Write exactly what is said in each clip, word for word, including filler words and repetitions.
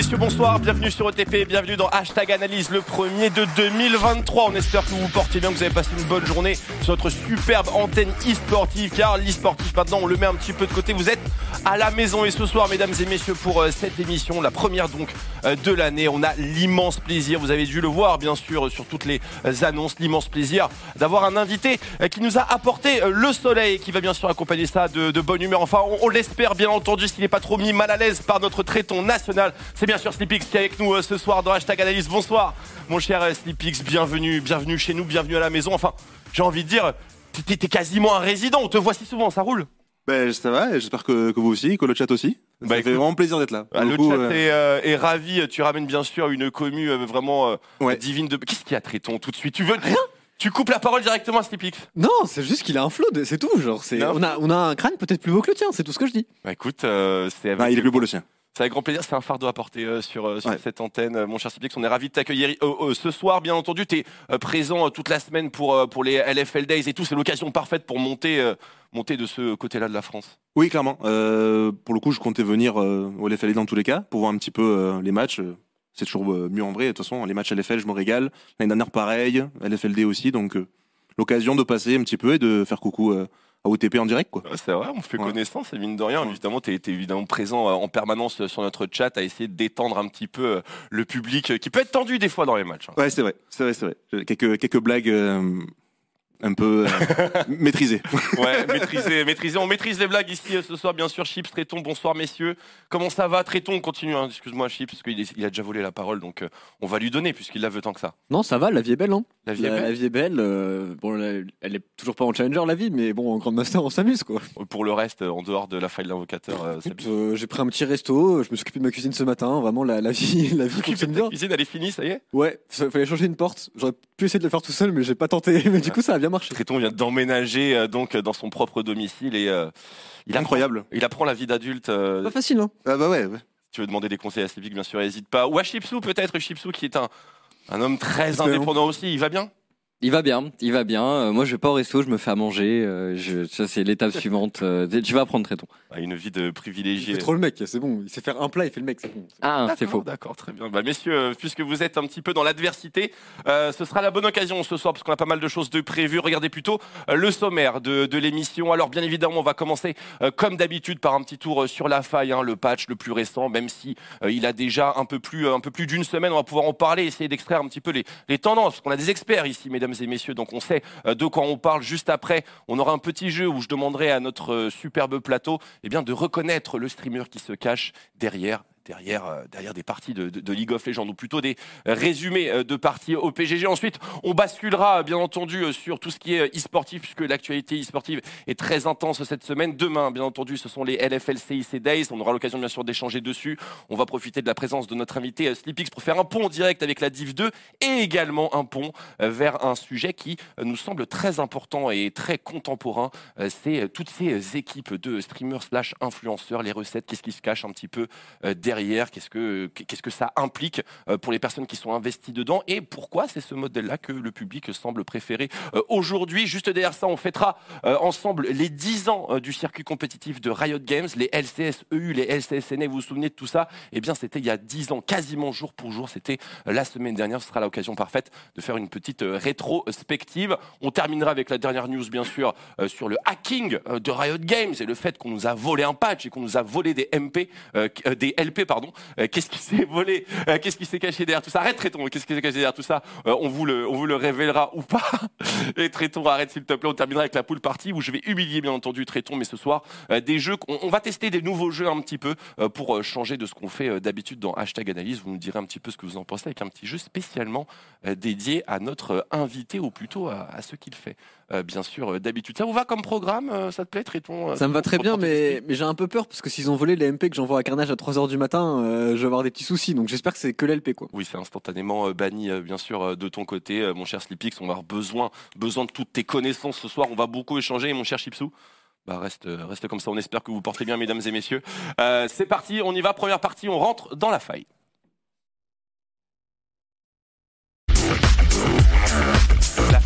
messieurs, bonsoir, bienvenue sur O T P, bienvenue dans Hashtag Analyse, le premier de deux mille vingt-trois. On espère que vous vous portez bien, que vous avez passé une bonne journée sur notre superbe antenne e-sportive, car l'e-sportif maintenant on le met un petit peu de côté. Vous êtes à la maison et ce soir, mesdames et messieurs, pour euh, cette émission, la première donc euh, de l'année, on a l'immense plaisir, vous avez dû le voir bien sûr sur toutes les euh, annonces, l'immense plaisir d'avoir un invité euh, qui nous a apporté euh, le soleil, qui va bien sûr accompagner ça de, de bonne humeur. Enfin, on, on l'espère bien entendu, s'il n'est pas trop mis mal à l'aise par notre traiton national. C'est bien sûr Sleepix qui est avec nous euh, ce soir dans Hashtag Analyse. Bonsoir mon cher euh, Sleepix, bienvenue, bienvenue chez nous, bienvenue à la maison. Enfin, j'ai envie de dire, t'es, t'es quasiment un résident, on te voit si souvent, ça roule. Ben, ça va, j'espère que, que vous aussi, que le chat aussi. Ça bah, fait écoute, vraiment plaisir d'être là. Ah, le coup, chat euh... est, euh, est ravi, tu ramènes bien sûr une commu euh, vraiment euh, ouais. divine de... Qu'est-ce qu'il y a traiton tout de suite? Tu veux rien? Tu coupes la parole directement à Sleepix? Non, c'est juste qu'il a un flow, de... c'est tout. Genre, c'est... On, a, on a un crâne peut-être plus beau que le tien, c'est tout ce que je dis. Bah écoute, euh, c'est avec... ah, il est plus beau le sien. C'est avec grand plaisir, c'est un fardeau à porter euh, sur, euh, sur ouais. cette antenne. Euh, mon cher Sleepix, on est ravis de t'accueillir euh, euh, ce soir. Bien entendu, tu es euh, présent euh, toute la semaine pour, euh, pour les L F L Days et tout. C'est l'occasion parfaite pour monter, euh, monter de ce côté-là de la France. Oui, clairement. Euh, pour le coup, je comptais venir euh, au L F L dans tous les cas pour voir un petit peu euh, les matchs. C'est toujours euh, mieux en vrai. De toute façon, les matchs L F L, je me régale. L'année dernière, pareil. L F L D aussi. Donc, euh, l'occasion de passer un petit peu et de faire coucou euh, à O T P en direct, quoi. Ouais, c'est vrai, on fait ouais. connaissance, et mine de rien. Ouais. Évidemment, tu es évidemment présent euh, en permanence sur notre chat à essayer de détendre un petit peu euh, le public euh, qui peut être tendu des fois dans les matchs. Hein. Ouais, c'est vrai, c'est vrai, c'est vrai. Quelques, quelques blagues euh, un peu euh, maîtrisées. Ouais, maîtrisées, maîtrisées. On maîtrise les blagues ici euh, ce soir, bien sûr. Chips, Traiton, bonsoir messieurs. Comment ça va? Traiton, on continue, hein. Excuse-moi Chips, parce qu'il est, il a déjà volé la parole, donc euh, on va lui donner puisqu'il la veut tant que ça. Non, ça va, la vie est belle, hein. La vie la, est belle. La vie est belle. Euh, bon, la, elle est toujours pas en challenger, la vie, mais bon, en Grandmaster, on s'amuse, quoi. Pour le reste, en dehors de la faille de l'invocateur, euh, c'est euh, j'ai pris un petit resto, je me suis occupé de ma cuisine ce matin. Vraiment, la, la vie, la vie fonctionne bien. La cuisine, elle est finie, ça y est? Ouais, il fallait changer une porte. J'aurais pu essayer de le faire tout seul, mais j'ai pas tenté. Mais du coup, ça a bien marché. Traiton vient d'emménager euh, donc dans son propre domicile et euh, il incroyable. Apprend, il apprend la vie d'adulte. Euh, pas facile, hein. Ah bah ouais. ouais. Si tu veux demander des conseils à Sleepix, bien sûr, n'hésite pas. Ou à Chipsou peut-être, Chipsou qui est un un homme très indépendant aussi. Il va bien? Il va bien, il va bien. Euh, moi, je vais pas au resto, je me fais à manger. Euh, je, ça, c'est l'étape suivante. Euh, tu vas apprendre, Traiton. Ah, une vie de privilégié. C'est trop le mec, c'est bon. Il sait faire un plat, il fait le mec, c'est bon. Ah, d'accord, c'est faux. D'accord, très bien. Bah, messieurs, puisque vous êtes un petit peu dans l'adversité, euh, ce sera la bonne occasion ce soir, parce qu'on a pas mal de choses de prévues. Regardez plutôt euh, le sommaire de, de l'émission. Alors, bien évidemment, on va commencer, euh, comme d'habitude, par un petit tour euh, sur la faille, hein, le patch le plus récent, même si euh, il a déjà un peu plus, euh, un peu plus d'une semaine. On va pouvoir en parler, essayer d'extraire un petit peu les, les tendances, parce qu'on a des experts ici, mesdames et messieurs, donc on sait de quoi on parle. Juste après, on aura un petit jeu où je demanderai à notre superbe plateau eh bien, de reconnaître le streamer qui se cache derrière Derrière, euh, derrière des parties de, de, de League of Legends, ou plutôt des résumés euh, de parties au P G G. Ensuite, on basculera bien entendu euh, sur tout ce qui est e-sportif, puisque l'actualité e-sportive est très intense cette semaine. Demain, bien entendu, ce sont les L F L C I C Days. On aura l'occasion bien sûr d'échanger dessus. On va profiter de la présence de notre invité euh, Sleepix pour faire un pont direct avec la Div deux et également un pont euh, vers un sujet qui euh, nous semble très important et très contemporain. Euh, c'est euh, toutes ces équipes de streamers slash influenceurs, les recettes, qu'est-ce qui se cache un petit peu euh, derrière Derrière, qu'est-ce que, qu'est-ce que ça implique pour les personnes qui sont investies dedans et pourquoi c'est ce modèle-là que le public semble préférer aujourd'hui. Juste derrière ça, on fêtera ensemble les dix ans du circuit compétitif de Riot Games, les L C S E U, les L C S N A. Vous vous souvenez de tout ça? Eh bien, c'était il y a dix ans, quasiment jour pour jour. C'était la semaine dernière. Ce sera l'occasion parfaite de faire une petite rétrospective. On terminera avec la dernière news, bien sûr, sur le hacking de Riot Games et le fait qu'on nous a volé un patch et qu'on nous a volé des M P, euh, des L P, pardon. Euh, qu'est-ce qui s'est volé, euh, qu'est-ce qui s'est caché derrière tout ça? Arrête, Traiton, qu'est-ce qui s'est caché derrière tout ça? euh, on, vous le, on vous le révélera ou pas. Et Traiton, arrête s'il te plaît. On terminera avec la pool party où je vais humilier bien entendu Traiton, mais ce soir, euh, des jeux, on, on va tester des nouveaux jeux un petit peu euh, pour euh, changer de ce qu'on fait euh, d'habitude dans Hashtag Analyse. Vous nous direz un petit peu ce que vous en pensez avec un petit jeu spécialement euh, dédié à notre euh, invité ou plutôt à, à ce qu'il fait. Euh, bien sûr, euh, d'habitude. Ça vous va comme programme? euh, Ça te plaît, Traiton? euh, Ça me va très bien, mais, mais j'ai un peu peur parce que s'ils ont volé les M P que j'envoie à Carnage à trois heures du matin, euh, je vais avoir des petits soucis. Donc j'espère que c'est que l'L P, quoi. Oui, c'est instantanément euh, banni, euh, bien sûr, euh, de ton côté, euh, mon cher Sleepix. On va avoir besoin, besoin de toutes tes connaissances ce soir. On va beaucoup échanger, mon cher Chipsou. Bah reste, euh, reste comme ça. On espère que vous portez bien, mesdames et messieurs. Euh, c'est parti, on y va. Première partie, on rentre dans la faille. La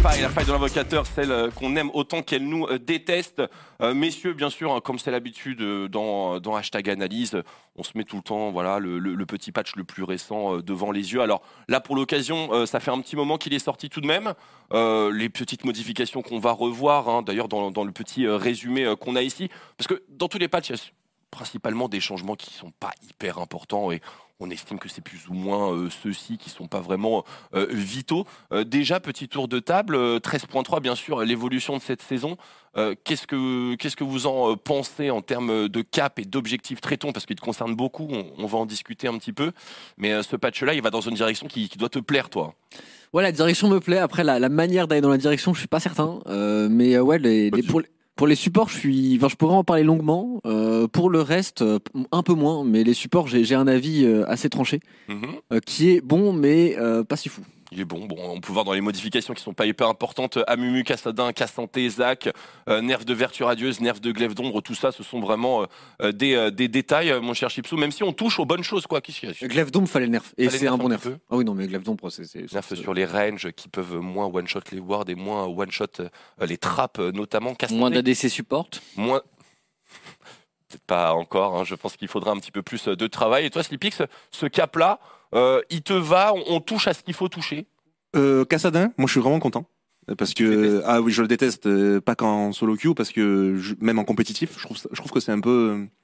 faille, la faille de l'invocateur, celle euh, qu'on aime autant qu'elle nous euh, déteste. Euh, messieurs, bien sûr, hein, comme c'est l'habitude euh, dans, dans Hashtag Analyse, on se met tout le temps voilà, le, le, le petit patch le plus récent euh, devant les yeux. Alors là, pour l'occasion, euh, ça fait un petit moment qu'il est sorti tout de même. Euh, les petites modifications qu'on va revoir, hein, d'ailleurs dans, dans le petit euh, résumé euh, qu'on a ici, parce que dans tous les patchs, il y a principalement des changements qui sont pas hyper importants et on estime que c'est plus ou moins euh, ceux-ci qui sont pas vraiment euh, vitaux. Euh, déjà, petit tour de table, euh, treize point trois, bien sûr, l'évolution de cette saison. Euh, qu'est-ce que qu'est-ce que vous en euh, pensez en termes de cap et d'objectifs traitons, parce qu'il te concerne beaucoup, on, on va en discuter un petit peu. Mais euh, ce patch-là, il va dans une direction qui, qui doit te plaire, toi. Ouais, la direction me plaît. Après, la, la manière d'aller dans la direction, je suis pas certain. Euh, mais euh, ouais, les, les, pour, pour les supports, je suis, enfin, je pourrais en parler longuement. Euh, pour le reste, euh, un peu moins. Mais les supports, j'ai, j'ai un avis euh, assez tranché, Mm-hmm. euh, qui est bon, mais euh, pas si fou. Il est bon. Bon, on peut voir dans les modifications qui sont pas hyper importantes. Amumu, Kassadin, Kassanté, Zach, euh, Nerf de Vertu Radieuse, Nerf de Glaive d'Ombre, tout ça, ce sont vraiment euh, des, euh, des détails, euh, mon cher Chipsou, même si on touche aux bonnes choses, quoi. Qu'est-ce qu'il y a Glaive d'ombre, fallait le nerf. Et Fallait c'est nerf un bon un nerf. petit peu. Ah oui, non, mais Glaive d'ombre, c'est. c'est, Nerf c'est- sur les ranges qui peuvent moins one-shot les wards et moins one-shot euh, les trappes, euh, notamment. Kassanté, Moins d'A D C support. moins. Peut-être pas encore, hein, je pense qu'il faudra un petit peu plus de travail. Et toi, Slipix, ce cap-là, euh, il te va, on, on touche à ce qu'il faut toucher. Euh, Kassadin, moi je suis vraiment content. Parce Tu le que détestes. ah oui, je le déteste, euh, pas qu'en solo queue, parce que je- même en compétitif, je trouve ça- je trouve que c'est un peu euh,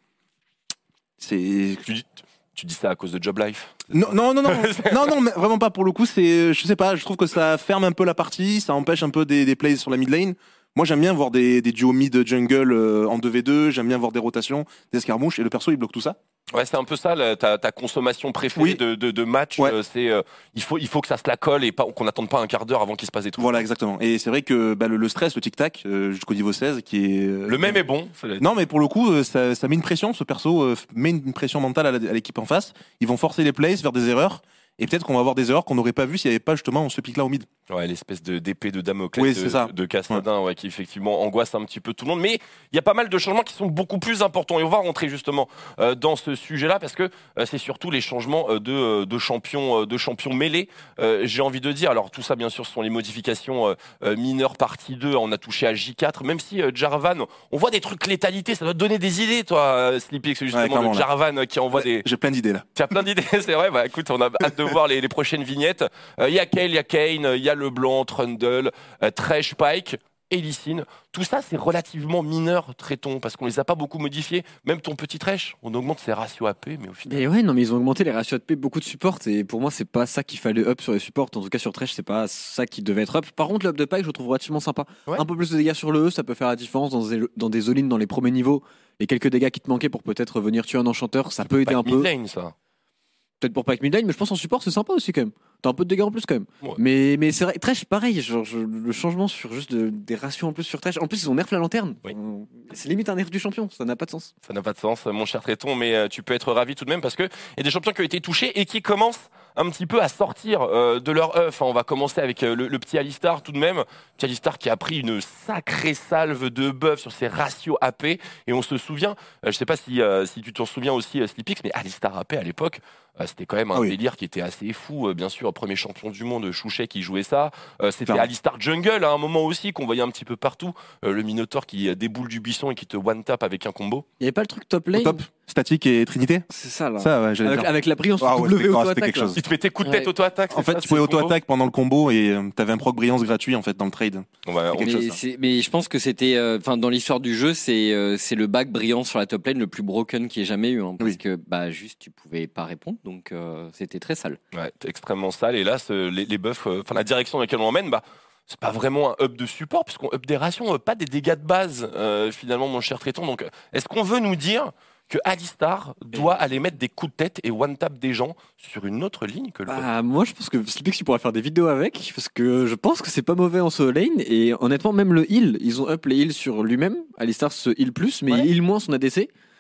c'est Tu dis, tu dis ça à cause de Job Life. non non non non non non mais vraiment pas pour le coup, c'est je sais pas, je trouve que ça ferme un peu la partie, ça empêche un peu des, des plays sur la mid lane. Moi j'aime bien voir des, des duos mid jungle euh, en deux v deux, j'aime bien voir des rotations, des escarmouches, et le perso il bloque tout ça. Ouais, c'est un peu ça, la- ta, ta consommation préférée Oui. de, de, de match. Ouais. euh, c'est euh, il faut il faut que ça se la colle et pas qu'on n'attende pas un quart d'heure avant qu'il se passe des trucs. Voilà exactement. Et c'est vrai que bah, le, le stress, le tic tac euh, jusqu'au niveau seize qui est euh, Le même est bon. ça doit être- Non, mais pour le coup, euh, ça, ça met une pression. Ce perso euh, met une pression mentale à la- à l'équipe en face. Ils vont forcer les plays vers des erreurs. Et peut-être qu'on va avoir des erreurs qu'on n'aurait pas vues s'il n'y avait pas justement ce pic-là au mid. Ouais, l'espèce de d'épée de Damoclès Oui, de, c'est ça. de Cassadin, ouais, qui effectivement angoisse un petit peu tout le monde. Mais il y a pas mal de changements qui sont beaucoup plus importants. Et on va rentrer justement euh, dans ce sujet-là parce que euh, c'est surtout les changements euh, de, euh, de champions, euh, de champions mêlés. Euh, J'ai envie de dire. Alors tout ça, bien sûr, ce sont les modifications euh, euh, mineures partie deux. On a touché à J quatre. Même si euh, Jarvan, on voit des trucs létalité, ça doit te donner des idées, toi, euh, Sleepy, c'est justement clairement, le là. Jarvan euh, qui envoie des. J'ai plein d'idées là. Tu as plein d'idées, c'est vrai. Bah écoute, on a hâte de voir les, les prochaines vignettes. Il y a Kale, il y a Kane, il y a Leblanc, Trundle, euh, Thresh, Pike et Lee. Tout ça, c'est relativement mineur, traitons, parce qu'on les a pas beaucoup modifiés. Même ton petit Thresh, on augmente ses ratios A P, mais au final. Mais ouais, non, mais ils ont augmenté les ratios de P, beaucoup de supports, et pour moi, c'est pas ça qu'il fallait up sur les supports. En tout cas, sur Thresh, c'est pas ça qui devait être up. Par contre, le up de Pike, je le trouve relativement sympa. Ouais. Un peu plus de dégâts sur le E, ça peut faire la différence dans des, dans des all-in dans les premiers niveaux. Les quelques dégâts qui te manquaient pour peut-être venir tuer un enchanteur, ça peut aider un Pike peu. mid lane, ça. Peut-être pour Pike midlane, mais je pense en support, c'est sympa aussi quand même. T'as un peu de dégâts en plus quand même. Ouais. Mais, mais c'est vrai, Thresh, pareil, genre, je- le changement sur juste de- des ratios en plus sur Thresh. En plus, ils ont nerf la lanterne. Oui. Euh, C'est limite un nerf du champion, ça n'a pas de sens. Ça n'a pas de sens, mon cher Tréton, mais euh, tu peux être ravi tout de même parce que il y a des champions qui ont été touchés et qui commencent un petit peu à sortir euh, de leur œuf. On va commencer avec euh, le, le petit Alistar tout de même. Petit Alistar qui a pris une sacrée salve de buff sur ses ratios A P. Et on se souvient, euh, je sais pas si, euh, si tu t'en souviens aussi, euh, Sleepix, mais Alistar A P à l'époque, euh, c'était quand même un Ah oui. délire qui était assez fou. Euh, bien sûr, premier champion du monde, Chouchet qui jouait ça. Euh, c'était Clairement. Alistar Jungle à un moment aussi qu'on voyait un petit peu partout. Euh, le Minotaur qui euh, déboule du buisson et qui te one-tap avec un combo. Il y avait pas le truc top Au lane. top, statique et trinité. C'est ça là. Ça, ouais, j'allais avec, dire. avec la brillance Ah ouais, W c'était- ah, c'était auto-attaque. quelque là. chose. Il te mettait coup de Ouais. tête auto-attaque. En c'est fait, ça, tu c'est pouvais le combo auto-attaque pendant le combo et euh, t'avais un proc brillance gratuit en fait dans le trade. On va- on- quelque Mais, chose, ça. c'est- mais je pense que c'était, euh, enfin, dans l'histoire du jeu, c'est euh, c'est le bac brillant sur la top lane le plus broken qui ait jamais eu, hein, parce Oui. que bah juste tu pouvais pas répondre, donc euh, c'était très sale. Ouais, c'est extrêmement sale. Et là, ce- les, les buffs, euh, enfin la direction dans laquelle on emmène, bah, c'est pas vraiment un up de support, puisqu'on up des rations, euh, pas des dégâts de base, euh, finalement, mon cher Tréton. Donc, euh, est-ce qu'on veut nous dire que Alistar doit aller mettre des coups de tête et one-tap des gens sur une autre ligne que le bot? Bah, moi je pense que Sleepix tu pourrais faire des vidéos avec parce que je pense que c'est pas mauvais en solo lane et honnêtement même le heal ils ont up les heals sur lui-même Alistar se heal plus mais Ouais. il heal moins son A D C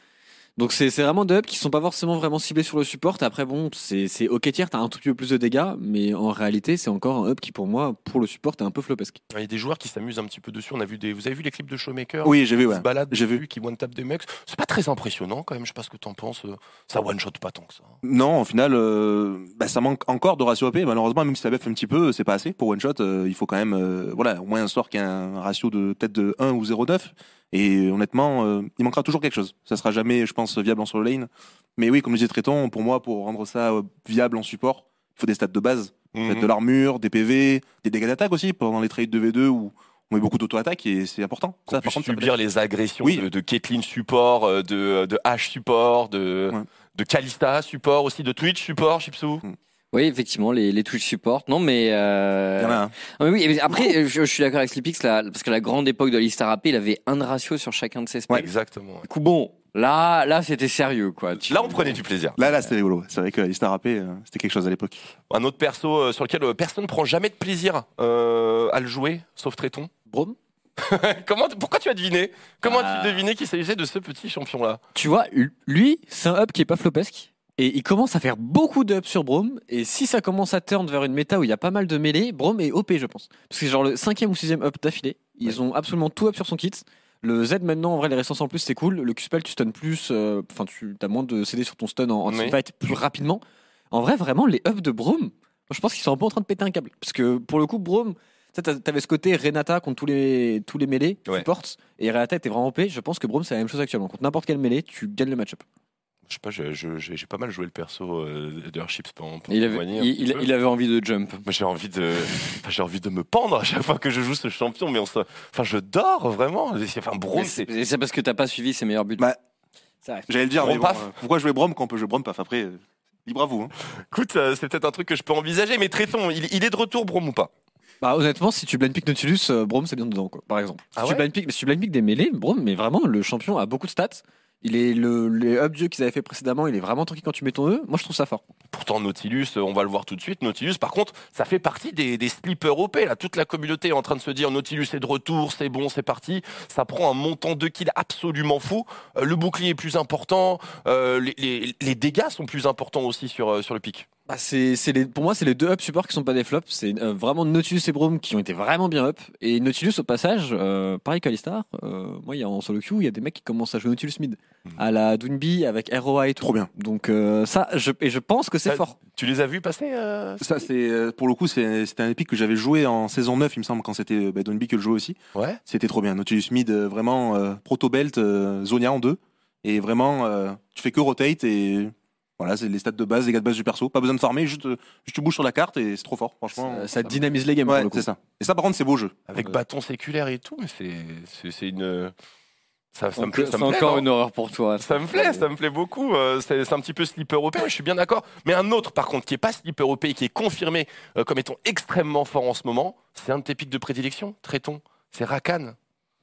Donc c'est c'est vraiment des hubs qui sont pas forcément vraiment ciblés sur le support. Après bon, c'est c'est ok tier, t'as un tout petit peu plus de dégâts, mais en réalité c'est encore un hub qui pour moi pour le support est un peu flopesque. Il y a des joueurs qui s'amusent un petit peu dessus. On a vu des, vous avez vu les clips de Showmaker? Oui, j'ai vu, Qui ouais. se baladent J'ai dessus, vu. qui one tap des mecs. C'est pas très impressionnant quand même. Je sais pas ce que t'en penses. Ça one shot pas tant que ça. Non, au final, euh, bah, ça manque encore de ratio A P. Malheureusement, même si ça buff un petit peu, c'est pas assez pour one shot. Euh, il faut quand même, euh, voilà, au moins un sort qui a un ratio de peut-être de un ou zéro virgule neuf. Et honnêtement, euh, il manquera toujours quelque chose. Ça sera jamais, je pense, viable en solo lane. Mais oui, comme le disait Tréton, pour moi, pour rendre ça euh, viable en support, il faut des stats de base. Mhm. Peut-être de l'armure, des P V, des dégâts d'attaque aussi pendant les trades deux v deux où on met beaucoup d'auto-attaque et c'est important. Ça, Ça, par contre, ça subir peut- les agressions Oui. de, de Caitlyn support, euh, de, de Ashe support, de, Ouais. de Kalista support aussi, de Twitch support, Chipsou. Oui, effectivement, les, les Twitch support. Non, mais, euh... Il y en a un. Ah, mais oui, mais après, je, je suis d'accord avec Slipix, là, parce que la grande époque de l'Alistar A P, il avait un ratio sur chacun de ses specs. Exactement. ouais. Du coup, bon, là, là, c'était sérieux, quoi. Tu- Là, on prenait du plaisir. Là, là, c'était rigolo. C'est vrai que l'histoire A P, euh, c'était quelque chose à l'époque. Un autre perso euh, sur lequel euh, personne ne prend jamais de plaisir euh, à le jouer, sauf Tréton. Brome. Comment, pourquoi tu as deviné? Comment Ah. as-tu deviné qu'il s'agissait de ce petit champion-là? Tu vois, lui, c'est un hub qui est pas flopesque. Et il commence à faire beaucoup de hubs sur Brome. Et si ça commence à turn vers une méta où il y a pas mal de mêlées, Brome est O P, je pense. Parce que c'est genre le cinquième ou sixième hub d'affilée. Ils ont absolument tout up sur son kit. Le Z maintenant, en vrai, les résistances en plus, c'est cool. Le Q-spell, tu stun plus. euh, Enfin, tu as moins de C D sur ton stun en, en Oui. teamfight plus rapidement. En vrai, vraiment, les hubs de Brome, moi, je pense qu'ils sont un peu en train de péter un câble. Parce que pour le coup, Brome, tu sais, t'as- t'avais ce côté Renata contre tous les, tous les mêlées, Ouais. support. Et Renata était vraiment O P. Je pense que Brome, c'est la même chose actuellement. Contre n'importe quelle mêlée, tu gagnes le match-up. Je sais pas, je- je- j'ai j'ai pas mal joué le perso euh, de Herships pendant, pendant Il avait, témoigner un il, petit il- peu. il avait envie de jump. Moi, j'ai envie de, enfin, j'ai envie de me pendre à chaque fois que je joue ce champion, mais on se, enfin, je dors vraiment. Enfin, Brome, Mais c'est, C'est c'est parce que t'as pas suivi ses meilleurs buts. Bah, C'est vrai. J'allais le dire, Brom mais bon, paf. euh, pourquoi jouer Brom quand on peut jouer Brom paf après euh, libre à vous. Hein. écoute, euh, c'est peut-être un truc que je peux envisager, mais Tréton, il, il est de retour, Brome ou pas? Bah honnêtement, si tu blind pick Nautilus, euh, Brome c'est bien dedans quoi, par exemple. Ah si, ouais tu blind pick, si tu blind pick des mêlées, Brome, mais vraiment le champion a beaucoup de stats. Il est le les up jeux qu'ils avaient fait précédemment, il est vraiment tranquille quand tu mets ton E. Moi je trouve ça fort. Pourtant, Nautilus, euh, on va le voir tout de suite. Nautilus, par contre, ça fait partie des, des sleepers O P. Là, toute la communauté est en train de se dire Nautilus est de retour, c'est bon, c'est parti. Ça prend un montant de kills absolument fou. Euh, le bouclier est plus important. euh, les, les- les dégâts sont plus importants aussi sur, euh, sur le pic. Bah, c'est c'est les pour moi c'est les deux up supports qui sont pas des flops. C'est euh, vraiment Nautilus et Brome qui ont été vraiment bien up. Et Nautilus au passage, euh, pareil qu'Alistar. Euh, moi il y a en solo queue, il y a des mecs qui commencent à jouer Nautilus mid Mhm. à la Doonby avec R O A et tout. Trop bien. Donc euh, ça, je, et je pense que c'est Ça- fort. Tu les as vus passer euh, Ça, c'est euh, pour le coup, c'est- c'était un épique que j'avais joué en saison neuf, il me semble, quand c'était bah, Donby que le jouait aussi. Ouais. C'était trop bien. Nautilus mid, euh, vraiment euh, proto-belt, euh, Zonia en deux. Et vraiment, euh, tu fais que rotate et voilà, c'est les stats de base, les gars de base du perso. Pas besoin de farmer, juste, euh, juste tu bouges sur la carte et c'est trop fort, franchement. Ça, ça dynamise les games Ouais, pour le coup. c'est ça. Et ça, par contre, c'est beau jeu. Avec Euh, bâton séculaire et tout, mais c'est, c'est, c'est une. Ça, ça me Donc, plaît. Ça C'est me plaît, encore non une horreur pour toi. Ça me plaît, ça me plaît beaucoup. Euh, c'est, c'est un petit peu sleeper O P, je suis bien d'accord. Mais un autre, par contre, qui est pas sleeper O P et qui est confirmé euh, comme étant extrêmement fort en ce moment, c'est un de tes pics de prédilection, Tréton. C'est Rakan.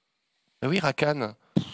Ah oui, Rakan.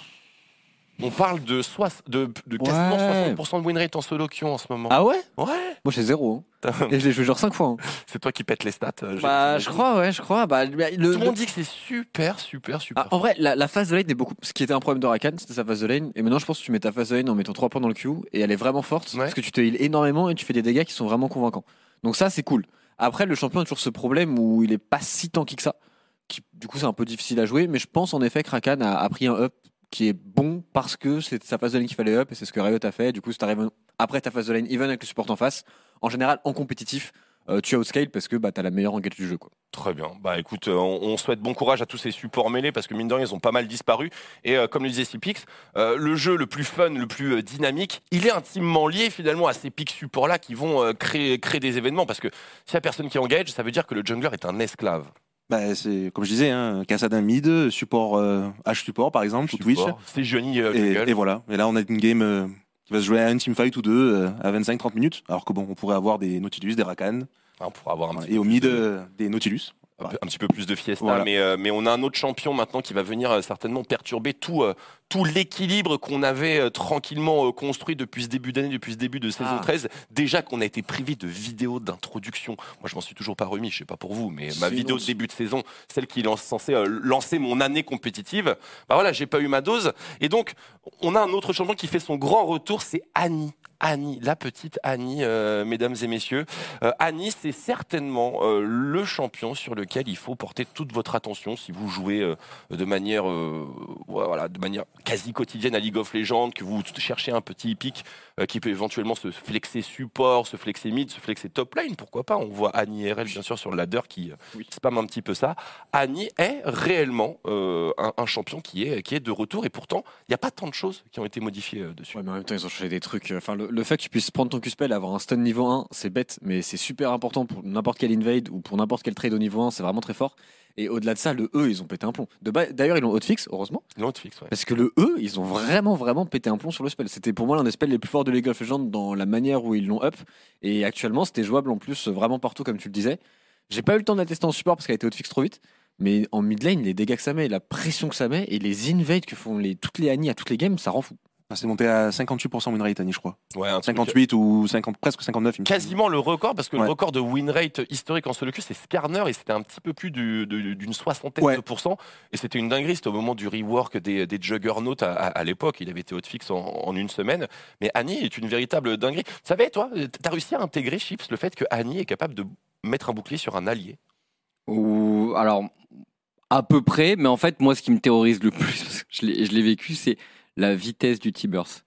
On parle de, soix- de, de quasiment Ouais. soixante pour cent de win rate en solo queue en ce moment. Ah ouais? Ouais. Moi j'ai zéro. Hein. Et je l'ai joué genre cinq fois. Hein. C'est toi qui pètes les stats. euh, Bah, je j'imagine. crois, ouais, je crois. Bah, le, Tout le monde dit que c'est super, super, super. Ah, en vrai, la, la phase de lane est beaucoup. Ce qui était un problème de Rakan, c'était sa phase de lane. Et maintenant, je pense que tu mets ta phase de lane en mettant trois points dans le queue et elle est vraiment forte Ouais. parce que tu te heal énormément et tu fais des dégâts qui sont vraiment convaincants. Donc ça, c'est cool. Après, le champion a toujours ce problème où il est pas si tanky que ça. Qui, du coup, c'est un peu difficile à jouer. Mais je pense en effet que Rakan a, a pris un up qui est bon parce que c'est sa phase de lane qu'il fallait up et c'est ce que Riot a fait. Du coup, si t'arrives après ta phase de lane, even avec le support en face, en général, en compétitif, euh, tu outscale parce que bah, t'as la meilleure engage du jeu. Quoi. Très bien. Bah écoute, euh, on, on souhaite bon courage à tous ces supports mêlés parce que mine de rien, ils ont pas mal disparu. Et euh, comme le disait Cipix, euh, le jeu le plus fun, le plus euh, dynamique, il est intimement lié finalement à ces pics supports-là qui vont euh, créer, créer des événements. Parce que s'il y a personne qui engage, ça veut dire que le jungler est un esclave. Bah, c'est comme je disais, hein, Kassadin mid, support euh, H support par exemple, sur Twitch. Support, C'est Johnny euh, jungle. Et, et voilà. Et là, on a une game euh, qui va se jouer à un teamfight ou deux euh, à vingt-cinq trente minutes. Alors que bon, on pourrait avoir des Nautilus, des Rakan, Ah, on pourra avoir un petit et au peu mid plus de- euh, des Nautilus. un, peu, un petit peu plus de fiesta, Voilà. mais, euh, mais on a un autre champion maintenant qui va venir euh, certainement perturber tout, euh, tout l'équilibre qu'on avait euh, tranquillement euh, construit depuis ce début d'année, depuis ce début de saison Ah. treize. Déjà qu'on a été privé de vidéos d'introduction. Moi, je m'en suis toujours pas remis, je sais pas pour vous, mais ma C'est vidéo une de début de saison, celle qui est censée euh, lancer mon année compétitive, bah voilà, j'ai pas eu ma dose. Et donc, on a un autre champion qui fait son grand retour, c'est Annie. Annie, la petite Annie, euh, mesdames et messieurs. Euh, Annie, c'est certainement euh, le champion sur lequel il faut porter toute votre attention si vous jouez euh, de manière, euh, voilà, de manière quasi quotidienne à League of Legends, que vous cherchez un petit pick euh, qui peut éventuellement se flexer support, se flexer mid, se flexer top lane, pourquoi pas. On voit Annie R L bien sûr sur le ladder qui euh, Oui. spam un petit peu ça. Annie est réellement euh, un, un champion qui est, qui est de retour et pourtant il n'y a pas tant de choses qui ont été modifiées euh, dessus. Ouais, mais en même temps, ils ont changé des trucs. Enfin, le, le fait que tu puisses prendre ton Q-spell et avoir un stun niveau un, c'est bête, mais c'est super important pour n'importe quel invade ou pour n'importe quel trade au niveau un, c'est vraiment très fort. Et au-delà de ça, le E, ils ont pété un plomb. De ba- D'ailleurs, ils l'ont hotfix, heureusement, L'autre fixe, ouais. parce que le E, ils ont vraiment, vraiment pété un plomb sur le spell. C'était pour moi l'un des spells les plus forts de League of Legends dans la manière où ils l'ont up. Et actuellement, c'était jouable en plus vraiment partout, comme tu le disais. J'ai pas eu le temps de la tester en support parce qu'elle a été hotfix trop vite. Mais en mid lane, les dégâts que ça met, la pression que ça met et les invades que font les, toutes les Annie à toutes les games, ça rend fou. Ah, c'est monté à cinquante-huit pour cent win rate, Annie, je crois. Ouais, un truc- cinquante-huit ou cinquante, presque cinquante-neuf. Il me semble. Quasiment le record, parce que Ouais. le record de win rate historique en solo queue, c'est Skarner, et c'était un petit peu plus du- de- d'une soixantaine Ouais. de pourcents. Et c'était une dinguerie, c'était au moment du rework des, des Juggernauts à, à, à l'époque. Il avait été hotfix en, en une semaine. Mais Annie est une véritable dinguerie. Tu savais, toi, t'as réussi à intégrer, Chips, le fait que Annie est capable de mettre un bouclier sur un allié. Ou alors à peu près, mais en fait moi ce qui me terrorise le plus, parce que je l'ai, je l'ai vécu, c'est la vitesse du T-Burst.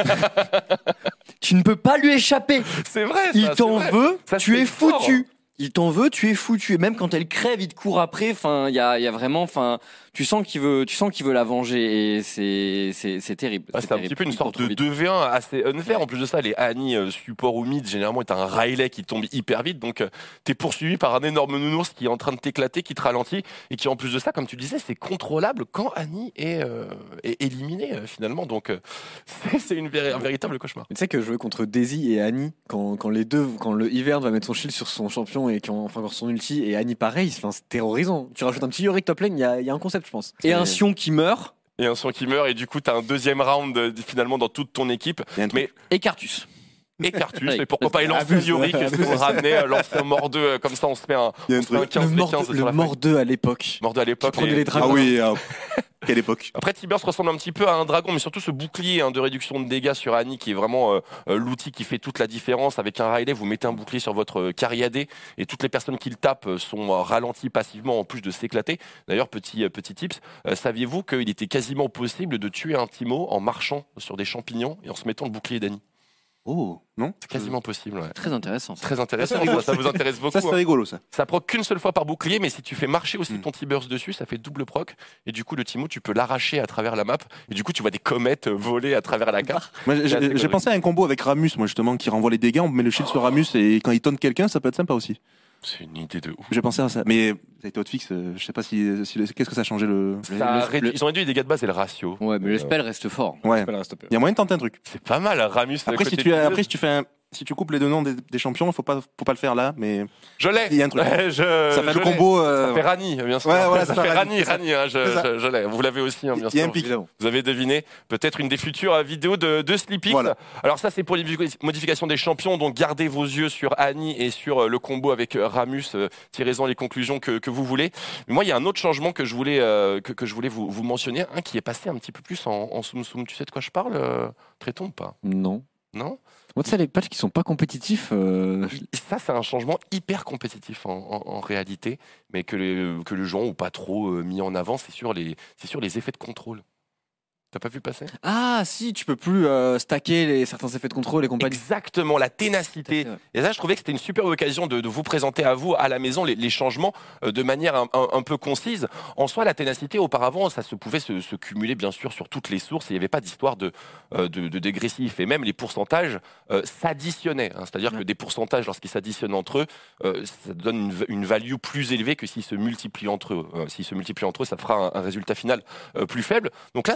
Tu ne peux pas lui échapper. C'est vrai, ça, Il c'est t'en vrai. veut, Ça, tu c'est es fort. foutu. Il t'en veut, tu es foutu. Et même quand elle crève, il te court après. Enfin, il y a, il y a vraiment, enfin, tu sens qu'il veut, tu sens qu'il veut la venger et c'est, c'est, c'est terrible. Ouais, c'est un terrible. petit peu une Il court sorte trop de vite. deux v un assez unfair. En plus de ça, les Annie euh, support ou mid, généralement, est un Riley qui tombe hyper vite. Donc, euh, t'es poursuivi par un énorme nounours qui est en train de t'éclater, qui te ralentit. Et qui, en plus de ça, comme tu disais, c'est contrôlable quand Annie est, euh, est éliminée, euh, finalement. Donc, euh, c'est, c'est une véri- un véritable cauchemar. Mais tu sais que jouer contre Daisy et Annie, quand, quand les deux, quand le Ivern va mettre son shield sur son champion et quand enfin encore son ulti et Annie pareil, enfin, c'est terrorisant. Tu rajoutes un petit Yorick top lane, il y a, il y a un concept, je pense. Et un C'est- Sion qui meurt. Et un son qui meurt. Et du coup, t'as un deuxième round, euh, finalement, dans toute ton équipe. Il y a un truc. Mais Et Cartus. et Cartus, Ouais. et pourquoi pas et l'ancien Abuse, Yorick, ouais, est-ce qu'on le ramenait, euh, l'ancien Mort deux, euh, comme ça on se fait un, Il y a un on se fait un truc. quinze le v mort, quinze sur le la mort feuille. deux à l'époque. Mort deux à l'époque. Qui prenait et- les dragons. Ah oui, ah, quelle époque. Après, T-Burst ressemble un petit peu à un dragon, mais surtout ce bouclier hein, de réduction de dégâts sur Annie qui est vraiment euh, euh, l'outil qui fait toute la différence. Avec un Riley, vous mettez un bouclier sur votre euh, Cariadé et toutes les personnes qui le tapent euh, sont euh, ralenties passivement en plus de s'éclater. D'ailleurs, petit, euh, petit tips, euh, saviez-vous qu'il était quasiment possible de tuer un Timo en marchant sur des champignons et en se mettant le bouclier d'Annie? Oh, non C'est quasiment possible, ouais. Très intéressant. ça. Très intéressant, Ça, c'est rigolo. ça, ça vous intéresse beaucoup. Ça, c'est hein. rigolo, ça. Ça proc qu'une seule fois par bouclier, mais si tu fais marcher aussi Mm. ton T-Burst dessus, ça fait double proc. Et du coup, le Timo, tu peux l'arracher à travers la map. Et du coup, tu vois des comètes euh, voler à travers la carte. Moi, j'ai- C'est assez j'ai j'ai connerie. pensé à un combo avec Ramus, moi, justement, qui renvoie les dégâts. On met le shield sur Ramus et quand il tonne quelqu'un, ça peut être sympa aussi. C'est une idée de ouf. J'ai pensé à ça. Mais ça a été hotfix. euh, Je sais pas si. si qu'est-ce que ça a changé le. Le- Ça a le- réduit- le- Ils ont réduit les dégâts de base et le ratio. Ouais, mais le Euh, spell reste fort. Ouais. Pas la reste Il y a moyen de tenter un truc. C'est pas mal, Ramus. Après, côté si tu, de- après, si tu fais un. Si tu coupes les deux noms des, des champions, il faut pas, faut pas le faire là, mais Je l'ai. il y a un truc. Ouais, je- ça fait je le l'ai. combo. euh, Ça fait Rani, bien sûr. Ouais, voilà, ça ça fait fait Rani, Rani, Rani, hein, je, c'est ça. je- je l'ai. Vous l'avez aussi, hein, bien Il y a sûr. un pic. Vous avez deviné peut-être une des futures euh, vidéos de, de Sleepix. Voilà. Alors ça, c'est pour les modifications des champions. Donc gardez vos yeux sur Annie et sur euh, le combo avec euh, Ramus. euh, tirez-en les conclusions que, que vous voulez. Mais moi, il y a un autre changement que je voulais, euh, que, que je voulais vous, vous mentionner, un qui est passé un petit peu plus en, en soum soum. Tu sais de quoi je parle, euh, Tréton, ou pas? Non. Non. Moi, tu sais, les patchs qui sont pas compétitifs, euh, Ça, c'est un changement hyper compétitif en, en- en réalité, mais que les, que les gens n'ont pas trop euh, mis en avant. C'est sur les, c'est sur les effets de contrôle. T'as pas vu passer? ah si, tu peux plus euh, stacker les, certains effets de contrôle et compagnie. Exactement, la ténacité. Tout à fait, ouais. Et ça, je trouvais que c'était une super occasion de, de vous présenter à vous, à la maison, les, les changements euh, de manière un, un- un peu concise. En soi, la ténacité, auparavant, ça se pouvait se, se cumuler, bien sûr, sur toutes les sources. Il n'y avait pas d'histoire de, euh, de, de dégressif. Et même les pourcentages euh, s'additionnaient. hein. C'est-à-dire Ouais. que des pourcentages, lorsqu'ils s'additionnent entre eux, euh, ça donne une, une value plus élevée que s'ils se multiplient entre eux. Euh, s'ils se multiplient entre eux, ça fera un, un résultat final euh, plus faible. Donc là, ce qu'on a fait,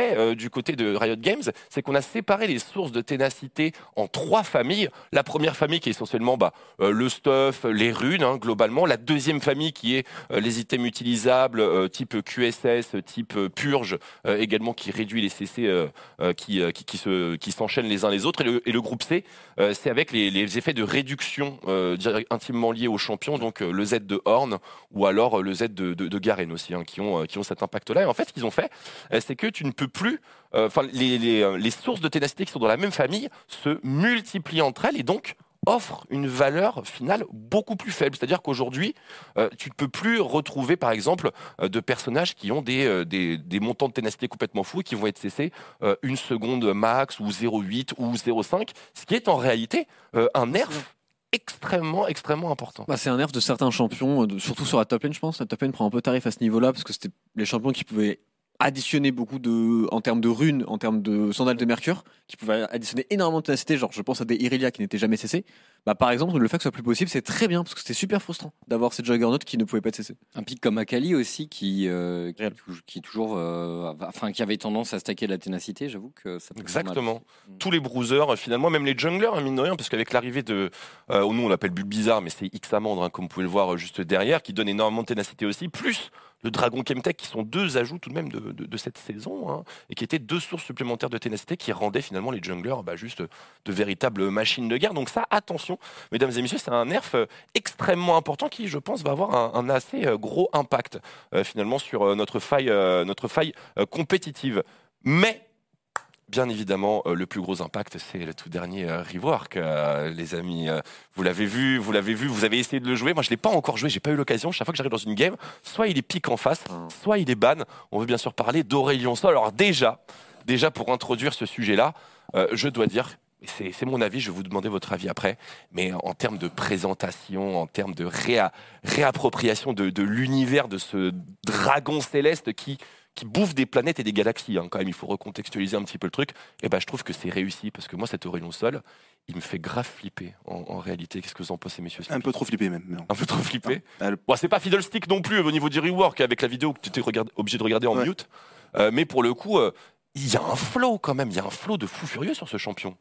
fait euh, du côté de Riot Games, c'est qu'on a séparé les sources de ténacité en trois familles. La première famille qui est essentiellement bah, euh, le stuff, les runes, hein, globalement. La deuxième famille qui est euh, les items utilisables, euh, type Q S S, type euh, purge, euh, également qui réduit les C C euh, euh, qui, euh, qui, qui, se, qui s'enchaînent les uns les autres. Et le, et le groupe C, euh, c'est avec les, les effets de réduction euh, intimement liés aux champions, donc euh, le Z de Horn ou alors euh, le Z de, de, de Garen aussi, hein, qui, ont, euh, qui ont cet impact-là. Et en fait, ce qu'ils ont fait, euh, c'est que tu ne peux plus... Enfin, euh, les, les, les sources de ténacité qui sont dans la même famille se multiplient entre elles et donc offre une valeur finale beaucoup plus faible. C'est-à-dire qu'aujourd'hui, euh, tu ne peux plus retrouver, par exemple, euh, de personnages qui ont des, euh, des, des montants de ténacité complètement fous et qui vont être C C euh, une seconde max ou zéro virgule huit ou zéro virgule cinq, ce qui est en réalité euh, un nerf extrêmement, extrêmement important. Bah, c'est un nerf de certains champions, de- surtout sur la top lane, je pense. La top lane prend un peu tarif à ce niveau-là parce que c'était les champions qui pouvaient additionner beaucoup de, en termes de runes, en termes de sandales de mercure, qui pouvaient additionner énormément de ténacité. Genre, je pense à des Irelia qui n'étaient jamais C C. Bah, par exemple, le fait que ce soit plus possible, c'est très bien parce que c'était super frustrant d'avoir ces juggernauts qui ne pouvaient pas être C C. Un pic comme Akali aussi qui, euh, qui, Réel. qui toujours, euh, enfin qui avait tendance à stacker la ténacité. J'avoue que ça peut faire mal. Exactement. Mm. Tous les bruisers, euh, finalement, même les junglers, hein, mine de rien, parce qu'avec l'arrivée de, euh, nous on l'appelle Bulle Bizarre, mais c'est X-Amandre, hein, comme vous pouvez le voir euh, juste derrière, qui donne énormément de ténacité aussi, plus le Dragon Chemtech, qui sont deux ajouts tout de même de, de, de cette saison, hein, et qui étaient deux sources supplémentaires de ténacité qui rendaient finalement les junglers bah, juste de véritables machines de guerre. Donc ça, attention, mesdames et messieurs, c'est un nerf euh, extrêmement important qui, je pense, va avoir un, un assez euh, gros impact euh, finalement sur euh, notre faille, euh, notre faille euh, compétitive. Mais bien évidemment, euh, le plus gros impact, c'est le tout dernier euh, rework, euh, les amis. Euh, vous l'avez vu, vous l'avez vu, vous avez essayé de le jouer. Moi, je l'ai pas encore joué, j'ai pas eu l'occasion. Chaque fois que j'arrive dans une game, soit il est pique en face, soit il est ban. On veut bien sûr parler d'Aurélien Sol. Alors déjà, déjà pour introduire ce sujet-là, euh, je dois dire. C'est, c'est mon avis, je vais vous demander votre avis après, mais en termes de présentation, en termes de réa- réappropriation de, de l'univers de ce dragon céleste qui, qui bouffe des planètes et des galaxies, hein, quand même, il faut recontextualiser un petit peu le truc, et ben, je trouve que c'est réussi, parce que moi, cet Aurélien Sol, il me fait grave flipper, en, en réalité. Qu'est-ce que vous en pensez, messieurs? Un peu trop flippé même. mais non. Un peu trop flippé. Ah, le- Bon, c'est pas Fiddlestick non plus au niveau du rework, avec la vidéo que tu étais regard- obligé de regarder en Ouais. mute, Euh, mais pour le coup, euh, il y a un flow quand même, il y a un flow de fou furieux sur ce champion.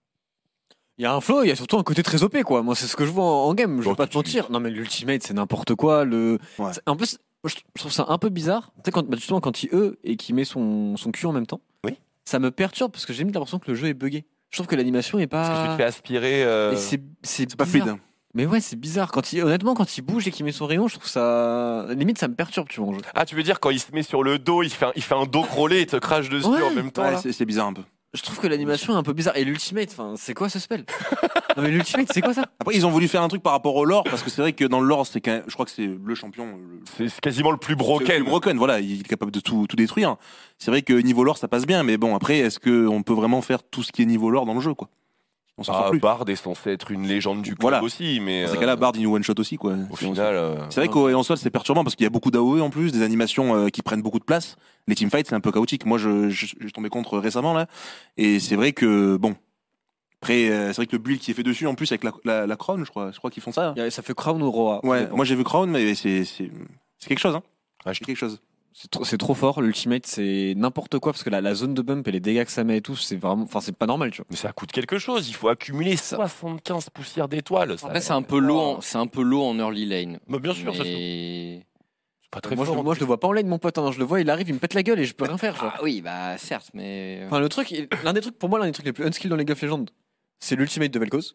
Il y a un flow, il y a surtout un côté très O P, quoi. Moi, c'est ce que je vois en, en game. Je Bon, vais pas te tu- mentir. Non, mais l'ultimate, c'est n'importe quoi. Le... Ouais. c'est- En plus, moi, je je trouve ça un peu bizarre. Tu sais, quand, bah, justement, quand il E et qu'il met son, son cul en même temps, Oui. ça me perturbe parce que j'ai l'impression que le jeu est buggé. Je trouve que l'animation est Parce que tu pas. te fais aspirer. euh, Et c'est c'est C'est pas bizarre. fluide. hein. Mais ouais, c'est bizarre. Quand il, honnêtement, quand il bouge et qu'il met son rayon, je trouve ça. Limite, ça me perturbe, tu vois, en jeu. Ah, tu veux dire quand il se met sur le dos, il fait un, il fait un dos crawlé et te crache dessus Ouais. en même temps Ouais, là. c'est c'est bizarre un peu. Je trouve que l'animation est un peu bizarre. Et l'ultimate, enfin, c'est quoi ce spell? Non, mais l'ultimate, c'est quoi ça? Après, ils ont voulu faire un truc par rapport au lore, parce que c'est vrai que dans le lore, c'est quand même- je crois que c'est le champion. le- C'est c'est quasiment le plus C'est broken. le broken, voilà, il est capable de tout, tout détruire. C'est vrai que niveau lore, ça passe bien, mais bon, après, est-ce qu'on peut vraiment faire tout ce qui est niveau lore dans le jeu, quoi? On s'en sort Ah, plus. Bard est censé être une légende du club Voilà. aussi, mais Dans ces euh, cas-là, Bard, il nous one-shot aussi, quoi. au C'est- final, euh, C'est vrai qu'en sol, c'est perturbant parce qu'il y a beaucoup d'A O E en plus, des animations euh, qui prennent beaucoup de place. Les teamfights, c'est un peu chaotique. Moi, je, je, je suis tombé contre récemment, là. Et c'est vrai que, bon. Après, euh, c'est vrai que le build qui est fait dessus, en plus, avec la, la, la Crown, je crois, je crois qu'ils font ça. Il y a- Ça fait Crown ou Roa. Ouais, Dépend. moi j'ai vu Crown, mais c'est c'est c'est quelque chose, hein. Ah, je- C'est quelque chose. C'est trop, c'est trop fort. L'ultimate, c'est n'importe quoi parce que la, la zone de bump et les dégâts que ça met et tout, c'est vraiment. Enfin, c'est pas normal, tu vois. mais ça coûte quelque chose. Il faut accumuler soixante-quinze poussières d'étoiles. ça- Après, c'est un peu low, en, c'est un peu low en early lane. Mais bien sûr, ça, c'est Mais... c'est pas très Moi, je, fort. moi, je le vois pas en lane, mon pote. hein. Je le vois, il arrive, il me pète la gueule et je peux rien faire. genre. Ah oui, bah certes, mais. Enfin, le truc, il- l'un des trucs, pour moi, l'un des trucs les plus unskill dans League of Legends, c'est l'ultimate de Vel'Koz.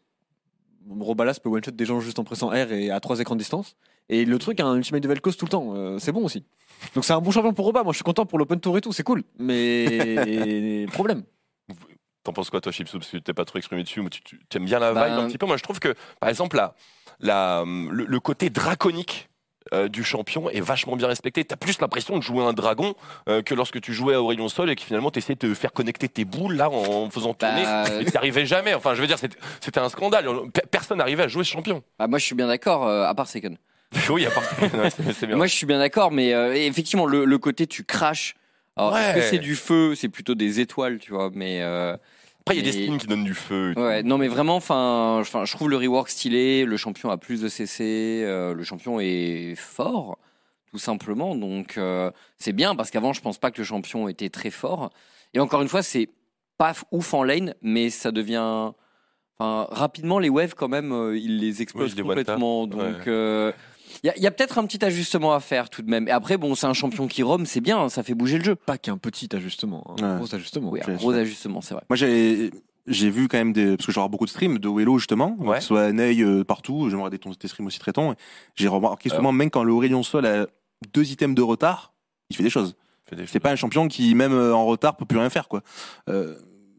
Robalas peut one-shot des gens juste en pressant R et à trois écrans de distance. Et le truc a un ultimate de Vel'Koz tout le temps. Euh, c'est bon aussi. Donc c'est un bon champion pour Roba. Moi, je suis content pour l'open tour et tout. C'est cool. Mais problème. T'en penses quoi, toi, Chipsou? Parce que tu t'es pas trop exprimé dessus, mais tu, tu aimes bien la vibe Ben- un petit peu. Moi, je trouve que, par exemple, la, la, le, le côté draconique euh, du champion est vachement bien respecté. T'as plus l'impression de jouer un dragon euh, que lorsque tu jouais à Aurélien Sol et que finalement tu essayais de te faire connecter tes boules là en, en faisant tourner. Bah, Et t'y arrivais jamais. Enfin, je veux dire, c'était c'était un scandale. Pe- Personne n'arrivait à jouer ce champion. Bah, moi, je suis bien d'accord, euh, à part Second. Oui, à part. Ouais, c'est c'est bien. Moi, je suis bien d'accord, mais euh, effectivement, le, le côté tu craches. Alors, Ouais. est-ce que c'est du feu? C'est plutôt des étoiles, tu vois. Mais euh, Après, il y a des mais- skins qui donnent du feu. et tout. ouais, non, mais vraiment, enfin, je je trouve le rework stylé. Le champion a plus de C C. euh, le champion est fort, tout simplement. Donc euh, c'est bien parce qu'avant je pense pas que le champion était très fort. Et encore une fois, c'est pas ouf en lane, mais ça devient. Enfin, rapidement, les waves, quand même, euh, ils les explosent Oui, les complètement. one-tap. Donc, Ouais. euh, il y a, y a peut-être un petit ajustement à faire tout de même. Et après, bon, c'est un champion qui roam, c'est bien, ça fait bouger le jeu. Pas qu'un petit ajustement, un Ouais. gros ajustement. Oui, un j'ai- gros ajustement, c'est vrai. Moi, j'ai j'ai vu quand même des parce que je regarde beaucoup de streams de Wello justement, Ouais. que ce soit Ney euh, partout. J'ai regardé ton tes streams aussi très tôt. J'ai remarqué Alors. souvent même quand le Aurélien Sol a deux items de retard, il fait des choses. Fait des C'est pas un champion qui même euh, en retard peut plus rien faire quoi. Euh,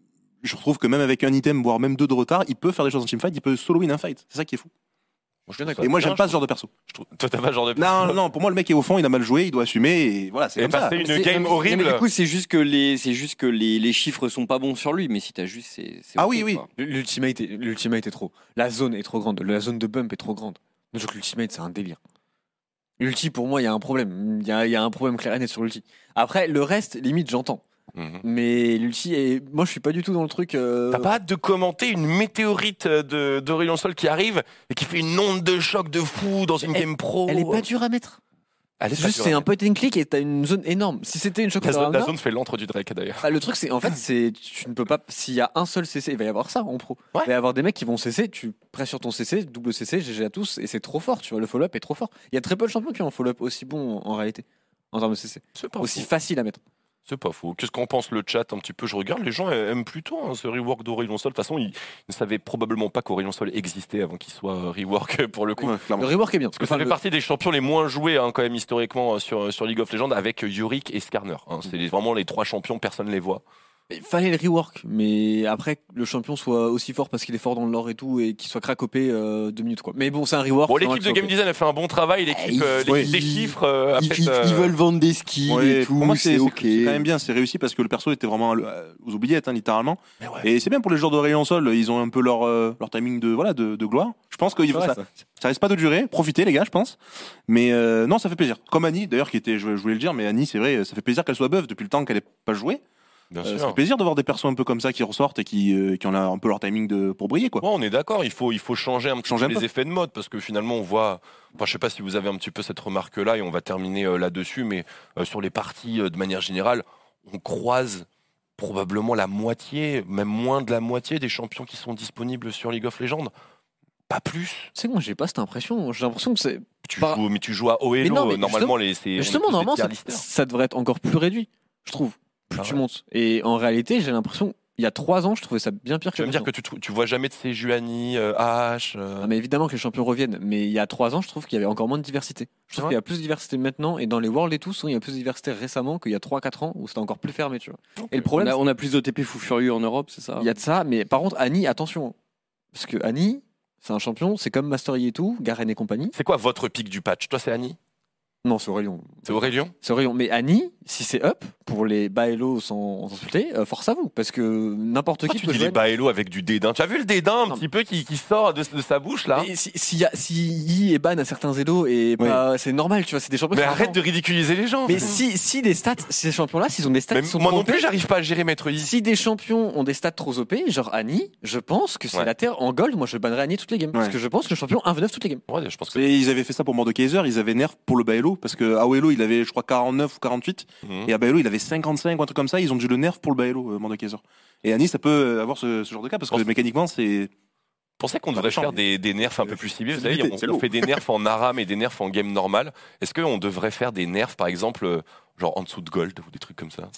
je trouve que même avec un item voire même deux de retard, il peut faire des choses en teamfight, il peut solo win un fight. C'est ça qui est fou. Moi, je trouve ça Et moi bien, j'aime pas je ce genre de perso. trouve- Toi, t'as pas ce genre de Non perso. non non, pour moi le mec est au fond, il a mal joué, il doit assumer et voilà, c'est Et comme ça. passer une C'est- game non, mais- horrible. non, mais du coup, c'est juste que les, c'est juste que les, les chiffres sont pas bons sur lui. Mais si t'as juste, c'est. c'est Ah ok, oui, oui. quoi. L'ultimate est, l'ultimate est trop. La zone est trop grande. La zone de bump est trop grande. Donc l'ultimate, c'est un délire. L'ulti, pour moi, il y a un problème. Il y a, il y a un problème clair et net sur l'ulti. Après, le reste, limite, j'entends. Mhm. Mais l'ulti, est... moi, je suis pas du tout dans le truc. euh, T'as pas hâte de commenter une météorite de d'Aurélien Sol qui arrive et qui fait une onde de choc de fou dans une Elle- game pro. Elle est pas dure à mettre. Elle est C'est pas juste, dure c'est à un point and click et t'as une zone énorme. Si c'était une La chocolat zone, la zone fait l'antre du Drake d'ailleurs. Ah, le truc, c'est en fait, c'est tu ne peux pas. S'il y a un seul C C, il va y avoir ça en pro. Ouais. Il va y avoir des mecs qui vont C C, tu presses sur ton C C, double C C, G G à tous, et c'est trop fort. Tu vois, le follow-up est trop fort. Il y a très peu de champions qui ont un follow-up aussi bon en, en réalité, en termes de C C. C'est pas Aussi faux. facile à mettre. C'est pas faux. Qu'est-ce qu'en pense le chat un petit peu? Je regarde, les gens aiment plutôt hein, ce rework d'Aurélien Sol. De toute façon, ils ne savaient probablement pas qu'Aurélien Sol existait avant qu'il soit euh, rework pour le coup. Ouais, Le clairement. rework est bien. Parce que ça fait partie des champions les moins joués hein, quand même historiquement euh, sur, sur League of Legends avec euh, Yorick et Skarner. Hein. C'est les- vraiment les trois champions, personne ne les voit. Il fallait le rework, mais après que le champion soit aussi fort parce qu'il est fort dans le lore et tout, et qu'il soit crackopé euh, deux minutes quoi. Mais bon, c'est un rework. Bon, c'est l'équipe de normal Game que ce Design a fait un bon travail. L'équipe Eh, euh, ils- l'équipe des ils- chiffres euh, a Ils, fait. ils- euh, ils veulent vendre des skins Ouais, et tout, pour moi, c'est c'est c'est- ok. c'est quand même bien, c'est réussi parce que le perso était vraiment euh, aux oubliettes, hein, littéralement. Mais ouais. Et c'est bien pour les joueurs d'Aurélien Sol, ils ont un peu leur, euh, leur timing de, voilà, de, de gloire. Je pense que soit. ça, C'est vrai, ça, ça. ça risque pas de durer. Profitez, les gars, je pense. Mais euh, non, ça fait plaisir. Comme Annie, d'ailleurs, qui était, je, je voulais le dire, mais Annie, c'est vrai, ça fait plaisir qu'elle soit buff depuis le temps qu'elle n'ait pas joué. Bien Euh, ça sûr. fait plaisir de voir des persos un peu comme ça qui ressortent et qui, euh, qui ont un peu leur timing de, pour briller, quoi. Ouais, on est d'accord, il faut, il faut changer un petit Changer peu un peu. les effets de mode parce que finalement on voit, enfin je sais pas si vous avez un petit peu cette remarque là et on va terminer euh, là-dessus, mais euh, sur les parties euh, de manière générale, on croise probablement la moitié, même moins de la moitié des champions qui sont disponibles sur League of Legends. Pas plus. C'est que moi, j'ai pas cette impression. J'ai l'impression que c'est. Tu Par- joues, mais tu joues à O L O, Mais non, mais euh, normalement les c'est on est Justement, tous des normalement, tier ça, listers. ça devrait être encore plus réduit, je trouve. Plus Ah tu ouais. montes. Et en réalité, j'ai l'impression, il y a trois ans, je trouvais ça bien pire Tu que vas me dire que maintenant. tu, trou- tu vois jamais de ces Juani, euh, H. euh, Ah, mais évidemment que les champions reviennent. Mais il y a trois ans, je trouve qu'il y avait encore moins de diversité. Je C'est trouve qu'il y a plus de diversité maintenant. Et dans les Worlds et tout, souvent, il y a plus de diversité récemment qu'il y a trois quatre ans où c'était encore plus fermé, tu vois. Et le On problème, a, on a plus d'O T P fou furieux en Europe, c'est ça il y a de ça. Mais par contre, Annie, attention. Parce que Annie, c'est un champion, c'est comme Mastery et tout, Garen et compagnie. C'est quoi votre pic du patch? Toi c'est Annie? Non, c'est Aurélien. C'est Aurélien? C'est Aurélien. Mais Annie, si c'est up, pour les Baello sans sans insulter, euh, force à vous. Parce que n'importe Pourquoi qui tu peut dis jouer. les Baello avec du dédain? Tu as vu le dédain un Non. petit peu qui, qui sort de, de sa bouche là? Mais si, si, y a- si Yi est ban à certains Zelo et pas, c'est normal, tu vois, c'est des champions. Mais qui sont arrête forts. de ridiculiser les gens. Mais si, si des stats, ces champions-là, s'ils ont des stats Mais qui sont moi trop non plus, O P, j'arrive pas à gérer Maître Yi. si des champions ont des stats trop O P, genre Annie, je pense que c'est Ouais. la terre en gold. Moi, je bannerais Annie toutes les games. Parce Ouais. que je pense que le champion un v neuf toutes les games. Ouais, je pense que. Et ils avaient fait ça pour Mordekaiser, ils avaient nerf pour le Baello, parce que à O L O, il avait, je crois, quarante-neuf ou quarante-huit, Mhm. et à Baello, il avait cinquante-cinq ou un truc comme ça, ils ont dû le nerf pour le Baello, euh, Mordekaiser. Et Annie, ça peut euh, avoir ce, ce genre de cas, parce que Pense- mécaniquement, c'est. Pensez qu'on Pas devrait méchant, faire mais- des, des nerfs un peu plus ciblés. Vous c'est savez, limité, on, c'est on lourd. fait des nerfs en aram et des nerfs en game normal. Est-ce qu'on devrait faire des nerfs, par exemple, euh, genre en dessous de gold ou des trucs comme ça?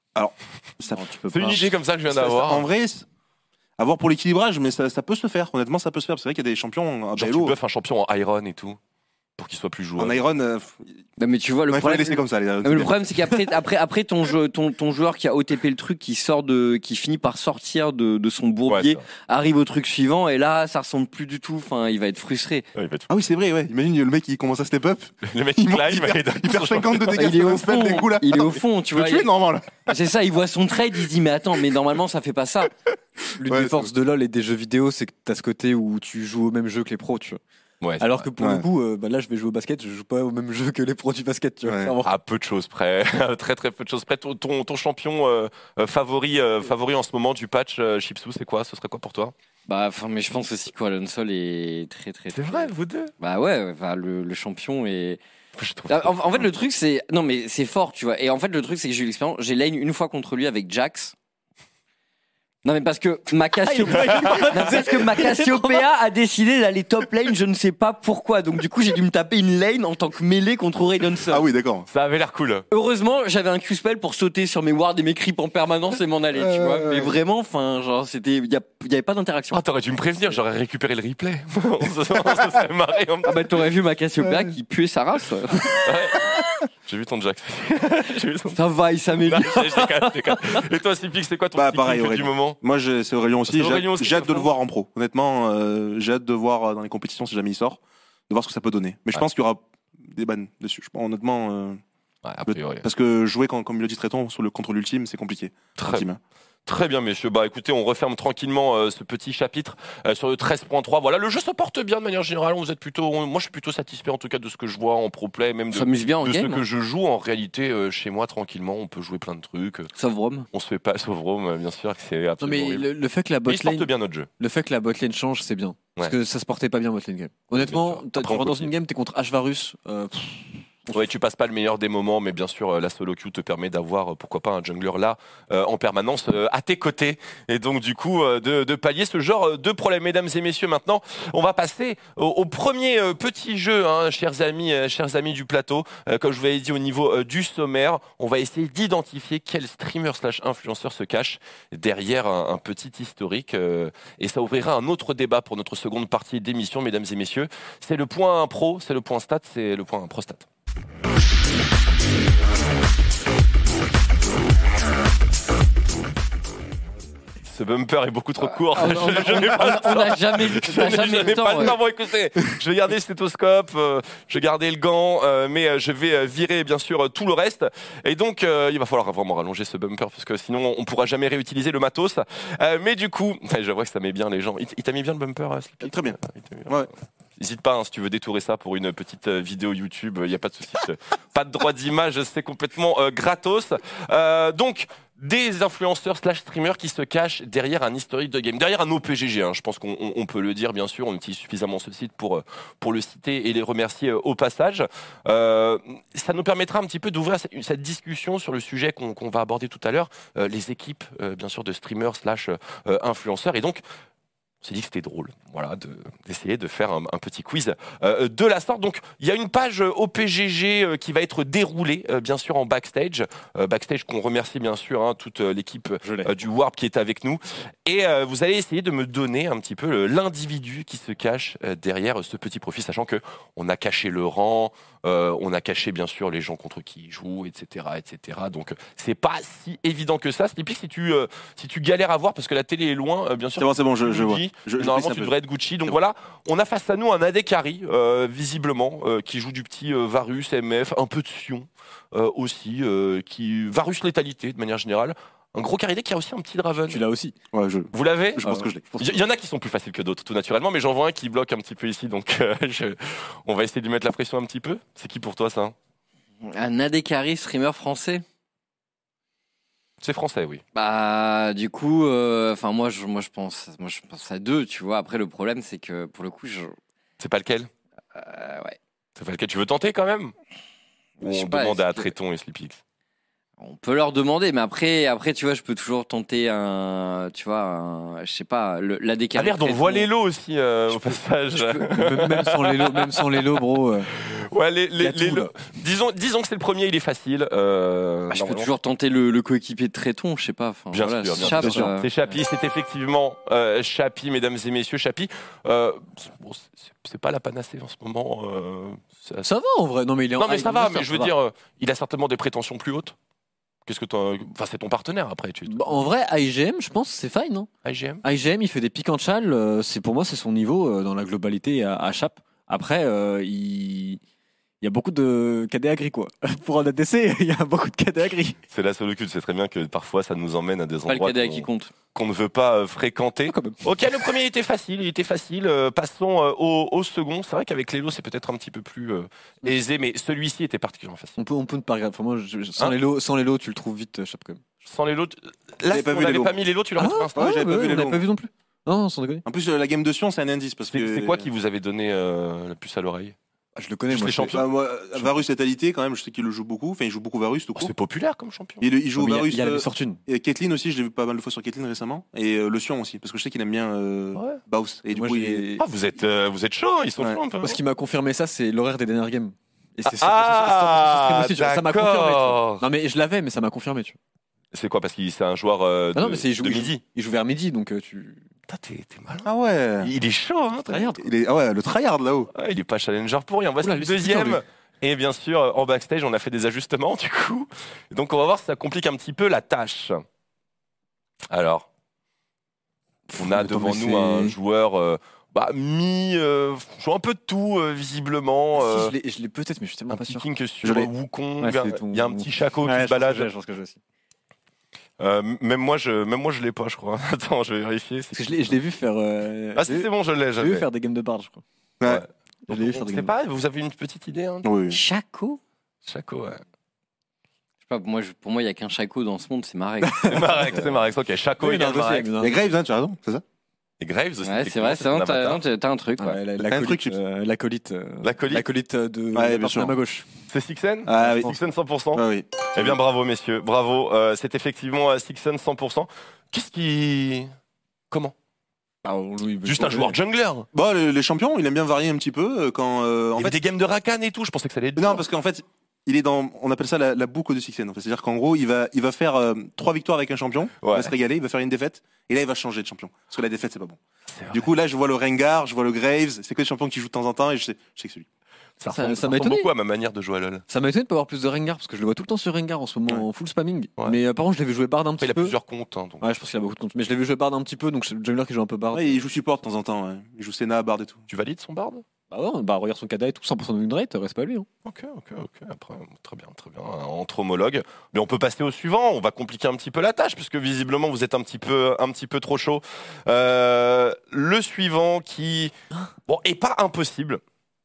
Ça, tu peux C'est une idée comme ça que je viens ça- ça- d'avoir. en vrai, c'est- à voir pour l'équilibrage, mais ça, ça peut se faire, honnêtement, ça peut se faire. C'est vrai qu'il y a des champions à Genre tu Baello. buffes un champion en iron et tout pour qu'il soit plus jouable. En Iron, euh, Non, mais tu vois, le il faut les problème, laisser comme ça. Les, non, mais le problème, c'est qu'après, après, après ton, jeu, ton, ton joueur qui a O T P le truc, qui sort de, qui finit par sortir de, de son Ouais, bourbier, ça. arrive au truc suivant, et là, ça ressemble plus du tout. Enfin, il va être frustré. Ouais, il va être- Ah oui, c'est vrai, ouais. Imagine le mec qui commence à step up, Le mec il, il monte, climb il, perd, et d'un il coup, perd son cinquante de dégâts Il est sur au un spell fond. des coups là. Il est au Attends, fond, tu Tu veux vois. tuer, normal. C'est ça, il voit son trade, il se dit, mais attends, mais normalement, ça fait pas ça. L'une Ouais, des c'est forces de LoL et des jeux vidéo, c'est que t'as ce côté où tu joues au même jeu que les pros, tu vois. Ouais, c'est Alors vrai. que pour Ouais. le coup, euh, bah là, je vais jouer au basket, je joue pas au même jeu que les pros du basket, tu vois. Ouais. clairement. À peu de choses près, très très peu de choses près. Ton, ton, ton champion euh, euh, favori, euh, favori en ce moment du patch, euh, Chipsou, c'est quoi? Ce serait quoi pour toi? Bah, enfin, mais je pense aussi que Alonso est très, très. C'est très- vrai, vous deux. Bah ouais, enfin, le, le champion est. Je trouve. En, en fait, le truc, c'est. Non, mais c'est fort, tu vois. Et en fait, le truc, c'est que j'ai eu l'expérience. J'ai lane une fois contre lui avec Jax. Non, mais parce que ma Cassio... non, parce que ma Cassiopeia a décidé d'aller top lane, je ne sais pas pourquoi. Donc, du coup, j'ai dû me taper une lane en tant que mêlée contre Raidonson. Ah oui, d'accord. Ça avait l'air cool. Heureusement, j'avais un Q-spell pour sauter sur mes wards et mes creeps en permanence et m'en aller, tu Euh, vois. ouais. Mais vraiment, enfin, genre, c'était. Il y, a- il y avait pas d'interaction. Ah, t'aurais dû me prévenir, j'aurais récupéré le replay. on se on se serait marré en même temps. Ah bah, t'aurais vu ma Cassiopeia qui puait sa race. J'ai vu ton Jack. J'ai vu ton. Ça va, il s'améliore. Non, je déconne, je déconne. Et toi, Slipix, c'est quoi ton Bah, petit pareil, kiff du Aurélien. moment? Moi, j'ai- c'est Aurélien aussi. C'est J'ai Aurélien aussi, j'ai hâte de le d'accord. voir en pro. Honnêtement, euh, j'ai hâte de voir euh, dans les compétitions si jamais il sort, de voir ce que ça peut donner. Mais je Ouais. pense qu'il y aura des bans dessus. Je pense, honnêtement, euh, Ouais, a le- priori. parce que jouer quand, comme il le dit Tréton sur le contrôle ultime, c'est compliqué. Très Ultime. Très bien, messieurs. Bah, écoutez, on referme tranquillement euh, ce petit chapitre euh, sur le treize point trois. Voilà, le jeu se porte bien de manière générale. Vous êtes plutôt, on- moi, je suis plutôt satisfait en tout cas de ce que je vois en pro play, même On de, s'amuse bien en de ce game. que je joue. En réalité, euh, chez moi, tranquillement, on peut jouer plein de trucs. Sauf Rome. On se fait pas, sauf Rome, euh, bien sûr, que c'est Non absolument mais horrible. le, le fait que la Mais il se porte botlane, bien notre jeu. le fait que la botlane change, c'est bien. Parce Ouais. que ça se portait pas bien botlane game. Honnêtement, Bien sûr. t'as- Après, tu on rentres dans continue. une game, t'es contre H-Varus. euh, pff, Ouais, tu passes pas le meilleur des moments, mais bien sûr, euh, la solo queue te permet d'avoir, euh, pourquoi pas, un jungler là, euh, en permanence, euh, à tes côtés. Et donc, du coup, euh, de, de pallier ce genre euh, de problème. Mesdames et messieurs, maintenant, on va passer au, au premier euh, petit jeu, hein, chers amis, euh, chers amis du plateau. Euh, comme je vous l'avais dit, au niveau euh, du sommaire, on va essayer d'identifier quel streamer slash influenceur se cache derrière un, un petit historique. euh, et ça ouvrira un autre débat pour notre seconde partie d'émission, mesdames et messieurs. C'est le point pro, c'est le point stat, c'est le point pro stat. Ce bumper est beaucoup trop court. Ah, on- on- Je- je n'ai pas le On temps. n'a jamais, Je t'as n'ai- jamais je le n'ai temps. pas le ouais. temps. Bon, écoutez, je vais garder le stéthoscope, euh, je vais garder le gant, euh, mais euh, je vais euh, virer bien sûr euh, tout le reste. Et donc, euh, il va falloir vraiment rallonger ce bumper parce que sinon, on pourra jamais réutiliser le matos. Euh, mais du coup, je vois que ça met bien les gens. Il t- il t'a mis bien le bumper, euh, Sleepy Très bien. Il t'a mis bien. Ouais. N'hésite pas, hein, si tu veux détourer ça pour une petite euh, vidéo YouTube, il n'y a pas de souci. je- pas de droit d'image, c'est complètement euh, gratos. Euh, donc, des influenceurs slash streamers qui se cachent derrière un historique de game, derrière un O P G G. Hein, je pense qu'on on- on peut le dire, bien sûr. On utilise suffisamment ce site pour, euh, pour le citer et les remercier euh, au passage. Euh, ça nous permettra un petit peu d'ouvrir cette, cette discussion sur le sujet qu'on qu'on va aborder tout à l'heure, euh, les équipes, euh, bien sûr, de streamers slash euh, influenceurs. Et donc, on s'est dit que c'était drôle, voilà, de- d'essayer de faire un, un petit quiz euh, de la sorte. Donc, il y a une page euh, O P G G euh, qui va être déroulée, euh, bien sûr, en backstage. Euh, backstage qu'on remercie, bien sûr, hein, toute euh, l'équipe euh, du Warp qui est avec nous. Et euh, vous allez essayer de me donner un petit peu le- l'individu qui se cache euh, derrière euh, ce petit profil, sachant que on a caché le rang, euh, on a caché, bien sûr, les gens contre qui il joue, et cetera, et cetera. Donc, euh, c'est pas si évident que ça. Sleepy, si tu, euh, si tu galères à voir, parce que la télé est loin, euh, bien sûr. C'est bon, c'est bon, je, je vois. Gucci. Je, je Normalement, glisse un tu peu. devrais être Gucci. Donc C'est voilà, on a face à nous un A D carry, euh, visiblement, euh, qui joue du petit euh, Varus, M F, un peu de Sion euh, aussi, euh, qui Varus létalité de manière générale. Un gros carry deck qui a aussi un petit Draven. tu l'as aussi. Ouais, je, Vous l'avez je pense que je l'ai. Il y en a qui sont plus faciles que d'autres, tout naturellement, mais j'en vois un qui bloque un petit peu ici, donc euh, je- on va essayer de lui mettre la pression un petit peu. C'est qui pour toi ça? Un A D carry streamer français. C'est français, oui. Bah, du coup, euh, enfin, moi, je, moi, je pense, moi, je pense à deux, tu vois. Après, le problème, c'est que pour le coup, je, C'est pas lequel? euh, ouais. C'est pas lequel? Tu veux tenter quand même? Ou Je sais on pas, demande est-ce à que- Tréton et Sleepix? On peut leur demander, mais après, après, tu vois, je peux toujours tenter un, tu vois, un, je sais pas, le, l'A D Ah carry. merde, on très voit bon. les lots aussi euh, Je au peux- passage. même, même sans les lots, même sans les lots, bro. euh, Ouais, les, y a les, les tout, lots. là. Disons, disons que c'est le premier, il est facile. Euh, Ah, je peux normalement. toujours tenter le, le coéquipier de Tréton, je sais pas. Enfin, Bien voilà, sûr, bien Chap, sûr. euh, C'est Chapi, c'est effectivement euh, Chapi, mesdames et messieurs, Chapi. Euh, bon, c'est- c'est pas la panacée en ce moment. euh, c'est- Ça va en vrai. Non mais il est en non mais high ça va, master, mais je veux ça va. dire, euh, il a certainement des prétentions plus hautes. Qu'est-ce que t'en- enfin, c'est ton partenaire après, tu Bah, en vrai, I G M, je pense, c'est fine. Hein. I G M. I G M, il fait des pics en chal. euh, c'est pour moi, c'est son niveau euh, dans la globalité à, à Chap. Après, euh, il... il y a beaucoup de K D agri quoi. Pour un A D C, il y a beaucoup de K D agri. C'est la solo cul, c'est très bien que parfois ça nous emmène à des pas le endroits cadet qu'on- qui compte. qu'on ne veut pas euh, fréquenter. Quand même. Ok, le premier il était facile, il était facile. Euh, passons euh, au, au second. C'est vrai qu'avec Lélo, c'est peut-être un petit peu plus euh, aisé, mais celui-ci était particulièrement facile. On peut, on peut ne pas regarder. Enfin, moi, je- je- sans Hein les lots, sans les lots, tu le trouves vite, euh, Chap quand même. Sans Lélo, t- là, J'avais si pas on vu n'avait Lélo. pas mis Lélo, tu l'aurais trouvé Ah, instant. ouais, j'avais pas vu on les l'avait lots. pas vu non plus. Non, sans déconner. En plus, euh, la game de Sion, c'est un indice parce C'est que. c'est quoi qui vous avait donné euh, la puce à l'oreille? Ah, je le connais, Juste moi. les je- champions. Bah, moi, Varus Letalité, quand même, je sais qu'il le joue beaucoup. Enfin, il joue beaucoup Varus, tout Oh, court. c'est populaire comme champion. Il, il joue Mais il y a- Varus. il y a la euh, Fortune. et Caitlyn aussi, je l'ai vu pas mal de fois sur Caitlyn récemment. Et euh, le Sion aussi, parce que je sais qu'il aime bien euh, Ouais. Baus. Et du Moi, coup, il j'ai- est- Ah, vous êtes, euh, vous êtes chaud, ils sont Ouais. chauds un peu. Moi, ce qui m'a confirmé ça, c'est l'horaire des dernières games. Et c'est Ah, ça, ça m'a confirmé. tu vois. d'accord. Non, mais je l'avais, mais ça m'a confirmé. Tu vois. C'est quoi, parce qu'il c'est un joueur euh, de, Ah non, mais c'est il joue, de il joue- midi. Il joue vers midi, donc euh, tu. Putain, t'es t'es malin. Ah ouais. Il est chaud, hein. Tryhard, quoi. Il est... Ah ouais, le tryhard là-haut. Ouais, il est pas challenger pour rien. Voici Oula, le lui, c'est puissant, deuxième. lui. Et bien sûr, euh, en backstage, on a fait des ajustements, du coup. Donc, on va voir si ça complique un petit peu la tâche. Alors, on a Attends, devant mais nous un c'est- joueur euh, bah, mi, euh, joue un peu de tout, euh, visiblement. Si, euh, je l'ai- je l'ai peut-être, mais je suis tellement un pas petit sûr. king Je sur l'ai. Wukong. Ouais, c'est ton- Il y a un petit Chaco Ouais, qui je se balade. pense que je l'ai, je pense que je l'ai aussi. Euh, même moi, je, même moi, je l'ai pas, je crois. Attends, je vais vérifier. Parce que je l'ai je l'ai vu faire. euh, Ah, je l'ai si, vu- c'est bon, je l'ai. je je l'ai vu l'ai. faire des games de bard, je crois. Ouais. Ouais. Je l'ai vu faire des C'est games. pareil, vous avez une petite idée, hein Oui, oui. Chaco Chaco, ouais. Je sais pas, moi, je- pour moi, il y a qu'un Chaco dans ce monde, c'est Marek. C'est Marek, c'est Marek. Ok, Chaco Oui, égale non, je sais, Marek. mais non. Il y a Graves, hein, tu as raison, c'est ça? Et Graves aussi. Ouais, c'est vrai, c'est un vrai, t'as avatar. non, t'as- t'as un truc, quoi. Ouais, la- T'as un truc, L'acolyte. euh, L'acolyte. euh, L'acolyte L'acolyte euh, de. Ouais, de bien sûr. à ma gauche. C'est Sixen Ah oui. Sixen cent pour cent. Ah oui. Eh bien, bravo, messieurs. Bravo. Euh, c'est effectivement euh, Sixen cent pour cent. Qu'est-ce qui. Comment Ah, oui, mais Juste je- un joueur jungler. Bon, le- les champions, il aime bien varier un petit peu euh, quand. euh, Il en y fait, avait des games de Rakan et tout. Je pensais que ça allait être. non, dur. parce qu'en fait, il est dans. On appelle ça la, la boucle de Sixen. En fait. C'est-à-dire qu'en gros, il va, il va faire euh, trois victoires avec un champion. Il Ouais. va se régaler, il va faire une défaite. Et là, il va changer de champion. Parce que la défaite, c'est pas bon. C'est vrai. Du coup, là, je vois le Rengar, je vois le Graves. C'est que des champions qui jouent de temps en temps et je sais, je sais que c'est lui. ça, ça- ressemble, ça ça m'a ressemble étonné. beaucoup à ma manière de jouer à LoL. Ça m'a étonné de pas avoir plus de Rengar parce que je le vois tout le temps sur Rengar en ce moment Ouais. en full spamming. Ouais. Mais euh, par contre, je l'ai vu jouer Bard un Après, petit il a peu. plusieurs comptes. hein, donc Ouais, je pense qu'il a beaucoup de comptes. Mais je l'ai vu jouer Bard un petit peu, donc c'est le jungler qui joue un peu Bard. Ouais, il joue support de temps en temps. Ouais. Il joue Senna, Bard et tout. Tu valides son barde Bah ouais, bah regarde son K D A et tout, cent pour cent de win rate, reste pas lui. Hein. Ok, ok, ok. Après, très bien, très bien. Entre homologues. Mais on peut passer au suivant. On va compliquer un petit peu la tâche, puisque visiblement, vous êtes un petit peu, un petit peu trop chaud. Euh, le suivant qui, bon, est pas impossible,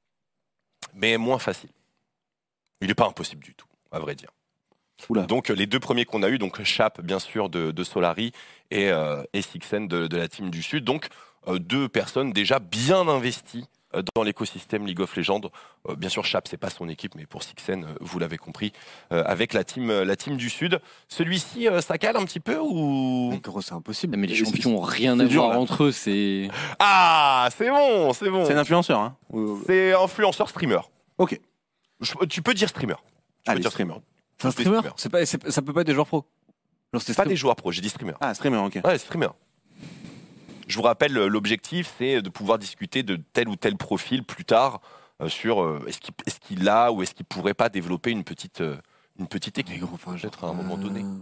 mais moins facile. Il n'est pas impossible du tout, à vrai dire. Oula. Donc, les deux premiers qu'on a eu, donc Chap, bien sûr, de, de Solari et, euh, et Sixen de, de la team du Sud. Donc, euh, deux personnes déjà bien investies euh, dans l'écosystème League of Legends. Euh, bien sûr, Chap, c'est pas son équipe, mais pour Sixen, euh, vous l'avez compris, euh, avec la team, euh, la team du Sud. Celui-ci, euh, ça cale un petit peu ou Mais gros, c'est impossible. Mais les Et champions ont rien à c'est dur, voir là. entre eux, c'est. Ah, c'est bon, c'est bon. C'est un influenceur, hein. Euh, C'est influenceur streamer. Ok. Je- tu peux dire streamer. Tu peux Allez, dire streamer. C'est un Des streamer. streamers. C'est pas, c'est- ça peut pas être des joueurs pro. Genre, c'était Pas stream- des joueurs pro, j'ai dit streamer. Ah, streamer, ok. Ouais, streamer. Je vous rappelle, euh, l'objectif, c'est de pouvoir discuter de tel ou tel profil plus tard euh, sur euh, est-ce qu'il est-ce qu'il a ou est-ce qu'il pourrait pas développer une petite, euh, une petite Mais équipe, gros, enfin, peut-être à un moment donné. euh,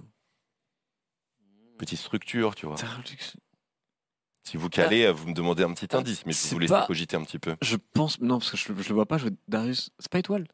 Petite structure, tu vois. c'est un truc- Si vous calez, euh, vous me demandez un petit indice, mais je c'est vous laisse pas- cogiter un petit peu. Je pense. Non, parce que je, je le vois pas jouer Darius. C'est pas étoile.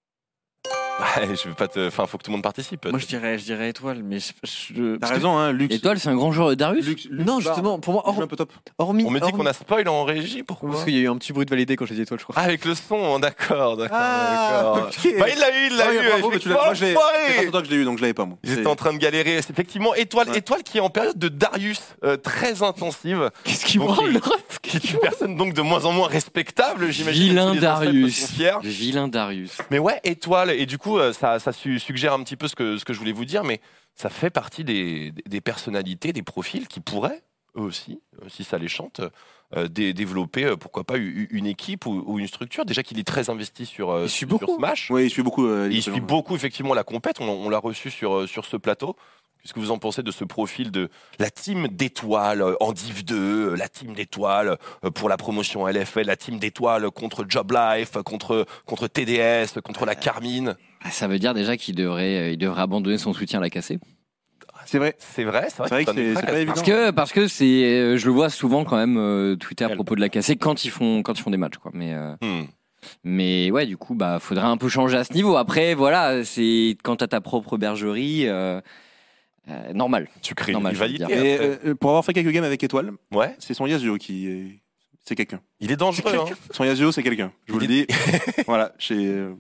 Ouais, je veux pas te. Enfin, faut que tout le monde participe. Moi, je dirais, je dirais étoile, mais je. je- T'as parce que- raison, hein, Lux. Étoile, c'est un grand joueur de Darius Lux, Lux, Non, Bard, justement, pour moi, il joue hor- un peu top. hormis. On me dit hormis- qu'on a spoil en régie, pourquoi Parce qu'il y a eu un petit bruit de validé quand j'ai dit étoile, je crois. Ah, avec le son, d'accord, d'accord. Ah, d'accord. ok. Bah, il l'a eu, il l'a Ah, eu. ouais, bravo, mais tu l'as- moi, je l'ai- Enfoiré. c'est grâce à toi que je l'ai eu, donc je l'avais pas, moi. Ils étaient C'est- en train de galérer. C'est effectivement, Étoile, Ouais. Étoile qui est en période de Darius euh, très intensive, Qu'est-ce qui Donc, branle il- le ref qui est une personne donc de moins en moins respectable, j'imagine. Vilain que tous les ancêtres Darius. sont fiers. Vilain Darius. Mais ouais, Étoile, et du coup, euh, ça, ça su- suggère un petit peu ce que, ce que je voulais vous dire, mais ça fait partie des, des- des personnalités, des profils qui pourraient, eux aussi, euh, si ça les chante, euh, dé- développer, euh, pourquoi pas, u- une équipe ou, ou une structure. Déjà qu'il est très investi sur, euh, Il suit sur beaucoup. Smash. Oui, il suit beaucoup. euh, Et League il of suit Legends. beaucoup effectivement la compète. On, on l'a reçu sur, euh, sur ce plateau. Qu'est-ce que vous en pensez de ce profil de la team d'étoiles euh, en Div deux, euh, la team d'étoiles euh, pour la promotion L F L, la team d'étoiles contre Job Life, contre, contre T D S, contre la Carmine. Ah, ça veut dire déjà qu'il devrait, euh, il devrait abandonner son soutien à la cassée. C'est vrai. C'est vrai, c'est vrai, C'est vrai ça que nous c'est- tracasse. c'est pas évident. Parce que, parce que c'est, euh, je le vois souvent quand même euh, tweeter à Elle. propos de la cassée quand ils font, quand ils font des matchs, quoi. Mais, euh, Hmm. mais ouais, du coup, bah, faudrait un peu changer à ce niveau. Après, voilà, c'est quand t'as ta propre bergerie, euh, euh, normal. Tu crées Normal, une je veux rivalité. dire. Et après. euh, pour avoir fait quelques games avec Étoile, Ouais, c'est son Yasuo qui est. C'est quelqu'un. il est dangereux. Hein. Son Yasuo, c'est quelqu'un. Je vous Il le dis. Voilà. Chez. euh,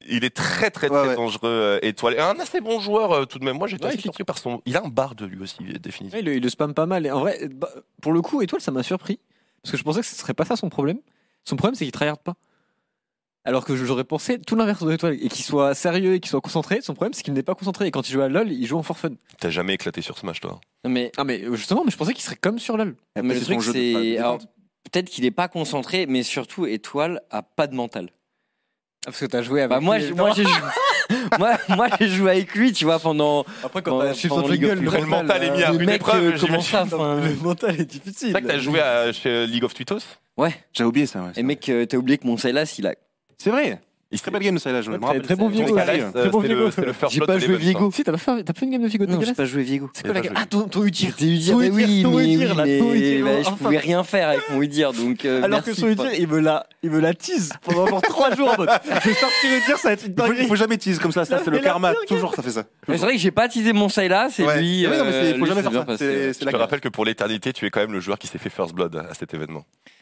il est très très très Ouais, ouais. dangereux, euh, Étoile. Et un assez bon joueur euh, tout de même. Moi, j'étais Ouais, assez il- surpris par son. Il a un bar de lui aussi, définitivement. Ouais, il, le- il le spam pas mal. Et en vrai, bah, pour le coup, Étoile, ça m'a surpris. Parce que je pensais que ce serait pas ça son problème. Son problème, c'est qu'il tryhard pas. Alors que j'aurais pensé tout l'inverse de Étoile. Et qu'il soit sérieux et qu'il soit concentré. Son problème, c'est qu'il n'est pas concentré. Et quand il joue à LoL, il joue en for fun. T'as jamais éclaté sur Smash, toi? Non, mais, Ah, mais euh, justement, mais je pensais qu'il serait comme sur LoL. mais Après, le c'est truc, son jeu de- c'est. de alors, défense. peut-être qu'il est pas concentré, mais surtout, Étoile a pas de mental. Ah, parce que t'as joué avec. Bah, moi, lui. j'ai- moi, j'ai joué. moi, moi, j'ai joué avec lui, tu vois, pendant. Après, quand t'as Shift of Jungle, le mental est mis à le rude mec, épreuve, euh, j'imagine. comment ça, enfin. Le mental est difficile. C'est vrai que t'as joué à, chez League of Twittos? Ouais. J'avais oublié ça. Ouais, Et mec, euh, t'as oublié que mon Silas, il a. c'est vrai. Il Très belle game ça là, je me Ouais, rappelle. très bon c'est- Viego, c'est ouais. carré. Euh, Très bon c'est le- Viego. c'est le first J'ai blood pas de joué Level, Viego. Si, t'as pas fait, t'as fait une game de Figo de Non, j'ai dégueulasse. pas joué Viego. C'est quoi la J'ai game pas Ah, ton, ton Udir. T'es Udir, Ton mais Udir, oui, ton mais, Udir, oui, là, mais ton Udir, bah, je enfin. pouvais rien faire avec mon Udir, donc. euh, Alors que merci, son quoi. Udir, il me la, il me la tease pendant encore trois jours en mode. Je vais sortir Udir, ça va être une Il faut, il dinguerie. faut jamais tease comme ça, ça c'est Mais le la karma, pire toujours ça fait ça. Mais c'est vrai que j'ai pas teasé mon Silas, et Ouais. lui. Oui, non, mais c'est- euh, faut lui, jamais c'est faire bien ça. passé, C'est- ouais. c'est Je la te guerre. rappelle que pour l'éternité, tu es quand même le joueur qui s'est fait first blood à cet événement.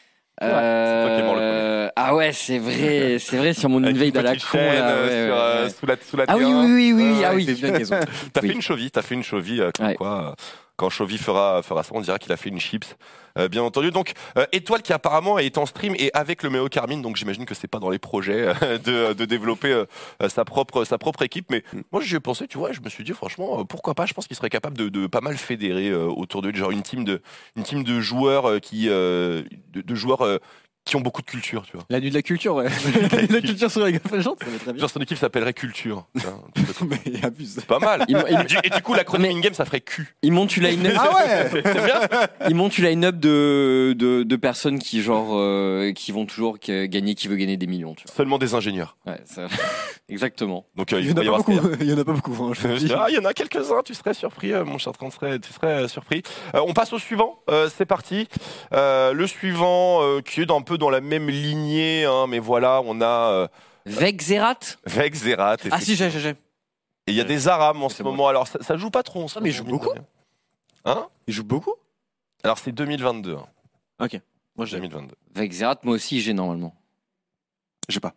Euh, toi qui es mort le premier. Ah ouais, c'est vrai, c'est vrai sur mon Avec invade une à la petite con chaîne, là. euh, ouais, sur, ouais, euh, ouais. sous la, sous la Ah oui, T un. oui, oui, oui, Ouais, ah ouais, oui. T'es bien gazon. T'as Oui. fait une cheville, t'as fait une cheville, euh, comme Ouais. quoi, euh, quand Chovy fera, fera ça, on dira qu'il a fait une chips, euh, bien entendu. Donc, euh, Étoile qui apparemment est en stream et avec le Méo Carmine, donc j'imagine que c'est pas dans les projets euh, de, de développer euh, sa, propre, sa propre équipe. Mais moi, j'y ai pensé, tu vois, je me suis dit, franchement, euh, pourquoi pas, je pense qu'il serait capable de, de pas mal fédérer euh, autour de lui, genre une team de, une team de joueurs euh, qui, euh, de, de joueurs euh, qui ont beaucoup de culture, tu vois. La nuit de la culture, ouais. La nuit de la culture sur League of Legends, ça va très bien. Genre, son équipe s'appellerait Culture. Tiens, tu peux- Mais il abuse. C'est pas mal. Il- il- et, du, et du coup, l'acronyme Mais- in-game, ça ferait Q. Il monte une line-up. Ah ouais. C'est bien. Il monte une line-up de, de, de personnes qui, genre, euh, qui vont toujours que- gagner, qui veut gagner des millions, tu Seulement des ingénieurs. vois. Ouais, ça... Exactement. Donc, euh, Il y en va a y pas avoir ce qu'il y a. beaucoup. Il y en a pas beaucoup. hein, je te le dis. Ah, il y en a quelques-uns, tu serais surpris, euh, mon cher Trent, serais- tu serais euh, surpris. Euh, on passe au suivant, euh, c'est parti. Euh, le suivant, euh, qui est un peu dans la même lignée, hein, mais voilà, on a euh, Vexerat. Vex, Zerat. Ah si, j'ai, j'ai, j'ai. Et il y a des Aram en ce C'est bon. moment, alors ça, ça joue pas trop. en ce Ah, mais il moment, joue beaucoup. mine de rien. Hein Il joue beaucoup. Alors c'est deux mille vingt-deux. Hein, Ok. Moi j'ai. deux mille vingt-deux. Vexerat, moi aussi, j'ai normalement. J'ai pas.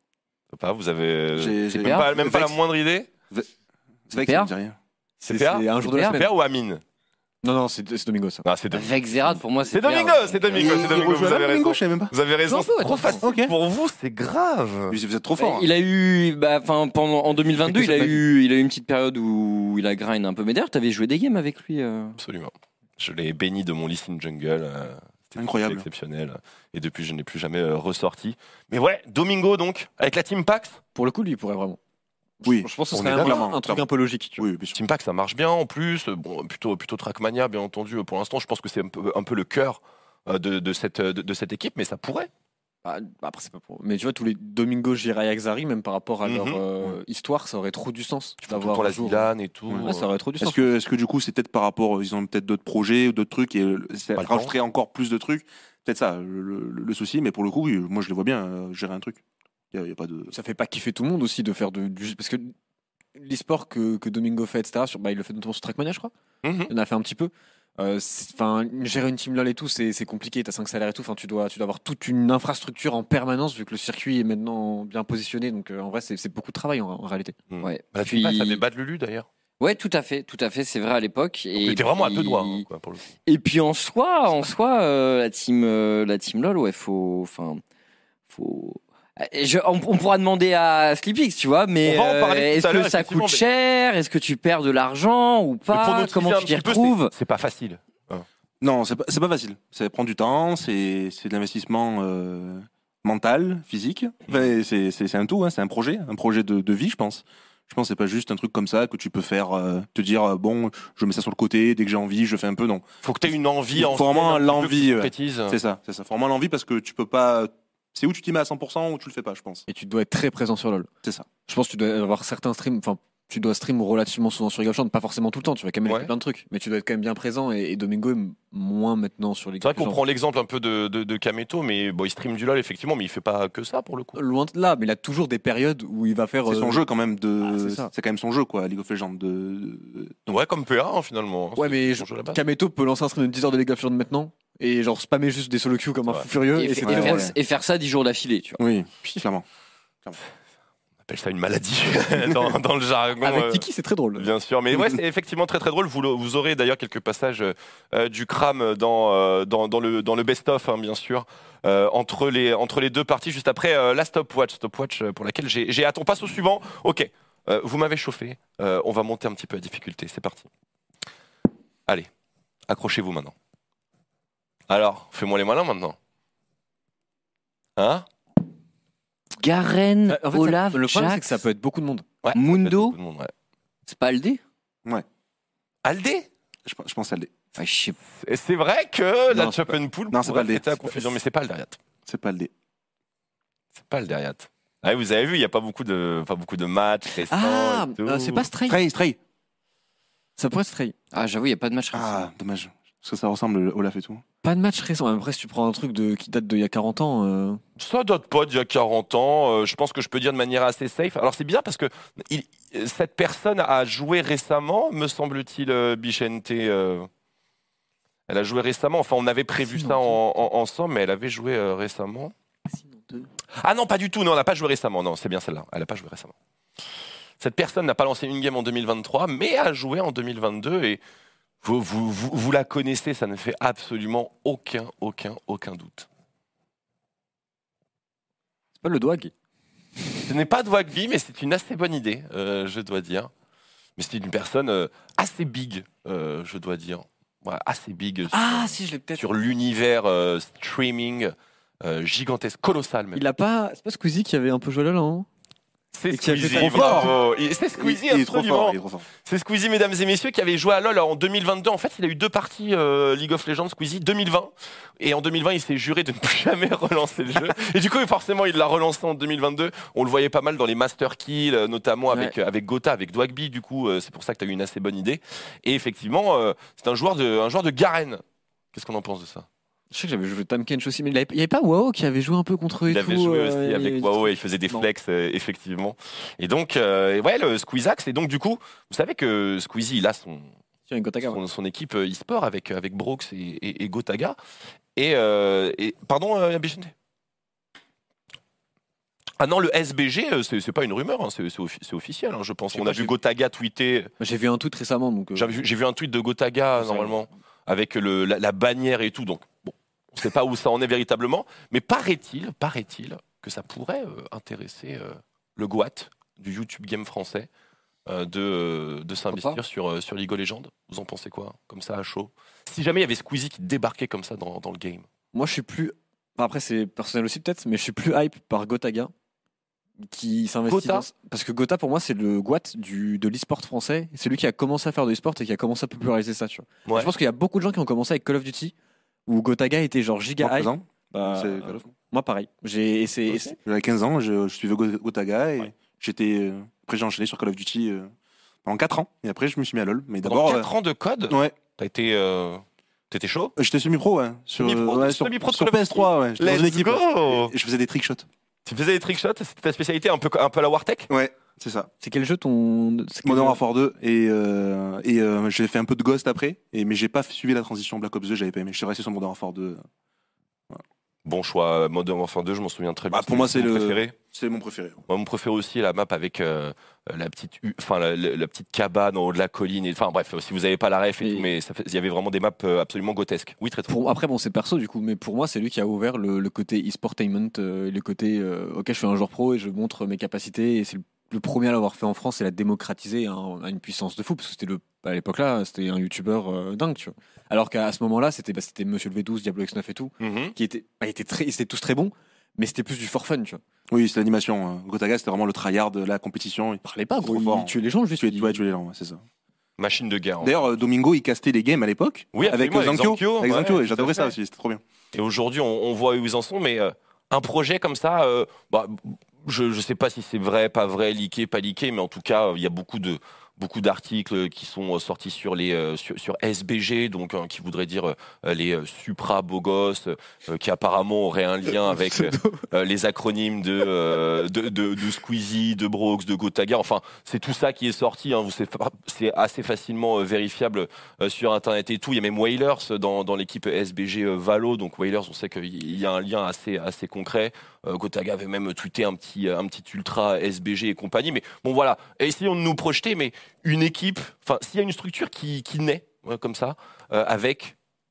Pas, vous avez J'ai- même j'ai- pas, même pas la Vex. moindre idée. C'est vrai que P R ça me dit rien. C'est, P R c'est un jour de la P R semaine. P R ou Amine? Non, non, c'est, c'est Domingo ça. Ah, c'est Domingo. Vexerat, pour moi, c'est C'est Domingo, P R. c'est Domingo, c'est Domingo, vous avez raison. Je savais même pas. Vous avez raison, Non, c'est ouais, trop trop facile. Ok. Pour vous, c'est grave. Mais Vous êtes trop fort. Il a eu, bah, enfin, pendant en deux mille vingt-deux, C'est que il a ça m'a eu, il a eu une petite période où il a grind un peu. Mais d'ailleurs, t'avais joué des games avec lui. euh. Absolument. Je l'ai béni de mon Lee Sin Jungle. euh, C'était Incroyable. exceptionnel. Et depuis, je n'ai plus jamais euh, ressorti. Mais ouais, Domingo donc, avec la Team Pax. Pour le coup, lui, il pourrait vraiment. Oui. Je pense que ce On serait est un, d'accord, un truc clairement. un peu logique. Tu vois. Oui, bien sûr. Team Pax, ça marche bien en plus. Bon, plutôt, plutôt Trackmania, bien entendu. Pour l'instant, je pense que c'est un peu, un peu le cœur euh, de, de cette, de, de cette équipe, mais ça pourrait. Bah, bah, après, c'est pas pour. Mais tu vois, tous les Domingo, Jiraiya, Xari, même par rapport à leur Mhm. euh, histoire, ça aurait trop du sens. Tu vois tout le d'avoir temps la un jour- Zilan et tout. Ouais, ça aurait trop du Est-ce sens. que, est-ce que du coup, c'est peut-être par rapport, ils ont peut-être d'autres projets ou d'autres trucs et euh, ça Pas le rajouterait encore plus de trucs. Peut-être ça, le, le- le souci. Mais pour le coup, oui, moi, je les vois bien euh, gérer un truc. Il y a, y a pas de. Ça fait pas kiffer tout le monde aussi de faire de, du. Parce que l'e-sport que, que Domingo fait, et cetera, sur, bah, il le fait notamment sur Trackmania, je crois. Mhm. Il en a fait un petit peu. Euh, c'est- Enfin, gérer une team LoL et tout, c'est c'est compliqué. T'as cinq salaires et tout. Enfin, tu dois, tu dois avoir toute une infrastructure en permanence vu que le circuit est maintenant bien positionné. Donc, euh, en vrai, c'est c'est beaucoup de travail en, en réalité. Mhm. Ouais. La Puis- Team Pax, ça débat de Lulu d'ailleurs. Ouais, tout à fait, tout à fait, c'est vrai à l'époque. Et C'était vraiment à puis- deux doigts, hein, quoi, pour le coup. Et puis en soi, en soi, euh, la team, euh, la team LoL, ouais, faut, enfin, faut. Et je- on, on pourra demander à Sleepix, tu vois, mais On va en parler euh, tout est-ce à que l'heure, ça effectivement, coûte mais- cher? Est-ce que tu perds de l'argent ou Mais pour pas? notifier Comment un tu t'y petit peu, retrouves? c'est- C'est pas facile. Non, c'est pas, c'est pas facile. Ça prend du temps, c'est, c'est de l'investissement euh, mental, physique. Enfin, c'est, c'est, c'est un tout, hein, c'est un projet, un projet de, de vie, je pense. Je pense que c'est pas juste un truc comme ça que tu peux faire, euh, te dire, euh, bon, je mets ça sur le côté, dès que j'ai envie, je fais un peu, non. Faut que tu aies une envie. Il faut en vraiment un petit peu l'envie, qui se ouais. concrétise. C'est ça, c'est ça. Faut vraiment l'envie parce que tu peux pas. C'est où tu t'y mets à cent pour cent ou tu le fais pas, je pense. Et tu dois être très présent sur LoL. C'est ça. Je pense que tu dois avoir certains streams. Enfin, tu dois stream relativement souvent sur League of Legends, pas forcément tout le temps. Tu vas quand même Ouais. écouter plein de trucs, mais tu dois être quand même bien présent. Et, et Domingo est m- moins maintenant sur League C'est vrai of qu'on Legends. prend l'exemple un peu de, de, de Kameto, mais bon, il stream du LoL effectivement, mais il fait pas que ça pour le coup. Loin de là, mais il a toujours des périodes où il va faire. C'est son euh, jeu quand même de. Ah, c'est ça. c'est quand même son jeu, quoi, League of Legends. De... de- Ouais, comme P A hein, finalement. Ouais, mais son je- jeu à la base. Kameto peut lancer un stream de dix heures de League of Legends maintenant et genre spammer juste des solo queues comme un Ouais. fou furieux. Et, Et, et c'est faire, drôle. et faire ça dix jours d'affilée, tu vois. Oui, clairement. appelle ça une maladie dans, dans le jargon. Avec euh, Tiki, c'est très drôle. Bien sûr, mais ouais, c'est effectivement très très drôle. Vous, le- vous aurez d'ailleurs quelques passages euh, du crame dans, euh, dans, dans le, dans le best-of, hein, bien sûr, euh, entre, les, entre les deux parties, juste après euh, la stopwatch, stopwatch euh, pour laquelle j'ai j'ai hâte. On passe au suivant. Ok, euh, vous m'avez chauffé. Euh, on va monter un petit peu la difficulté. C'est parti. Allez, accrochez-vous maintenant. Alors, fais-moi les malins maintenant. Hein? Garen, Euh, en fait, Olaf, ça- le problème, c'est Jax, que ça peut être beaucoup de monde. Ouais, Mundo. beaucoup de monde, ouais. c'est pas Aldé Aldé? Je, pense- je pense à le D. ah, je sais Et c'est vrai que la Non, c'est Chop and Pool non, c'est pourrait pas le dé. prêter à C'est pas- confusion, mais c'est pas le Dariat. C'est pas le D. C'est pas le Dariat. Ah, vous avez vu, il n'y a pas beaucoup de, pas beaucoup de matchs récents. Ah, et tout. euh, c'est pas Stray. Stray, Stray. Ça pourrait être Stray. Ah, j'avoue, il n'y a pas de match récent. Ah, dommage. Parce que ça ressemble au Olaf et tout. Pas de match récent. Après, si tu prends un truc de, qui date d'il y a quarante ans. euh, Ça date pas d'il y a quarante ans. euh, je pense que je peux dire de manière assez safe. Alors c'est bien parce que il- cette personne a joué récemment, me semble-t-il, euh, Bichente. euh, elle a joué récemment. Enfin, on avait prévu Sinon, ça en- en- ensemble, mais elle avait joué euh, récemment. Sinon, deux. Ah non, pas du tout. Non, elle n'a pas joué récemment. Non, c'est bien celle-là. Elle n'a pas joué récemment. Cette personne n'a pas lancé une game en deux mille vingt-trois, mais a joué en deux mille vingt-deux et vous, vous, vous, vous la connaissez. Ça ne fait absolument aucun, aucun, aucun doute. C'est pas le Dwag. Ce n'est pas de Wagby, mais c'est une assez bonne idée, euh, je dois dire. Mais c'est une personne euh, assez big, euh, je dois dire. Voilà, assez big sur, Ah, si, je l'ai peut-être. sur l'univers euh, streaming euh, gigantesque, colossal même. Il a pas. C'est pas Squeezie qui avait un peu joué là, non C'est et qui a fait Squeezie, trop bravo. Il- C'est Squeezie, il, il est trop absolument. fort. Il est trop fort. C'est Squeezie, mesdames et messieurs, qui avait joué à LoL en deux mille vingt-deux. En fait, il a eu deux parties euh, League of Legends, Squeezie, deux mille vingt. Et en deux mille vingt, il s'est juré de ne plus jamais relancer le jeu. Et du coup, forcément, il l'a relancé en deux mille vingt-deux. On le voyait pas mal dans les Master Kills, euh, notamment avec, euh, avec Gotha, avec Dwagby. Du coup, euh, c'est pour ça que tu as eu une assez bonne idée. Et effectivement, euh, c'est un joueur de, un joueur de Garen. Qu'est-ce qu'on en pense de ça? Je sais que j'avais joué Tam Kench aussi, mais il y avait, il y avait pas WoW qui avait joué un peu contre eux et Il avait tout, joué euh, aussi il y avec avait- WoW et il faisait des Non. flex, euh, effectivement. Et donc, euh, ouais, le Squeezax. Et donc, du coup, vous savez que Squeezie, il a son, Tiens, Gotaga, ouais. son, son équipe euh, e-sport avec, avec Brooks et, et, et Gotaga. Et, euh, et pardon, euh, Bichente. Ah non, le S B G, euh, c'est c'est pas une rumeur, hein, c'est c'est offi- c'est officiel, hein, je pense. Je sais On pas, a vu j'ai- Gotaga tweeter. Bah, j'ai vu un tweet récemment, donc. euh, J'ai vu, j'ai vu un tweet de Gotaga, Ça, normalement, avec le, la, la bannière et tout. Donc, bon, on ne sait pas où ça en est véritablement. Mais paraît-il, paraît-il que ça pourrait euh, intéresser euh, le Goat du YouTube Game français euh, de, euh, de s'investir sur, euh, sur League of Legends. Vous en pensez quoi, comme ça, à chaud? Si jamais il y avait Squeezie qui débarquait comme ça dans, dans le game. Moi, je suis plus. Enfin, après, c'est personnel aussi, peut-être, mais je suis plus hype par Gotaga qui s'investit. Gotha dans- Parce que Gotha, pour moi, c'est le Guat du, de l'e-sport français. C'est lui qui a commencé à faire de l'e-sport et qui a commencé à populariser ça, tu vois. Ouais. Je pense qu'il y a beaucoup de gens qui ont commencé avec Call of Duty où Gotaga était genre giga Moi, hype. présent, Bah, c'est euh, Call of. moi, pareil. J'ai, et c'est, et c'est- J'avais quinze ans, je, je suivais Go- Gotaga et Ouais. j'étais. euh, Après, j'ai enchaîné sur Call of Duty euh, pendant quatre ans. Et après, je me suis mis à LoL. Mais Pendant d'abord. quatre ans de code, euh, Ouais. t'as été, euh, t'étais chaud? Euh, J'étais semi-pro, ouais. Sur, Semi-pro, euh, ouais, t'es sur, semi-pro de sur Call of P S trois, ouais. J'étais dans une Let's équipe. go. Et je faisais des trickshots. Tu faisais des trickshots, c'était ta spécialité, un peu, un peu à la Wartech? Ouais, c'est ça. c'est quel jeu ton. c'est quel Modern jeu Warfare deux. Et, euh, et euh, j'ai fait un peu de Ghost après. Et, mais j'ai pas suivi la transition Black Ops deux, j'avais pas aimé. Je suis resté sur Modern Warfare deux. Bon choix, Modern Warfare deux, je m'en souviens très bien. Bah, pour moi, c'est mon le- préféré. C'est mon préféré. Moi, mon préféré aussi, la map avec euh, la petite, hu- enfin la, la- la petite cabane en haut de la colline. Et, enfin bref, si vous n'avez pas la ref et Et- tout, mais ça fait- il y avait vraiment des maps euh, absolument grotesques. Oui, très très. Pour, après, bon, c'est perso du coup, mais pour moi, c'est lui qui a ouvert le, le côté e-sportainment, euh, le côté euh, ok, je suis un joueur pro et je montre mes capacités. Et c'est le, le premier à l'avoir fait en France et l'a démocratiser à, un- à une puissance de fou, parce que c'était le, à l'époque là, c'était un youtubeur euh, dingue, tu vois. Alors qu'à ce moment-là, c'était bah, c'était Monsieur le V douze, Diablo X neuf et tout, Mhm. qui était, bah, ils étaient très, ils étaient tous très bons, mais c'était plus du for fun, tu vois. Oui, c'est l'animation. hein. Gotaga, c'était vraiment le tryhard de la compétition. Il Parlait pas, Trop gros, fort. il tuait les gens, juste. tuait, il- ouais, tuait les gens, ouais, c'est ça. Machine de guerre. hein. D'ailleurs, euh, Domingo, il castait les games à l'époque. Oui, avec absolument, euh, avec Zankyo. Zankyo, Avec ouais, Zankyo, tout et à j'adorais ça fait. aussi, c'était trop bien. Et aujourd'hui, on, on voit où ils en sont, mais euh, un projet comme ça, euh, bah, je ne sais pas si c'est vrai, pas vrai, leaké, pas leaké, mais en tout cas, il y a beaucoup de beaucoup d'articles qui sont euh, sortis sur les euh, sur, sur S B G, donc hein, qui voudrait dire euh, les euh, supra beaux gosses, euh, qui apparemment auraient un lien avec euh, euh, les acronymes de, euh, de, de de Squeezie, de Brooks, de Gotaga. Enfin, c'est tout ça qui est sorti. Hein, vous c'est fa- c'est assez facilement euh, vérifiable euh, sur internet et tout. Il y a même Whalers dans dans l'équipe S B G euh, Valo, donc Whalers, on sait qu'il y a un lien assez assez concret. Euh, Gotaga avait même tweeté un petit, un petit ultra S B G et compagnie. Mais bon, voilà, essayons de nous projeter. Mais une équipe, enfin, s'il y a une structure qui, qui naît ouais, comme ça, euh, avec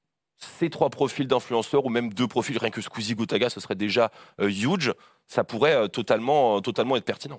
ces trois profils d'influenceurs ou même deux profils, rien que Squeezie, Gotaga, ce serait déjà euh, huge. Ça pourrait euh, totalement, euh, totalement être pertinent.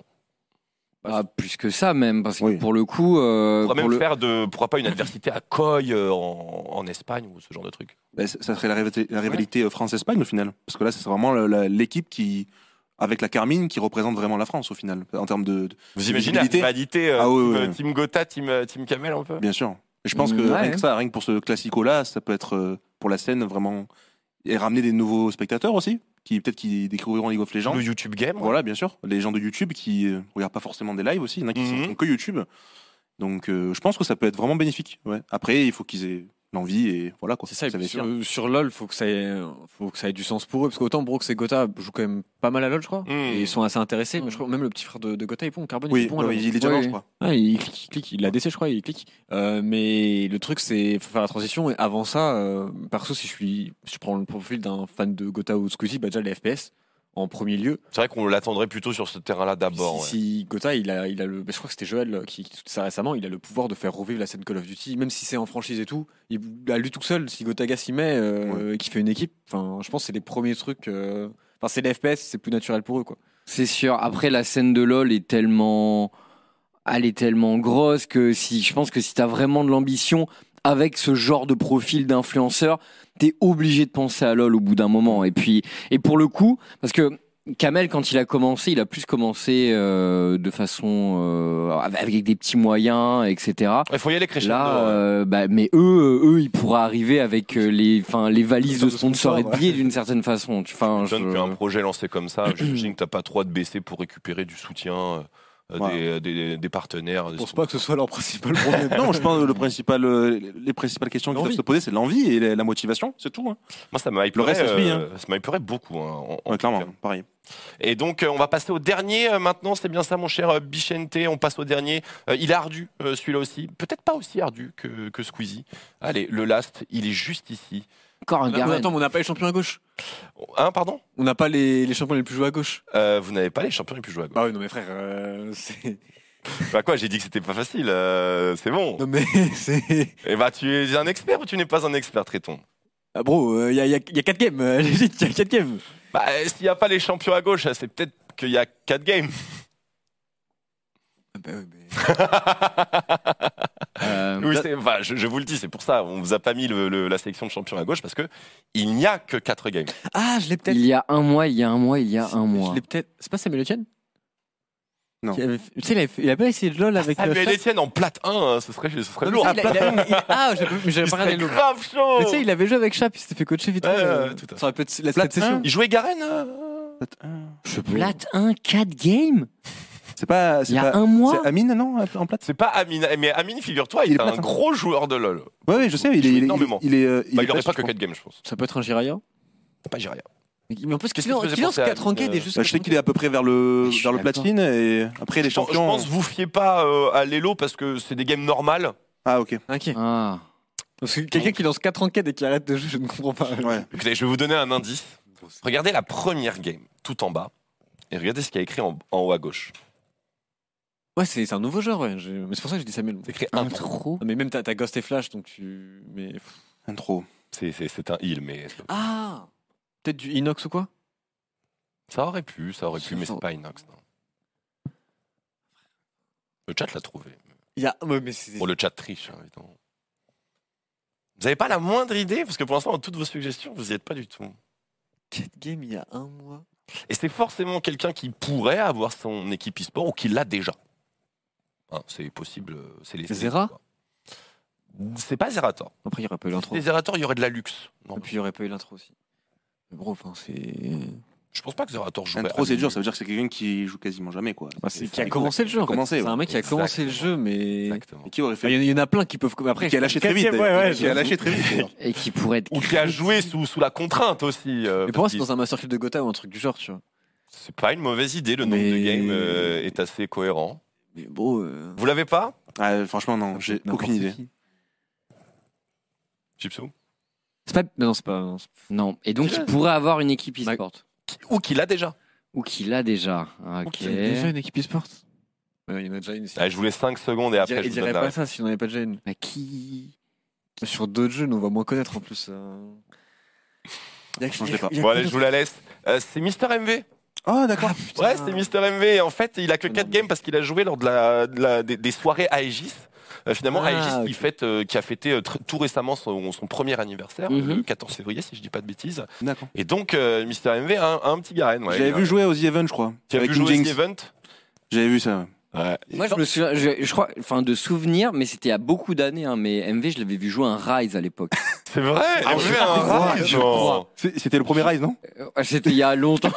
Ah, plus que ça même, parce que Oui. pour le coup, euh, On pourrait pour même le- faire de, pourquoi pas une adversité à Coy euh, en, en Espagne ou ce genre de truc. Bah, ça ça serait la rivalité, la rivalité euh, France-Espagne au final. Parce que là, c'est vraiment la- la- l'équipe qui, avec la Carmine, qui représente vraiment la France au final. En termes de. de- Vous imaginez la visibilité. rivalité euh, Ah oui, team, oui, euh, oui. team Gotha, team, euh, team Kamel un peu. Bien sûr. Et je pense que Mm, ouais. rien que ça, rien que pour ce classico-là, ça peut être euh, pour la scène vraiment. Et ramener des nouveaux spectateurs aussi, qui peut-être qui découvriront League of Legends. Le YouTube Game. ouais. Voilà, bien sûr. Les gens de YouTube qui euh, regardent pas forcément des lives aussi. Il y en a qui Mhm. sont que YouTube. Donc euh, je pense que ça peut être vraiment bénéfique. Ouais. Après, il faut qu'ils aient l'envie et voilà quoi. C'est ça, et puis s'investir. sur, sur LoL, faut que, ça ait, faut que ça ait du sens pour eux. Parce qu'autant Brooks et Gotha jouent quand même pas mal à LoL, je crois. Mm. Et ils sont assez intéressés. Mais je crois même le petit frère de, de Gotha, il est bon. Carbone, il Oui, est bon. à ouais, LoL. il est déjà Ouais, mort, oui. je crois. Ah, il clique, il clique. Il a D C, je crois, il clique. Euh, mais le truc, c'est faut faire la transition. Et avant ça, euh, perso, si je suis, si je prends le profil d'un fan de Gotha ou Squeezie, bah déjà les F P S en premier lieu. C'est vrai qu'on l'attendrait plutôt sur ce terrain-là d'abord. Si, ouais. si Gotha, il a, il a le, bah, je crois que c'était Joël euh, qui, qui tout ça récemment, il a le pouvoir de faire revivre la scène Call of Duty, même si c'est en franchise et tout. Il, à lui tout seul, si Gotaga s'y met euh, et qu'il fait une équipe, enfin, je pense que c'est les premiers trucs. euh, Enfin, c'est les F P S, c'est plus naturel pour eux, quoi. C'est sûr. Après, la scène de LoL est tellement, elle est tellement grosse que si, je pense que si t'as vraiment de l'ambition avec ce genre de profil d'influenceur, t'es obligé de penser à LoL au bout d'un moment. Et puis, et pour le coup, parce que Kamel, quand il a commencé, il a plus commencé euh, de façon euh, avec des petits moyens, et cetera. Il faut y aller crescendo. Là, ouais. euh, bah, mais eux, euh, eux, ils pourraient arriver avec euh, les, enfin, les valises de De sponsors et de sponsors, billets d'une certaine façon. Tu- Enfin, Je donne je- qu'un projet lancé comme ça, j'imagine que t'as pas trop à te baisser pour récupérer du soutien euh, Ouais. des, des, des partenaires. Je des pense pas que ce soit leur principal problème. Non, je pense que le principal, euh, les principales questions qui doivent L'envie. se poser, c'est l'envie et la, la motivation, c'est tout. Hein. Moi, ça m'hyperait, Le reste, ça se suit, hein. euh, ça m'hyperait beaucoup. hein, en- en Ouais, tout clairement, cas. pareil. Et donc, euh, on va passer au dernier euh, maintenant. C'est bien ça, mon cher euh, Bichente. On passe au dernier. Euh, il est ardu, euh, celui-là aussi. Peut-être pas aussi ardu que, que Squeezie. Allez, le last, il est juste ici. Encore un Non, Garen. attends, mais on n'a pas les champions à gauche. Hein, pardon On n'a pas les, les champions les plus joués à gauche. Euh, Vous n'avez pas les champions les plus joués à gauche. Bah oui, non, mais frère, euh, c'est. Bah quoi, j'ai dit que c'était pas facile. euh, c'est bon. Non, mais c'est. Et bah, tu es un expert ou tu n'es pas un expert, Tréton? Ah, bro, il y, a, y, a, y a quatre games. euh, Legit, il y a quatre games. Bah, euh, s'il n'y a pas les champions à gauche, c'est peut-être qu'il y a quatre games. Ah, bah oui, mais. Euh, Oui, c'est- enfin, je, je vous le dis, c'est pour ça. On vous a pas mis le- le- la sélection de champions à gauche parce que il n'y a que quatre games. Ah, je l'ai peut-être. il y a un mois, il y a un mois, il y a un Je mois. l'ai peut-être. C'est pas Samuel Etienne Non. Qui avait fait- Tu sais, il avait, fait- il a pas essayé de LoL avec. Ah, euh, mais Shaq. Etienne en plate un, hein, ce serait, ce serait Non, mais lourd. tu sais, il a- il a- il- Ah, j'avais mais j'avais Il pas serait regardé le. grave chaud. Mais tu sais, il avait joué avec Chap, il s'était fait coacher vite. Ouais, fait, euh, ouais, tout à fait. Ça aurait pu être la Plate cette session. Il jouait Garen euh, Je Plate un, quatre games C'est pas. Il y a pas- un mois C'est Amine, non, en plate. C'est pas Amine, mais Amine, figure-toi, il, Il est est un plate, hein. gros joueur de LoL. Ouais, ouais, je sais. Il joue est, il est, énormément. il est, euh, Bah, est il aurait plate, pas je que crois. quatre games, je pense. Ça peut être un Jiraya. Pas Jiraya. Mais en plus, Qu'est-ce qu'il qui te faisait qu'il lance penser à quatre ranked Amine, et euh, juste. Bah, je sais qu'il est à peu près vers le, Je suis vers le d'accord. platine et après les Je pense- champions. Je pense que vous fiez pas euh, à l'Elo parce que c'est des games normales. Ah, ok. Ok. Ah. Parce que quelqu'un qui lance quatre ranked et qui arrête de jouer, je ne comprends pas. Ouais. Écoutez, je vais vous donner un indice. Regardez la première game, tout en bas, et regardez ce qu'il y a écrit en, en haut à gauche. Ouais, c'est c'est un nouveau genre, ouais. Je- Mais c'est pour ça que je dis Samuel. C'est écrit intro. Intro. Non, mais même t'as t'as Ghost et Flash, donc tu. Mais. Intro. C'est, c'est, c'est un heal, mais Ah Peut-être du Inox ou quoi ça aurait pu, ça aurait pu, mais Ça- c'est pas Inox. Non. Le chat l'a trouvé. Il y a. Ouais, mais c'est. Bon, le chat triche, hein, évidemment. Vous n'avez pas la moindre idée parce que pour l'instant, dans toutes vos suggestions, vous n'y êtes pas du tout. quatre games il y a un mois. Et c'est forcément quelqu'un qui pourrait avoir son équipe e-sport ou qui l'a déjà. Hein, c'est possible. euh, C'est les Zera quoi. C'est pas Zerator. Après, il n'y aurait pas eu l'intro. Les Zerator, il y aurait de la luxe. Non, Et puis, il n'y aurait pas eu l'intro aussi. Mais bro, enfin, c'est. je pense pas que Zerator jouerait. Intro, à c'est lui. dur. Ça veut dire que c'est quelqu'un qui joue quasiment jamais, quoi. Bah, c'est C'est qui a ça, commencé le jeu en fait. commencé, C'est un ouais. mec qui a commencé le Exactement. jeu, mais. Exactement. Et qui aurait Enfin, fait. Il y, en a plein qui peuvent. Après, Qui a lâché très vite. Ouais, ouais, Qui a lâché très vite. d'ailleurs. Et qui pourrait être. Ou qui a joué sous, sous la contrainte aussi. euh, Mais pour moi, parce c'est qu'il- dans un Master Chief de Gotha ou un truc du genre, tu vois. c'est pas une mauvaise idée. Le nombre Mais- de games euh, est assez cohérent. Mais bro. euh, Vous l'avez pas, Ah, franchement, non, j'ai n'importe aucune idée. qui. Chipsou? C'est pas. Non, c'est pas. non, c'est- Non. Et donc, Dis-le. il pourrait avoir une équipe e-sport. Ou qui l'a déjà. Ou qu'il a déjà. Ok. Il y a déjà une équipe e-sport. Ouais, il y en a déjà une. ici. Allez, je vous laisse cinq secondes et Il après dirait, je il vous dirait donne la pas réponse. ça si on n'avait pas déjà une. Bah, qui Sur d'autres jeux, nous, on va moins connaître en plus. euh. Il y a- Je sais pas. il y a Bon quoi allez, je vous la laisse. Euh, c'est Mister M V. Ah, d'accord. Ouais, c'est Mister M V. Et en fait, il a que quatre games parce qu'il a joué lors de la, de la- des, des soirées Aegis. Euh, finalement, Ah, Aegis ok. qui, fête, euh, qui a fêté euh, tr- tout récemment son, son premier anniversaire, Mhm. le quatorze février, si je dis pas de bêtises. D'accord. Et donc, euh, Mister M V a un, a un petit Garen. Ouais, J'avais Il a- vu jouer aux The Event, je crois. Tu as avec vu jouer King aux Jinx. Event J'avais vu ça. Ouais. Moi, je me souviens, je, je crois, enfin, de souvenirs, mais c'était il y a beaucoup d'années, hein, mais M V, je l'avais vu jouer un Rise à l'époque. C'est vrai. Ah, M V je a un crois, Rise, je non. crois. C'est- C'était le premier Rise, non Euh, C'était il y a longtemps.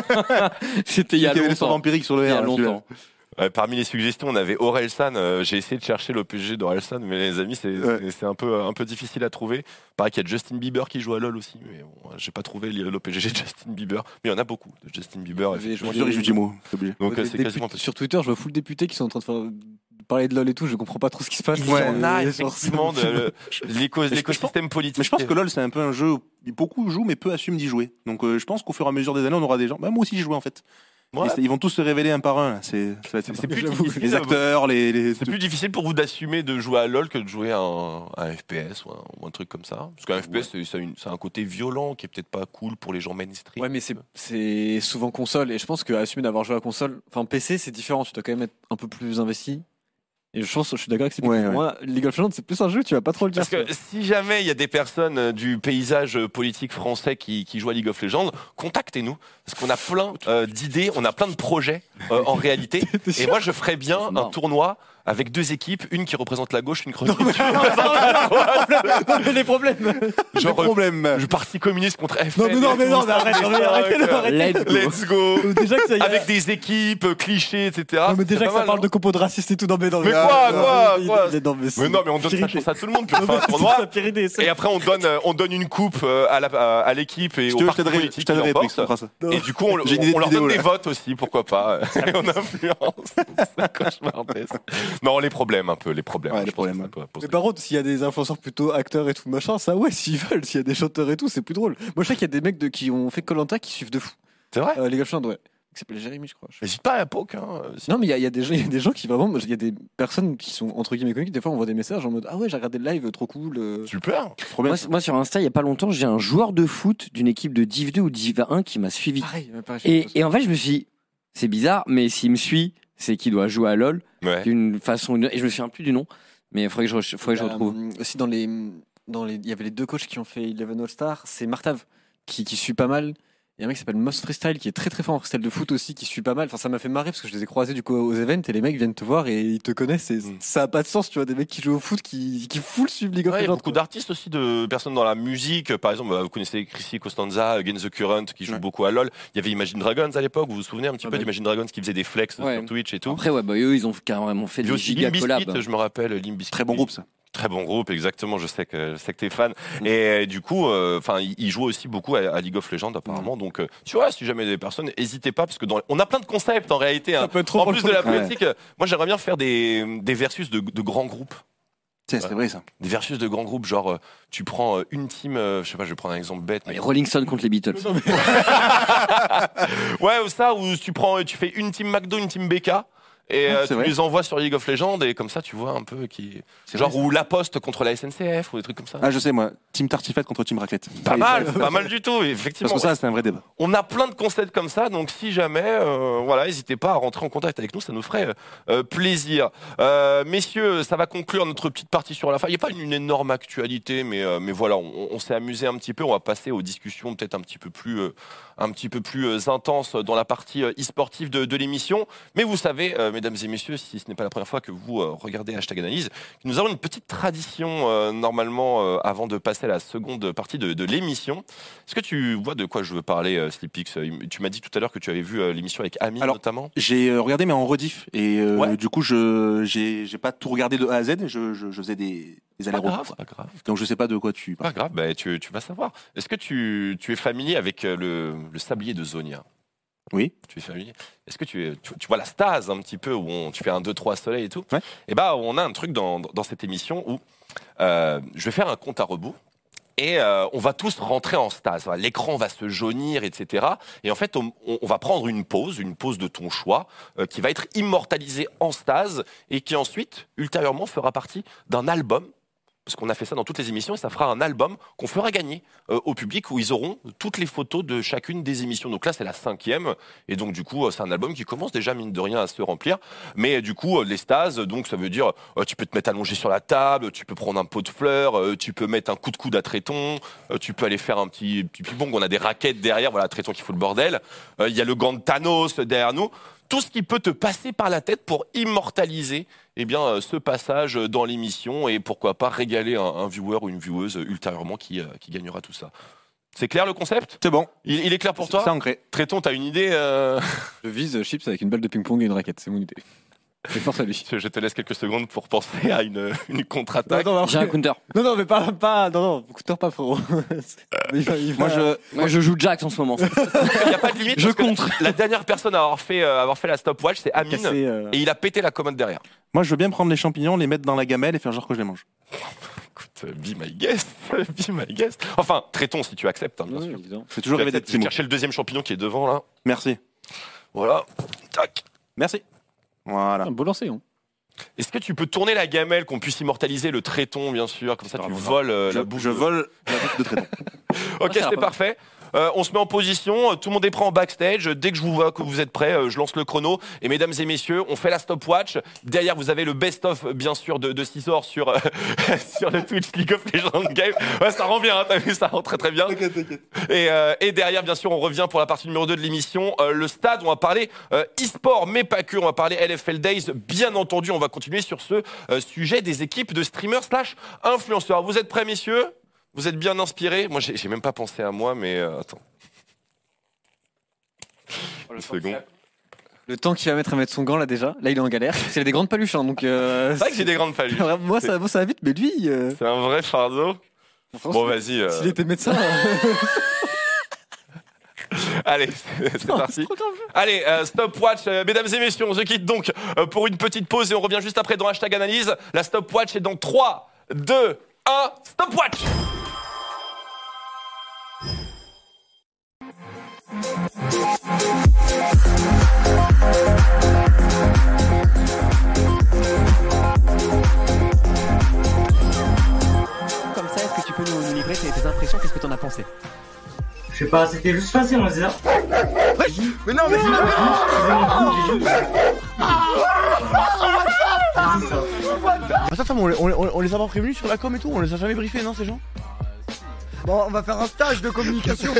C'était il y a Il y avait les sorts longtemps. vampiriques sur le Il y a R. celui-là. longtemps. Ouais, parmi les suggestions, on avait Orelsan. Euh, j'ai essayé de chercher l'O P G d'Orelsan, mais les amis, c'est Ouais. c'est- c'est un peu, un peu difficile à trouver. Pareil qu'il y a Justin Bieber qui joue à LoL aussi, mais bon, j'ai pas trouvé l'O P G de Justin Bieber. Mais il y en a beaucoup de Justin Bieber. Je vais- je Bien vais- sûr, il joue Timo, c'est obligé. Donc Des- euh, c'est des quasiment put- Sur Twitter, je vois full députés qui sont en train de faire de parler de LoL et tout. Je comprends pas trop ce qui se passe. Il y en a Euh, effectivement de le- l'éco- je- je l'écosystème politique. Mais je pense que LoL, c'est un peu un jeu où beaucoup jouent, mais peu assument d'y jouer. Donc euh, je pense qu'au fur et à mesure des années, on aura des gens. Bah, moi aussi, j'y jouais en fait. Ouais. Et c'est- ils vont tous se révéler un par un. là. C'est ça va être C'est sympa. plus J'avoue. difficile. Les acteurs, les. les- C'est plus difficile pour vous d'assumer de jouer à LoL que de jouer à un, à un F P S ou un, ou un truc comme ça. Parce qu'un F P S, c'est- c'est une- c'est un côté violent qui est peut-être pas cool pour les gens mainstream. Ouais, mais c'est c'est souvent console et je pense qu'assumer d'avoir joué à console, enfin P C, c'est différent. Tu dois quand même être un peu plus investi. Et je pense, je suis d'accord avec Sylvie. Ouais, Pour ouais. Moi, League of Legends, c'est plus un jeu. Tu vas pas trop le dire. Parce que si jamais il y a des personnes euh, du paysage euh, politique français qui, qui jouent à League of Legends, contactez-nous. Parce qu'on a plein euh, d'idées, on a plein de projets euh, en réalité. Et moi, je ferais bien un marrant. tournoi avec deux équipes, une qui représente la gauche, une qui représente la droite. les problèmes. Genre, euh, problème. le parti communiste contre F N. Non, mais non, mais non, mais arrête, non, mais arrêtez, euh, arrêtez. Let's go. Let's go. Déjà que ça y est. Avec des équipes, euh, clichés, et cetera. Non, mais déjà C'est que pas ça mal, parle non de compos de racistes et tout. Non, mais non, Mais ah, quoi, non, quoi, il- quoi il est- non, mais c'est- Mais non, mais on donne pire sa idée. chance à tout le monde, puis on Non, fait mais un c'est tournoi. la pire idée, ça. Et après, on donne, euh, on donne une coupe euh, à la- à à l'équipe et Je au te- je parti t'aiderai, politique je qui t'aiderai, l'emporte. Prix, on fera ça. Et du coup, on, J'ai une idée on de leur vidéo, donne des là. votes aussi, pourquoi pas. On influence. C'est cauchemardesque. Non, les problèmes un peu, les problèmes. Ouais, Je les pense que problèmes, ça peut poser- Mais par contre, s'il y a des influenceurs plutôt acteurs et tout machin, ça ouais, s'ils veulent, s'il y a des chanteurs et tout, c'est plus drôle. Moi, je sais qu'il y a des mecs de, qui ont fait Koh-Lanta qui suivent de fou. C'est vrai. Euh, les gars de Legends, ouais. Qui s'appelle Jérémy, je crois. N'hésite pas à poke. Hein. Si- Non, mais il y, a- il y, a des gens- il y a des gens qui vraiment. Il y a des personnes qui sont entre guillemets connues. Des fois, on voit des messages en mode ah ouais, j'ai regardé le live, trop cool. euh. Super. Trop bien. Moi, moi, sur Insta, il y a pas longtemps, j'ai un joueur de foot d'une équipe de Div deux ou Div un qui m'a suivi. Pareil, ouais, pareil. Et, et en fait, je me suis dit, c'est bizarre, mais s'il me suit, c'est qu'il doit jouer à LoL Ouais. d'une façon ou d'une autre. Et je me souviens plus du nom, mais il faudrait que je, re- faudrait que je retrouve. Euh, aussi dans les, dans les, il y avait les deux coachs qui ont fait Eleven All Star. C'est Martav qui, qui suit pas mal. Il y a un mec qui s'appelle Moss Freestyle qui est très très fort en freestyle de foot aussi, qui suit pas mal. Enfin, ça m'a fait marrer parce que je les ai croisés du coup aux events et les mecs viennent te voir et ils te connaissent. Et Mm. ça a pas de sens, tu vois, des mecs qui jouent au foot qui, qui full suivent League of Ouais, il y a Legends. beaucoup d'artistes aussi, de personnes dans la musique. Par exemple, bah, vous connaissez Chrissy Costanza, Against the Current, qui joue Ouais. beaucoup à LoL. Il y avait Imagine Dragons à l'époque, vous vous souvenez un petit Ah peu bah, d'Imagine Dragons qui faisait des flex Ouais. sur Twitch et tout. Après, ouais, bah, eux, ils ont carrément fait Il y a des aussi giga Limp collabs. Bizkit, je me rappelle, Limp Bizkit. Très bon groupe, ça. Très bon groupe, exactement. Je sais que je sais que t'es fan. Mm. Et euh, du coup, enfin, il il joue aussi beaucoup à, à League of Legends apparemment. Donc, euh, tu vois, si jamais il y a des personnes, n'hésitez pas parce que dans, on a plein de concepts en réalité. hein. Ça peut être trop En drôle. plus de la Ouais. politique, euh, moi j'aimerais bien faire des, des versus de, de grands groupes. Tiens, c'est vrai, ça. Des versus de grands groupes, genre euh, tu prends euh, une team, euh, je sais pas, je vais prendre un exemple bête. Mais... Les Rolling Stones contre les Beatles. Ouais, ou ça, ou tu prends, tu fais une team McDo, une team B K. Et Ah, euh, c'est tu vrai. les envoies sur League of Legends et comme ça tu vois un peu qui. C'est Genre vrai, ou La Poste contre la S N C F ou des trucs comme ça. Ah, je sais, moi. Team Tartifette contre Team Raclette. Pas mal, pas mal du tout, effectivement. Parce que ça, c'est un vrai débat. On a plein de concepts comme ça, donc si jamais, euh, voilà, n'hésitez pas à rentrer en contact avec nous, ça nous ferait euh, plaisir. Euh, messieurs, ça va conclure notre petite partie sur la fin. Il n'y a pas une, une énorme actualité, mais, euh, mais voilà, on, on s'est amusé un petit peu. On va passer aux discussions peut-être un petit peu plus, euh, un petit peu plus euh, intenses dans la partie euh, e-sportive de, de l'émission. Mais vous savez, euh, mesdames et messieurs, si ce n'est pas la première fois que vous euh, regardez Hashtag Analyse, que nous avons une petite tradition euh, normalement euh, avant de passer à la seconde partie de, de l'émission. Est-ce que tu vois de quoi je veux parler, euh, Sleepix? Tu m'as dit tout à l'heure que tu avais vu euh, l'émission avec Amine Alors, notamment. J'ai euh, regardé, mais en rediff. Et euh, Ouais. du coup, je j'ai j'ai pas tout regardé de A à Z. Je, je, je faisais des, des Pas allers-retours. grave, pas grave. Donc, je sais pas de quoi tu parles. Pas grave, bah, tu, tu vas savoir. Est-ce que tu, tu es familier avec euh, le, le sablier de Zonia? Oui. Tu es familier? Est-ce que tu, es- tu, tu vois la stase un petit peu où on, tu fais un deux trois soleil et tout? Ouais. Et bah, on a un truc dans, dans cette émission où euh, je vais faire un compte à rebours. Et euh, on va tous rentrer en stase. L'écran va se jaunir, et cetera. Et en fait, on, on va prendre une pause, une pause de ton choix, euh, qui va être immortalisée en stase et qui ensuite, ultérieurement, fera partie d'un album. Parce qu'on a fait ça dans toutes les émissions et ça fera un album qu'on fera gagner euh, au public où ils auront toutes les photos de chacune des émissions. Donc là, c'est la cinquième. Et donc, du coup, c'est un album qui commence déjà, mine de rien, à se remplir. Mais du coup, les stases, donc ça veut dire euh, tu peux te mettre allongé sur la table, tu peux prendre un pot de fleurs, euh, tu peux mettre un coup de coude à Tréton, euh, tu peux aller faire un petit, petit ping-pong. On a des raquettes derrière. Voilà, Tréton qui fout le bordel. Il euh, y a le gant de Thanos derrière nous. Tout ce qui peut te passer par la tête pour immortaliser eh bien, euh, ce passage dans l'émission et pourquoi pas régaler un, un viewer ou une vieweuse ultérieurement qui, euh, qui gagnera tout ça. C'est clair le concept ? C'est bon. Il, il est clair pour toi ? C'est ancré. Tréton, t'as une idée euh... Je vise Chips avec une balle de ping-pong et une raquette, c'est mon idée. Et force à lui. Je te laisse quelques secondes pour penser à une, une contre-attaque. Non, non, J'ai un counter. non, non, mais pas, pas, non, non, counter pas frérot. il va, il va... Moi, je, Moi, je joue Jax en ce moment. Il n'y a pas de limite. Je parce que contre. La, la dernière personne à avoir fait, euh, avoir fait la stopwatch, c'est Amine. Cassé, euh... Et il a pété la commode derrière. moi, je veux bien prendre les champignons, les mettre dans la gamelle et faire genre que je les mange. Écoute, euh, be my guest. Be my guest. Enfin, Tréton, si tu acceptes, hein, bien ouais, sûr. évidemment. Je fais toujours rêver d'être Je vais Timo. chercher le deuxième champignon qui est devant, là. Merci. Voilà. Tac. Merci. Voilà. Un beau lancer, hein. Est-ce que tu peux tourner la gamelle, qu'on puisse immortaliser le Tréton, bien sûr, comme ça tu Ah, voles euh, Je, la bouche. je vole la bouche de Tréton. Ok, ça a c'est pas- parfait. Euh, on se met en position, tout le monde est prêt en backstage. Dès que je vous vois que vous êtes prêts, euh, je lance le chrono. Et mesdames et messieurs, on fait la stopwatch. Derrière, vous avez le best-of, bien sûr, de, de Scizor sur, euh, sur le Twitch League of Legends Game. Ouais, ça rend bien, hein, t'as vu, ça rend très très bien. Et, euh, et derrière, bien sûr, on revient pour la partie numéro deux de l'émission. Euh, le stade, on va parler euh, e-sport, mais pas que. On va parler L F L Days. Bien entendu, on va continuer sur ce euh, sujet des équipes de streamers slash influenceurs. Vous êtes prêts, messieurs ? Vous êtes bien inspirés ? Moi, j'ai j'ai même pas pensé à moi, mais euh, attends. Une seconde. Le temps qu'il va mettre à mettre son gant là déjà, là il est en galère. C'est a des grandes paluches, hein, donc. Euh... C'est vrai que j'ai des grandes paluches. moi, ça, moi ça va vite, mais lui. Euh... C'est un vrai fardeau. Bon, vas-y. euh, S'il était médecin. euh, Allez, c'est c'est non, parti. c'est trop grave. Allez, euh, stopwatch, euh, mesdames et messieurs, on se quitte donc euh, pour une petite pause et on revient juste après dans Hashtag Analyse. La stopwatch est dans trois, deux, un, stopwatch. Comme ça, est-ce que tu peux nous, nous livrer tes, tes impressions? Qu'est-ce que t'en as pensé? Je sais pas, c'était juste facile, on va dire. Mais non, mais Attends, attends, on, les- on, les- on les a pas prévenus sur la com et tout, on les a jamais briefés, non, ces gens? Bon, on va faire un stage de communication.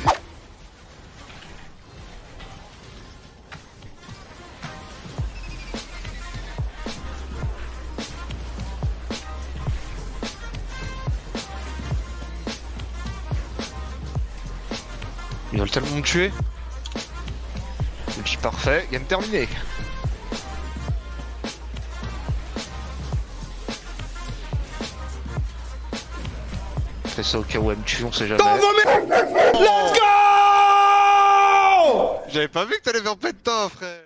Ils veulent tellement me tuer. Et puis parfait, game terminé. Fais ça au cas où elle me tue, on sait jamais. Let's go! J'avais pas vu que t'allais vers Penta, frère.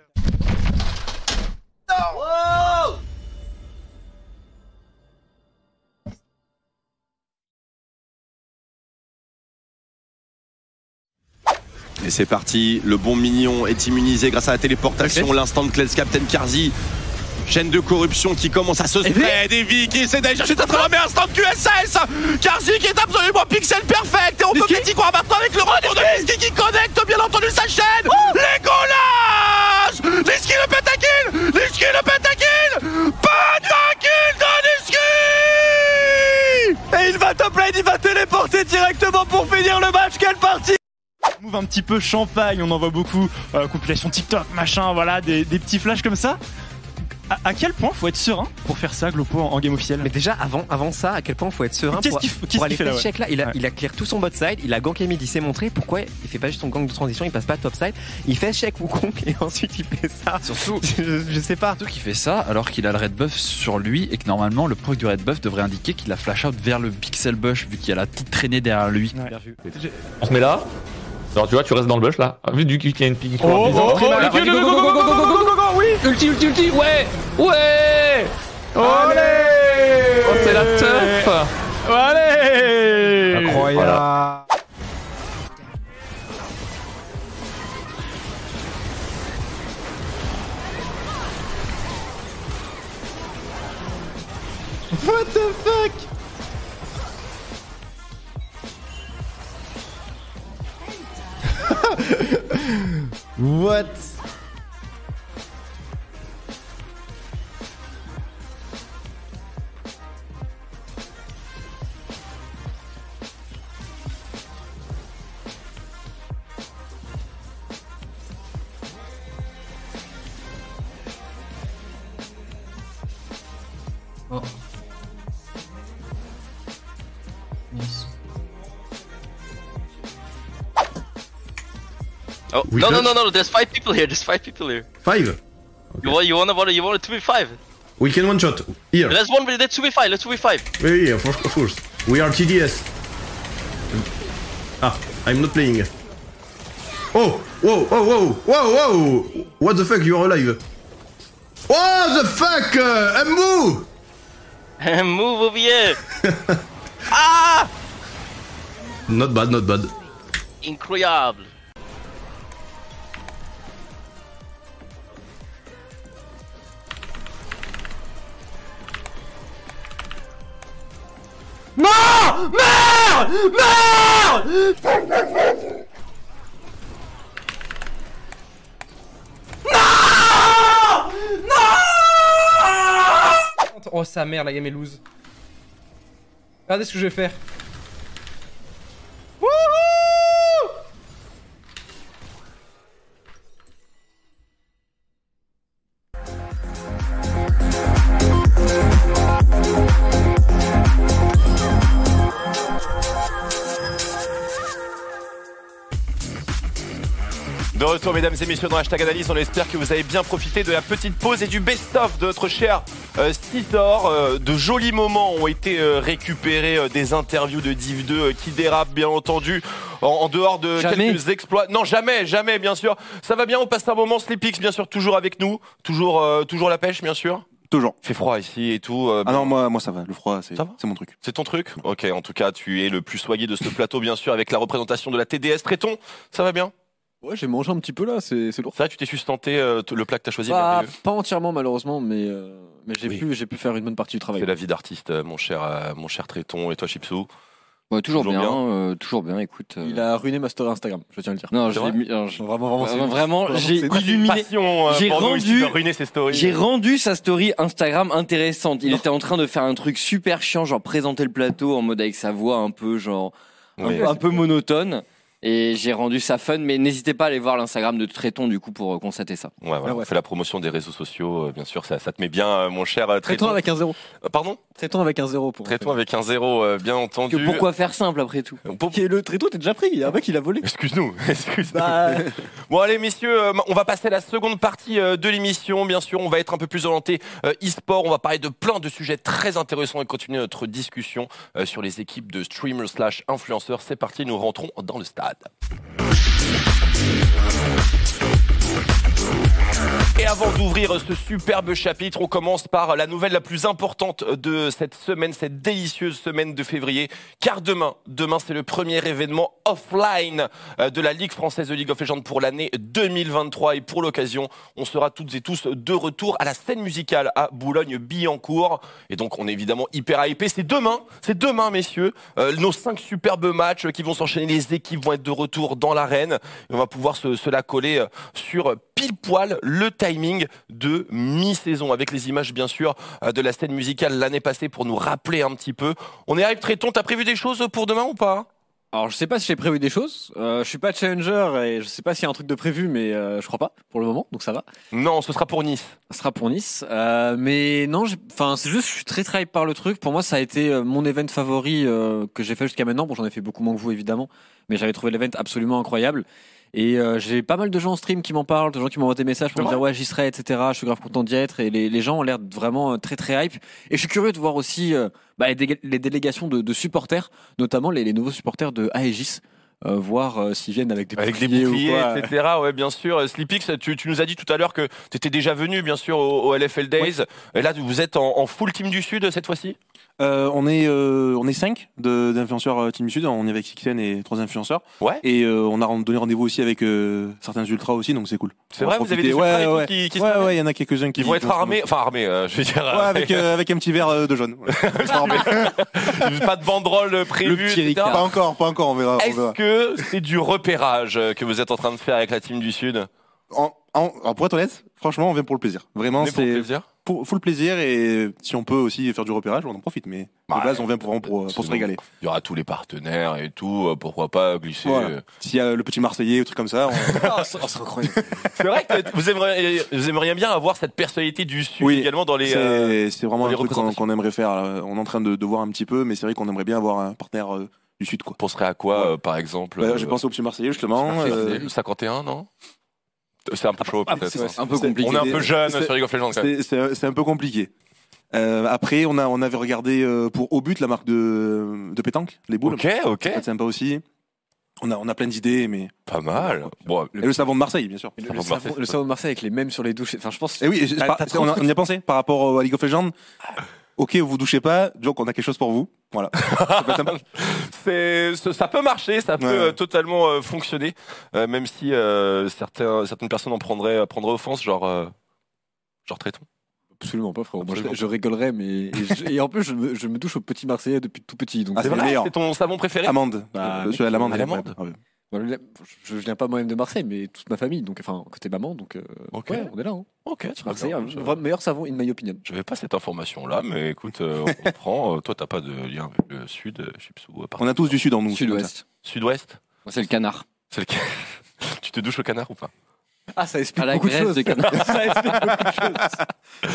Et c'est parti, le bon mignon est immunisé grâce à la téléportation, l'instant de Klez Captain Karzi. Chaîne de corruption qui commence à se spread, Evie qui essaie d'aller chercher à travers, mais instant de Q S S. Karzi qui est absolument pixel perfect. Et on peut petit quoi maintenant avec le retour de Niski qui connecte bien entendu sa chaîne. Légolas, Niski le pentakill, Niski le pentakill, pentakill de Niski. Et il va top lane, il va téléporter directement pour finir le match, quelle partie! Move un petit peu champagne, on en voit beaucoup, euh, compilation TikTok, machin, voilà, des, des petits flashs comme ça. À, à quel point faut être serein pour faire ça, Glopo, en, en game officiel? Mais déjà, avant, avant ça, à quel point faut être serein Qu'est-ce pour, qu'il faut- qu'est-ce pour qu'il aller fait là, faire ouais. check là. Il a, Ouais. il a clear tout son bot side, il a gank mid, il s'est montré. Pourquoi il fait pas juste son gank de transition, il passe pas top side, il fait check Wukong et ensuite il fait ça. Surtout, je, je sais pas. surtout qu'il fait ça alors qu'il a le red buff sur lui et que normalement le proc du red buff devrait indiquer qu'il a flash out vers le pixel bush vu qu'il y a la petite traînée derrière lui. Ouais. On se met là. Alors tu vois, tu restes dans le bush là. Vu du qu'il y a une pique. Oh, oh, oh, Là, le vas-y, kill, go, go, go, go, go, go, go, go, go, go, oui! Ulti, ulti, ulti, ouais! Ouais! Allez! Oh, c'est la teuf! Allez. Incroyable. Voilà. What the fuck? What? Oh. Yes. Oh We no no touch? no no! There's five people here. There's five people here. Five. You want you wanna wanna you wanna two v five? We can one shot. Here. Let's one let's two v five. Let's two v five. Yeah, yeah, of, of course. We are T D S. Ah, I'm not playing. Oh, whoa, whoa, whoa, whoa, whoa! What the fuck? You're alive? What the fuck? Uh, Mbu! Move over here. Ah! Not bad, not bad. Incroyable. Non! Merde! Merde! Non! Non! Oh sa mère, la game est loose. Regardez ce que je vais faire. De retour, mesdames et messieurs, dans Hashtag Analyse, on espère que vous avez bien profité de la petite pause et du best-of de notre cher euh, Scizor. Euh, de jolis moments ont été euh, récupérés, euh, des interviews de Div deux euh, qui dérapent, bien entendu, en, en dehors de Jamais. quelques exploits. Non, jamais, jamais, bien sûr. Ça va bien, on passe un moment. Sleepix, bien sûr, toujours avec nous. Toujours, euh, toujours la pêche, bien sûr. Toujours. Il fait froid ici et tout. euh, Ah non, moi, moi ça va. Le froid, c'est Ça va c'est mon truc. C'est ton truc? Ok, en tout cas, tu es le plus soigné de ce plateau, bien sûr, avec la représentation de la T D S. Tréton, ça va bien? Ouais, j'ai mangé un petit peu là, c'est c'est lourd. Ça, tu t'es sustenté euh, t- le plat que t'as choisi? Pas, merveilleux. pas entièrement malheureusement, mais, euh, mais j'ai Oui. pu, j'ai pu faire une bonne partie du travail. C'est la vie d'artiste, euh, mon cher, euh, mon cher Tréton. Et toi, Chipsou? Ouais, toujours, Toujours bien, bien. euh, toujours bien, écoute. euh, Il a ruiné ma story Instagram, je tiens à le dire. Non, C'est je vrai l'ai mis. alors, je- Vraiment, vraiment, c'est- Vraiment, vraiment, vraiment, j'ai c'est- Quoi, c'est une illuminé. passion, euh, J'ai pour nous, rendu- ici, de ruiner ses stories. J'ai rendu sa story Instagram intéressante. Il était en train de faire un truc super chiant, genre présenter le plateau en mode avec sa voix un peu genre un, Oui. peu, un peu monotone. Et j'ai rendu ça fun, mais n'hésitez pas à aller voir l'Instagram de Tréton du coup pour euh, constater ça. Ouais, voilà, Ah ouais. on fait la promotion des réseaux sociaux, euh, bien sûr, ça, ça te met bien, euh, mon cher euh, Traitons Tréton. avec un zéro. Euh, Pardon? Traitons avec un zéro pour. Traitons avec un zéro, euh, bien entendu. Que pourquoi faire simple après tout? Pour- Qui est le Traito, t'es déjà pris, il y a un mec qui l'a volé. Excuse-nous, excuse-nous. Bah, Bon allez messieurs, euh, on va passer à la seconde partie euh, de l'émission. Bien sûr, on va être un peu plus orienté euh, e-sport. On va parler de plein de sujets très intéressants et continuer notre discussion euh, sur les équipes de streamers slash influenceurs. C'est parti, nous rentrons dans le stade. Et avant d'ouvrir ce superbe chapitre, on commence par la nouvelle la plus importante de cette semaine, cette délicieuse semaine de février. Car demain, demain c'est le premier événement offline de la Ligue française de League of Legends pour l'année deux mille vingt-trois. Et pour l'occasion, on sera toutes et tous de retour à la scène musicale à Boulogne-Billancourt. Et donc on est évidemment hyper hypé. C'est demain, c'est demain messieurs, euh, nos cinq superbes matchs qui vont s'enchaîner. Les équipes vont être de retour dans l'arène. Et on va pouvoir se, se la coller euh, sur pile poil le timing de mi-saison avec les images bien sûr euh, de la scène musicale l'année passée pour nous rappeler un petit peu. On est hype. Tréton, t'as prévu des choses pour demain ou pas? alors je sais pas si j'ai prévu des choses. Euh, je suis pas challenger et je sais pas s'il y a un truc de prévu, mais euh, je crois pas pour le moment, donc ça va. Non, ce sera pour Nice. Ce sera pour Nice. Euh, mais non, j'ai- enfin c'est juste, je suis très très hype par le truc. Pour moi, ça a été euh, mon event favori euh, que j'ai fait jusqu'à maintenant. Bon, j'en ai fait beaucoup moins que vous évidemment, mais j'avais trouvé l'event absolument incroyable. Et euh, j'ai pas mal de gens en stream qui m'en parlent, de gens qui m'envoient des messages pour C'est me dire ouais j'y serai, et cetera. Je suis grave content d'y être et les, les gens ont l'air vraiment euh, très très hype. Et je suis curieux de voir aussi euh, bah, les, dé- les délégations de, de supporters, notamment les, les nouveaux supporters de Aegis. euh, voir euh, s'ils viennent avec des Avec des boucliers, boucliers, ou quoi. et cetera. Ouais, bien sûr. Sleepix, tu, tu nous as dit tout à l'heure que tu étais déjà venu, bien sûr, au, au L F L Days. Et là, vous êtes en, en full team du Sud cette fois-ci? Euh, on est euh, on est cinq de- d'influenceurs euh, Team Sud, on est avec Sixen et trois influenceurs. Ouais. Et euh, on a ren- donné rendez-vous aussi avec euh, certains ultras aussi, donc c'est cool. C'est On va vrai, vous avez profiter. des ultras ouais, et tout ouais. qui, qui se ouais, promènent ouais, il y en a quelques-uns qui Ils vont être qui vont se- armés, enfin armés, euh, je veux dire. Ouais, avec euh, avec un petit verre euh, de jaune. Ouais. Ils sont armés. Pas de banderole prévue. Le petit et cetera. Ricard. Pas encore, pas encore, on verra. on Est-ce verra. que c'est du repérage que vous êtes en train de faire avec la team du Sud? En, en, alors pour être honnête, franchement, on vient pour le plaisir. Vraiment, On est pour le c'est plaisir pour, full plaisir et si on peut aussi faire du repérage, on en profite. Mais Bah, de base, on vient pour, pour, pour se régaler. Il y aura tous les partenaires et tout, euh, pourquoi pas glisser. Voilà. euh. S'il y a le petit Marseillais ou truc comme ça, on... Ah, ça- c'est incroyable. C'est vrai que vous aimeriez, vous aimeriez bien avoir cette personnalité du Sud Oui, également dans les. c'est euh, c'est vraiment dans les un truc qu'on représentations. qu'on aimerait faire. là. On est en train de, de voir un petit peu, mais c'est vrai qu'on aimerait bien avoir un partenaire euh, du Sud. Quoi. Penserait à quoi, euh, par exemple Bah, euh, J'ai pensé au petit Marseillais justement. euh, Le cinquante et un, non? C'est un peu chaud, Ah, peut-être. c'est- hein. c'est un peu compliqué. On est un peu jeune C'est- sur League of Legends, quand même. C'est c'est- c'est un peu compliqué. Euh, après, on, a, on avait regardé euh, pour Au But, la marque de, de pétanque, les boules. Ok, ok. Ça peut être sympa aussi. On a, on a plein d'idées, mais. Pas mal. Bon, et le savon de Marseille, bien sûr. Le, le savon, le savon de Marseille avec les mêmes sur les douches. Enfin, je pense. Et oui, et c'est T'as- pas- t'as c'est- trop on, de a, trucs. on y a pensé par rapport au- à League of Legends. Ok, vous vous douchez pas, donc on a quelque chose pour vous. Voilà. Ça peut être sympa. C'est, ce- ça peut marcher, ça peut Ouais. euh, totalement euh, fonctionner, euh, même si euh, certains, certaines personnes en prendraient, prendraient offense, genre, euh, genre Tréton. Absolument pas, frérot. Moi, je, Absolument je rigolerais, mais. Et, je- et en plus, je me, je me douche au petit Marseillais depuis tout petit. Donc Ah, C'est c'est vrai, meilleur. c'est ton savon préféré? Amande. Bah, Euh, celui à l'amande. à il est l'amande. incroyable. Voilà, là, je, je viens pas moi-même de Marseille, mais toute ma famille, donc enfin côté maman, donc euh, Ok. ouais, on est là. Hein. Ok, Petit Marseille, je, le meilleur savon in my opinion. j'avais pas cette information-là, mais écoute, euh, on comprend. Euh, toi, t'as pas de lien avec le Sud, euh, Chipsou, à part- On a tous du Sud en nous. Sud-Ouest. Sud-Ouest. Moi, c'est le canard. C'est le cas. Tu te douches au canard ou pas? Ah, ça explique À la beaucoup de graisse choses. de canard. Ça explique beaucoup de choses.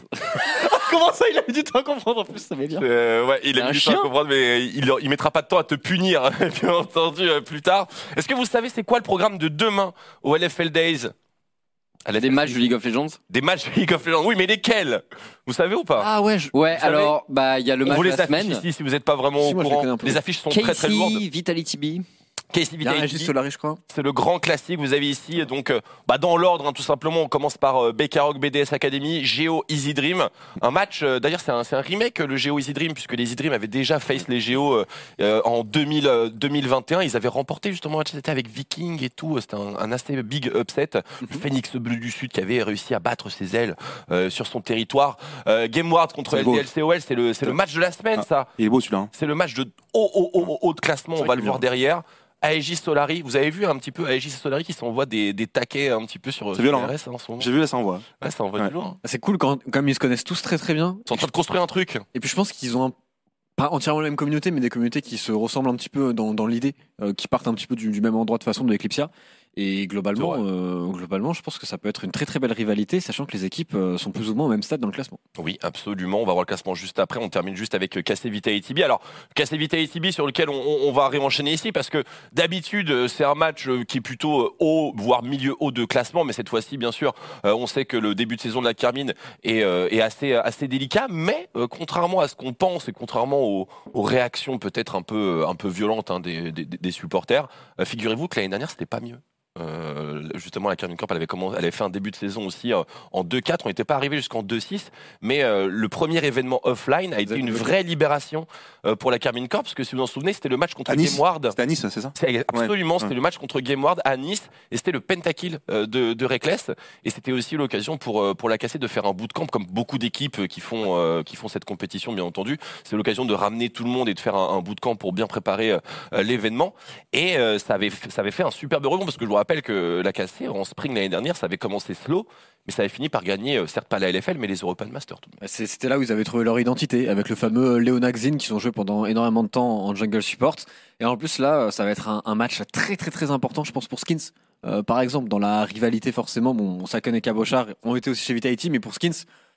Comment ça, il a mis du temps à comprendre en plus, ça m'énerve. Euh, ouais, il a Un mis du temps à chien comprendre, mais il, il mettra pas de temps à te punir, bien entendu, euh, plus tard. Est-ce que vous savez c'est quoi le programme de demain au L F L Days? Elle a des matchs de League of Legends. Des matchs de League of Legends. Oui, mais lesquels? Vous savez ou pas? Ah ouais, je- ouais. Vous savez, Alors, bah, il y a le on match vous de les la affiche semaine. ici si vous n'êtes pas vraiment Si, au moi, je les courant. connais un peu. Les affiches sont très très lourdes. Casey, Vitality B. Casey Il y a un Vitality. Régis Solari, je crois. C'est le grand classique. Vous avez ici, donc, euh, bah, dans l'ordre, hein, tout simplement, on commence par euh, Bekarok B D S Academy, Géo Easy Dream. Un match, euh, d'ailleurs, c'est un, c'est un remake, euh, le Géo Easy Dream, puisque les Easy Dream avaient déjà face les Géo euh, euh, en deux mille, euh, deux mille vingt et un. Ils avaient remporté justement un match, c'était avec Viking et tout. C'était un, un assez big upset. Le Phoenix Bleu du Sud qui avait réussi à battre ses ailes euh, sur son territoire. Euh, Game Ward contre C'est beau. L D L C O L, c'est le, c'est le match de la semaine, Ah, ça. Il est beau celui-là. hein. C'est le match de haut, haut, haut, haut, haut de classement. C'est On vrai va le qu'il est voir bien. derrière. Aegis Solari, vous avez vu un petit peu Aegis Solari qui s'envoie des, des taquets un petit peu sur C'est violent, sur R S, hein, en ce moment. J'ai vu là, ça envoie. Ouais, ça envoie Ouais. du lourd. hein. Ah, c'est cool quand, comme ils se connaissent tous très très bien. Ils sont en train de construire un truc. Et puis je pense qu'ils ont un- pas entièrement la même communauté, mais des communautés qui se ressemblent un petit peu dans, dans l'idée, euh, qui partent un petit peu du, du même endroit de façon de Eclipsia. Et globalement, C'est euh, globalement, je pense que ça peut être une très très belle rivalité, sachant que les équipes euh, sont plus ou moins au même stade dans le classement. Oui, absolument. On va voir le classement juste après. On termine juste avec K C Vitality B. Alors, K C Vitality B sur lequel on, on- on va réenchaîner ici parce que d'habitude, euh, c'est un match euh, qui est plutôt euh, haut, voire milieu haut de classement. Mais cette fois-ci, bien sûr, euh, on sait que le début de saison de la Carmine est, euh, est assez, assez délicat. Mais euh, contrairement à ce qu'on pense et contrairement aux, aux réactions peut-être un peu, un peu violentes hein, des, des, des supporters, euh, figurez-vous que l'année dernière, c'était pas mieux. Euh, justement, la Carmine Corp, elle avait, commencé, elle avait fait un début de saison aussi euh, en deux quatre. On n'était pas arrivé jusqu'en deux six, mais euh, le premier événement offline a été une vraie libération euh, pour la Carmine Corp, parce que si vous vous en souvenez, c'était le match contre À Nice. Game Ward. C'était à Nice, c'est ça? C'est- Absolument, Ouais. c'était Ouais. le match contre Game Ward à Nice, et c'était le pentakill euh, de, de Reckless, et c'était aussi l'occasion pour euh, pour la casser de faire un bootcamp, comme beaucoup d'équipes qui font euh, qui font cette compétition, bien entendu. C'est l'occasion de ramener tout le monde et de faire un, un bootcamp pour bien préparer euh, euh, l'événement, et euh, ça avait ça avait fait un superbe rebond, parce que je vous rappelle que la cassée en spring l'année dernière, ça avait commencé slow, mais ça avait fini par gagner, euh, certes pas la L F L, mais les European Masters tout de même. C'est- C'était là où ils avaient trouvé leur identité, avec le fameux Leonaxin qu'ils ont joué pendant énormément de temps en jungle support. Et en plus là, ça va être un, un match très très très important, je pense, pour Skins. Euh, par exemple, dans la rivalité forcément, bon, Saken et Cabochard ont été aussi chez Vitality, mais pour Skins,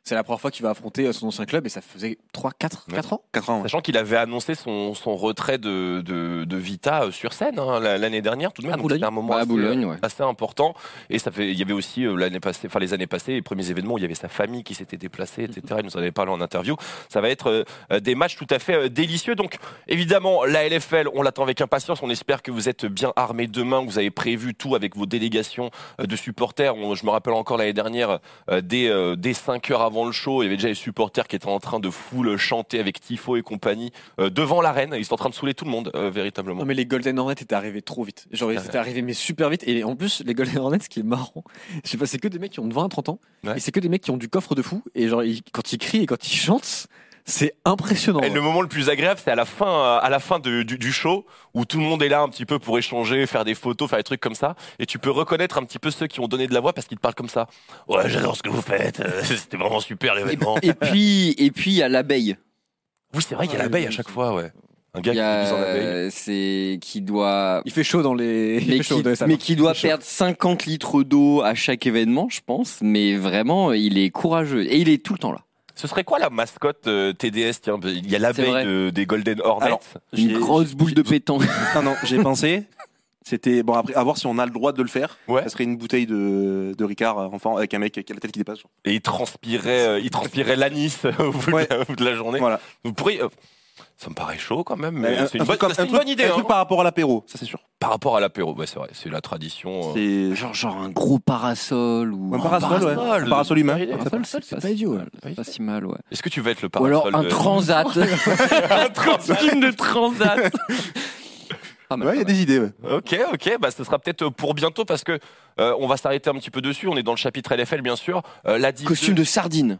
c'est la première fois qu'il va affronter son ancien club et ça faisait trois, quatre, quatre ans. quatre ans. Ouais. Sachant qu'il avait annoncé son, son retrait de, de, de Vita sur scène hein, l'année dernière, tout de même. À Boulogne. C'était un moment Ouais, à assez, Boulogne, ouais. assez important. Et ça fait, il y avait aussi euh, l'année passée, enfin les années passées, les premiers événements où il y avait sa famille qui s'était déplacée, et cetera. Il nous en avait parlé en interview. Ça va être euh, des matchs tout à fait euh, délicieux. Donc évidemment, la L F L, on l'attend avec impatience. On espère que vous êtes bien armés demain, que vous avez prévu tout avec vos délégations euh, de supporters. On, je me rappelle encore l'année dernière, euh, dès, euh, dès cinq heures avant le show, il y avait déjà les supporters qui étaient en train de full chanter avec Tifo et compagnie euh, devant l'arène. Ils sont en train de saouler tout le monde, euh, véritablement. Non mais les Golden Hornets étaient arrivés trop vite. Genre ils étaient arrivés mais super vite. Et en plus les Golden Hornets, ce qui est marrant, je sais pas, c'est que des mecs qui ont vingt à trente ans. Ouais. Et c'est que des mecs qui ont du coffre de fou. Et genre ils- quand ils crient et quand ils chantent, c'est impressionnant. Et le moment le plus agréable, c'est à la fin, euh, à la fin de- du, du show, où tout le monde est là un petit peu pour échanger, faire des photos, faire des trucs comme ça, et tu peux reconnaître un petit peu ceux qui ont donné de la voix parce qu'ils te parlent comme ça. Ouais, j'adore ce que vous faites. euh, C'était vraiment super l'événement. Et puis, et puis il y a l'abeille. Oui, c'est vrai, il y a l'abeille à chaque fois, ouais. Un gars Il qui y est déguisé en a, abeille. c'est qui doit, Il fait chaud dans les. Il mais fait chaud qui, dans les salles. mais qui doit Il fait chaud. perdre cinquante litres d'eau à chaque événement, je pense. Mais vraiment, il est courageux et il est tout le temps là. Ce serait quoi la mascotte euh, T D S? Tiens, il y a C'est l'abeille vrai. de- des Golden Hornets. Alors, Une J'ai- grosse boule de pétanque. Non, non, j'ai pensé. C'était bon après à voir si on a le droit de le faire. Ouais. Ça serait une bouteille de, de Ricard euh, enfant avec un mec qui a la tête qui dépasse. genre. Et il transpirait, euh, il transpirait l'anis au bout, Ouais. de, la, au bout de la journée. Voilà. Vous pourriez. euh, ça me paraît chaud quand même, mais un, c'est une, un bonne, truc comme- c'est un une truc- bonne idée. un hein. truc par rapport à l'apéro, ça c'est sûr. Par rapport à l'apéro, ouais, c'est vrai, c'est la tradition. euh. C'est Genre, genre un gros parasol ou un parasol, ouais. parasol, Un parasol humain. bonne idée. Ça passe. c'est pas idiot. C'est pas si mal, ouais. Est-ce que tu veux être le Ou parasol alors un de- transat. un transat. Film de transat. Ah, mais Ouais, il y a des idées. Ouais. Ok, ok, bah ce sera peut-être pour bientôt parce que euh, on va s'arrêter un petit peu dessus. On est dans le chapitre L F L bien sûr. Euh, la Div Costume deux- de sardine.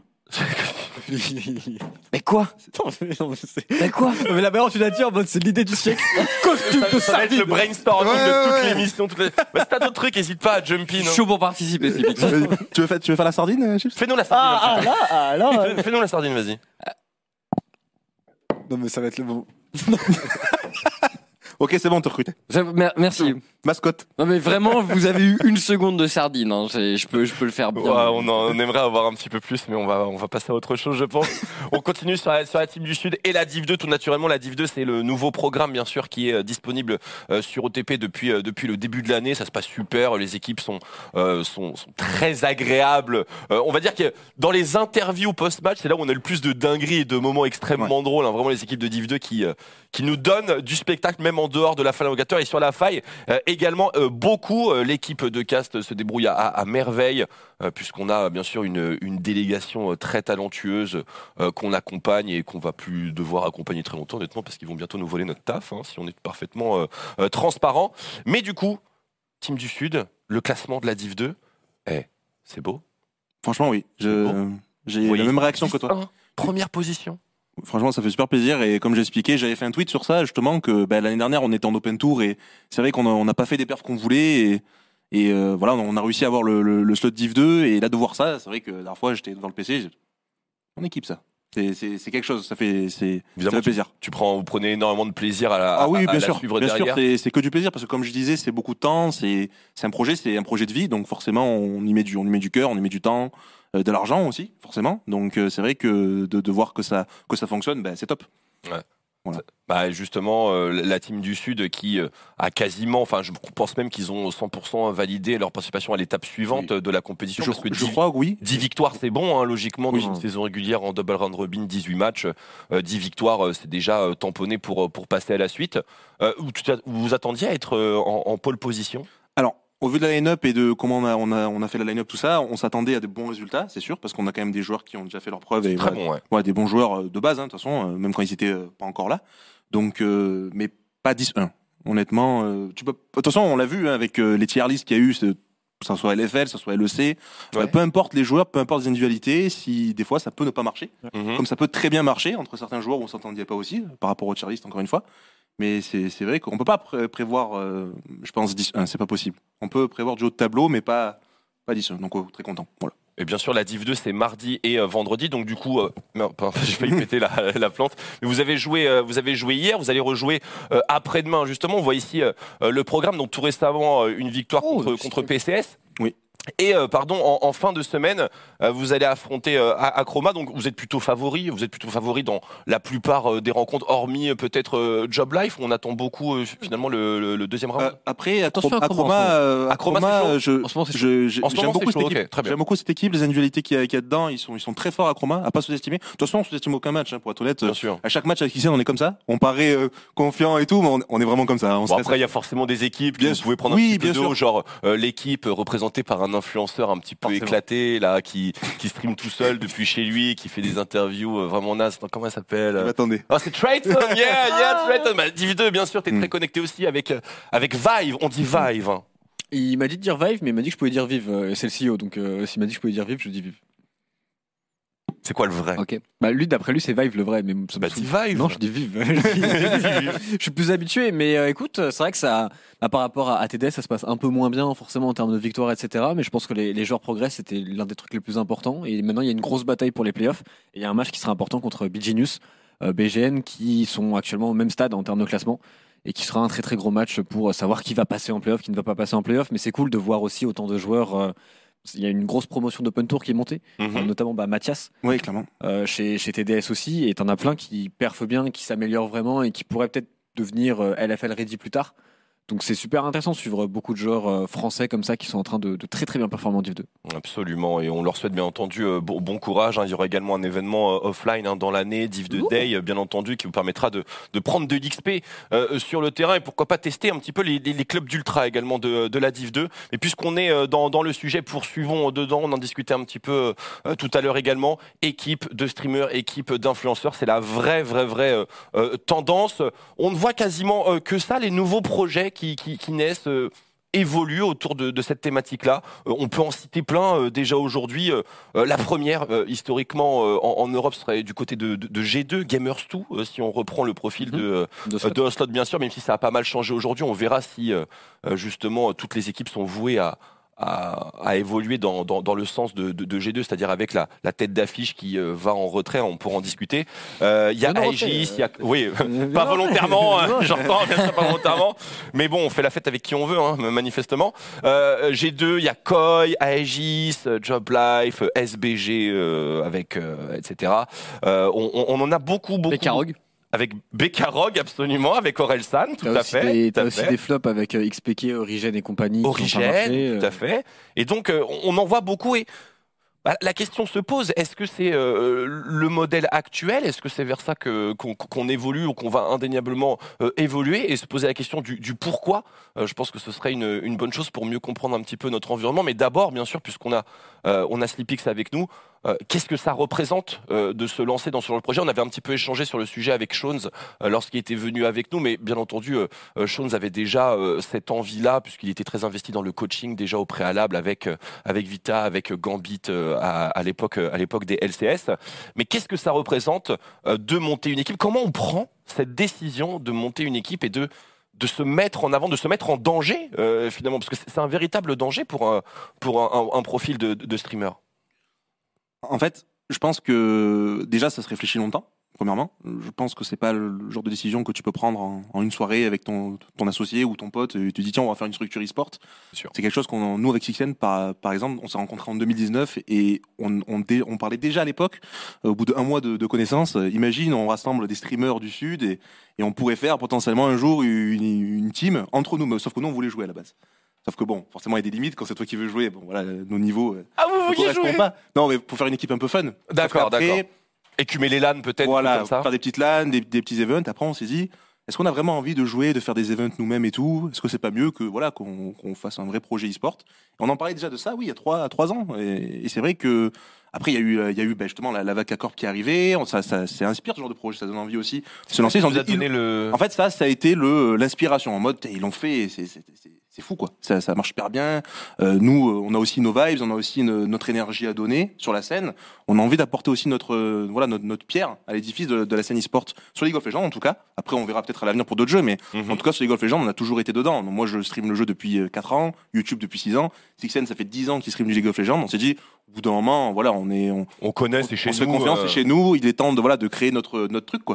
Mais quoi Non, mais non, mais c'est- Mais quoi Non, mais la meilleure tu l'as dit en mode c'est l'idée du siècle. Costume ça, de ça va être le sardine. brainstorming Ouais, de toutes ouais. les missions. Toutes les... Bah, si t'as d'autres trucs, n'hésite pas à jump in. hein. Chaud pour participer, c'est vite. Euh, tu, veux faire, tu veux faire la sardine, euh, Chips Fais-nous la sardine. Ah, ah là, ah là. Fais- Fais-nous la sardine, vas-y. Non mais ça va être le moment. Ok, c'est bon, on te recruté. Ça- mer- Merci. Mascotte. Non mais vraiment, vous avez eu une seconde de sardine. Hein. C'est- Je peux, je peux le faire bien. Ouais, on, en, on aimerait avoir un petit peu plus, mais on va, on va passer à autre chose, je pense. On continue sur la, sur la Team du Sud et la Div deux, tout naturellement. La Div deux, c'est le nouveau programme, bien sûr, qui est euh, disponible euh, sur O T P depuis, euh, depuis le début de l'année. Ça se passe super. Les équipes sont, euh, sont, sont très agréables. Euh, on va dire que dans les interviews post-match, c'est là où on a le plus de dingueries et de moments extrêmement drôles. Hein. Vraiment, les équipes de Div deux qui, euh, qui nous donnent du spectacle, même en dehors de la faille locateur. Et sur la faille, euh, également, euh, beaucoup, euh, l'équipe de Cast se débrouille à, à merveille, euh, puisqu'on a bien sûr une, une délégation euh, très talentueuse euh, qu'on accompagne et qu'on va plus devoir accompagner très longtemps, honnêtement, parce qu'ils vont bientôt nous voler notre taf, hein, si on est parfaitement euh, euh, transparent. Mais du coup, Team du Sud, le classement de la Div deux, eh, c'est beau. Franchement, oui. Je- Vous J'ai voyez, la même réaction que toi. dix un, Première position. Franchement, ça fait super plaisir. Et comme j'ai expliqué, j'avais fait un tweet sur ça, justement, que bah, l'année dernière, on était en open tour et c'est vrai qu'on a- on n'a pas fait des perfs qu'on voulait. Et, et euh, voilà, on a réussi à avoir le, le, le slot Div deux. Et là, de voir ça, c'est vrai que la dernière fois, j'étais devant le P C. j'ai- On équipe ça. C'est- C'est c'est quelque chose. Ça fait, c'est- ça Évidemment, fait plaisir. Tu prends, vous prenez énormément de plaisir à la, Ah oui, à- à bien la sûr, suivre bien sûr, derrière. c'est c'est que du plaisir parce que comme je disais, c'est beaucoup de temps, c'est c'est un projet, c'est un projet de vie, donc forcément on y met du, on y met du cœur, on y met du temps, euh, de l'argent aussi, forcément. Donc euh, c'est vrai que de, de voir que ça que ça fonctionne, ben c'est top. Ouais. Voilà. Bah justement, euh, la team du Sud qui euh, a quasiment, enfin je pense même qu'ils ont cent pour cent validé leur participation à l'étape suivante Oui. de la compétition. Je, parce que je dix, crois que oui. dix victoires c'est bon, hein, logiquement, dans Oui. une saison régulière en double round robin, dix-huit matchs, euh, dix victoires, euh, c'est déjà euh, tamponné pour, pour passer à la suite. Euh, vous, tu- vous vous attendiez à être euh, en, en pole position? Alors, au vu de la line-up et de comment on a, on a, on a fait la line-up, tout ça, on s'attendait à des bons résultats, c'est sûr, parce qu'on a quand même des joueurs qui ont déjà fait leurs preuves. Et Très voilà, bon, ouais. ouais, des bons joueurs euh, de base, hein, de toute façon, euh, même quand ils étaient euh, pas encore là. Donc, euh, mais pas dix un. Honnêtement, euh, tu peux. De toute façon, on l'a vu hein, avec euh, les tier lists qu'il y a eu, c'est- que ça soit L F L, que ça soit L E C. euh, Ouais. peu importe les joueurs, peu importe les individualités, si des fois ça peut ne pas marcher, Mhm. comme ça peut très bien marcher entre certains joueurs où on s'entendait pas aussi, par rapport aux tier lists, encore une fois. Mais c'est c'est vrai qu'on peut pas pré- prévoir, euh, je pense, dix un, c'est pas possible. On peut prévoir du haut de tableau, mais pas, pas dix un. Donc, oh, très content. Voilà. Et bien sûr, la Div deux, c'est mardi et euh, vendredi. Donc du coup, euh, non, pardon, j'ai failli péter la, la plante. Mais vous avez joué, euh, vous avez joué hier. Vous allez rejouer euh, après-demain. Justement, on voit ici euh, euh, le programme. Donc tout récemment, euh, une victoire Oh, contre, c'est- contre P C S. Oui. Et euh, pardon, en, en fin de semaine, euh, vous allez affronter euh, Acroma, donc vous êtes plutôt favori, vous êtes plutôt favori dans la plupart euh, des rencontres, hormis euh, peut-être euh, Job Life, où on attend beaucoup euh, finalement le, le, le deuxième round. Euh, après, Attention, Acroma, euh, Acroma, Acroma, c'est je, En ce moment, c'est je- je- En ce j'aime moment, beaucoup c'est cette chaud, équipe. ok, très bien. J'aime beaucoup cette équipe, les individualités qu'il y a, qu'il y a dedans, ils sont, ils sont très forts Acroma, à pas sous-estimer. De toute façon, on sous-estime aucun match, hein, pour être honnête. Bien sûr. À chaque match avec Ixen, on est comme ça. On paraît euh, confiant et tout, mais on, on est vraiment comme ça. On Bon, stresse. après, il y a forcément des équipes que Bien vous sûr. pouvez prendre un Oui, petit peu bien de sûr. haut, genre euh, l'équipe représentée par un influenceur un petit peu Forcément. éclaté, là, qui, qui stream tout seul depuis chez lui, qui fait des interviews euh, vraiment nazes. Attends, comment elle s'appelle euh Attendez. Oh, c'est Trayton, yeah, yeah, Trayton. Bah, Div deux, bien sûr, t'es très connecté aussi avec, euh, avec Vive, on dit Vive. hein. Il m'a dit de dire Vive, mais il m'a dit que je pouvais dire Vive. euh, C'est le C E O, donc euh, s'il m'a dit que je pouvais dire Vive, je dis Vive. C'est quoi le vrai Ok. Bah lui, d'après lui, c'est Vive le vrai, mais ça me Bah, saoule. dis Vive. Non, je dis Vive. Je suis plus habitué, mais euh, écoute, c'est vrai que ça, bah, par rapport à, à T D S, ça se passe un peu moins bien forcément en termes de victoire, et cetera. Mais je pense que les, les joueurs progressent, c'était l'un des trucs les plus importants. Et maintenant, il y a une grosse bataille pour les playoffs. Et il y a un match qui sera important contre B Genius, euh, B G N, qui sont actuellement au même stade en termes de classement. Et qui sera un très très gros match pour savoir qui va passer en playoff, qui ne va pas passer en playoff. Mais c'est cool de voir aussi autant de joueurs. euh, Il y a une grosse promotion d'Open Tour qui est montée, Mhm. euh, notamment bah, Mathias. Oui, clairement. Euh, chez, chez T D S aussi, et t'en as plein qui perfent bien, qui s'améliorent vraiment et qui pourraient peut-être devenir euh, L F L ready plus tard. Donc c'est super intéressant de suivre beaucoup de joueurs euh, français comme ça qui sont en train de, de très très bien performer en Div deux. Absolument, et on leur souhaite bien entendu euh, bon, bon courage. hein. Il y aura également un événement euh, offline hein, dans l'année, Div deux Day, euh, bien entendu, qui vous permettra de, de prendre de l'X P euh, sur le terrain et pourquoi pas tester un petit peu les, les, les clubs d'ultra également de, de la Div deux. Et puisqu'on est euh, dans, dans le sujet, poursuivons dedans, on en discutait un petit peu euh, tout à l'heure également. Équipe de streamers, équipe d'influenceurs, c'est la vraie, vraie, vraie euh, euh, tendance. On ne voit quasiment euh, que ça, les nouveaux projets qui, qui, qui naissent. Euh, évolue autour de, de cette thématique-là. Euh, on peut en citer plein euh, déjà aujourd'hui. Euh, euh, la première, euh, historiquement, euh, en, en Europe, serait du côté de, de, de G deux, Gamers deux, euh, si on reprend le profil de, euh, De de Oslot, bien sûr, même si ça a pas mal changé aujourd'hui. On verra si, euh, euh, justement, toutes les équipes sont vouées à, à, à évoluer dans, dans, dans le sens de, de, de G deux, c'est-à-dire avec la, la tête d'affiche qui euh, va en retrait. On pourra en discuter. Euh, Il y a Non, non, Aegis, retrait, il y a... Oui, Euh, pas non, volontairement, non. hein, j'entends, bien sûr, pas volontairement. Mais bon, on fait la fête avec qui on veut, hein, manifestement. Euh, G deux, il y a Koi, Aegis, Job Life, S B G, euh, avec, euh, et cetera. Euh, on, on, on en a beaucoup, beaucoup. Bekarog. Avec Bekarog, absolument, avec Orelsan, tout T'as à aussi, fait. des, tout à t'as aussi fait. des flops avec euh, X P K, Origin et compagnie. qui sont pas Origène, marchés, tout à euh. fait. Et donc, euh, on en voit beaucoup. Et bah, la question se pose, est-ce que c'est euh, le modèle actuel? Est-ce que c'est vers ça que, qu'on, qu'on évolue ou qu'on va indéniablement euh, évoluer? Et se poser la question du, du pourquoi. Euh, je pense que ce serait une, une bonne chose pour mieux comprendre un petit peu notre environnement. Mais d'abord, bien sûr, puisqu'on a, euh, on a Sleepix avec nous, euh, qu'est-ce que ça représente euh, de se lancer dans ce genre de projet? On avait un petit peu échangé sur le sujet avec Shones euh, lorsqu'il était venu avec nous, mais bien entendu, euh, euh, Shones avait déjà euh, cette envie-là, puisqu'il était très investi dans le coaching déjà au préalable avec, euh, avec Vita, avec Gambit euh, à, à l'époque à l'époque des L C S. Mais qu'est-ce que ça représente euh, de monter une équipe? Comment on prend cette décision de monter une équipe et de de se mettre en avant, de se mettre en danger euh, finalement, parce que c'est un véritable danger pour un, pour un, un, un profil de, de streamer. En fait, je pense que déjà, ça se réfléchit longtemps. Premièrement, je pense que c'est pas le genre de décision que tu peux prendre en, en une soirée avec ton, ton associé ou ton pote et tu dis tiens on va faire une structure e-sport. C'est quelque chose qu'on nous avec Sixen par par exemple on s'est rencontrés en deux mille dix-neuf et on on, dé, on parlait déjà à l'époque euh, au bout d'un mois de, de connaissances. Euh, imagine on rassemble des streamers du sud et, et on pourrait faire potentiellement un jour une, une team entre nous, mais sauf que nous on voulait jouer à la base. Sauf que bon, forcément, il y a des limites quand c'est toi qui veux jouer. Bon, voilà, nos niveaux. Ah, vous ne vouliez correspondent jouer pas. Non, mais pour faire une équipe un peu fun. D'accord, Sauf qu'après, d'accord. Écumer les LAN peut-être. Voilà, comme ça. faire des petites LAN, des, des petits events. Après, on s'est dit, est-ce qu'on a vraiment envie de jouer, de faire des events nous-mêmes et tout? Est-ce que c'est pas mieux que voilà qu'on qu'on fasse un vrai projet e-sport? On en parlait déjà de ça, oui, il y a trois, trois ans. Et, et c'est vrai que après, il y a eu, il y a eu ben, justement la, la Vaca Corp qui est arrivée. On- Ça, ça, ça inspire ce genre de projet, ça donne envie aussi de se lancer. Ça Ils ont vous a dit- donné le... En fait, ça, ça a été le l'inspiration en mode ils l'ont fait, c'est c'est c'est- c'est fou quoi. Ça, ça marche super bien. Euh, nous, euh, on a aussi nos vibes, on a aussi une- notre énergie à donner sur la scène. On a envie d'apporter aussi notre euh, voilà notre, notre pierre à l'édifice de, de la scène e-sport sur League of Legends en tout cas. Après, on verra peut-être à l'avenir pour d'autres jeux, mais en tout cas sur League of Legends, on a toujours été dedans. Donc, moi, je stream le jeu depuis euh, quatre ans, YouTube depuis six ans, Sixen ça fait dix ans qu'il stream du League of Legends. On s'est dit au bout d'un moment, voilà, on est on, on connaît, c'est chez on se fait nous, confiance, euh. c'est chez nous. Il est temps de voilà de créer notre notre truc quoi.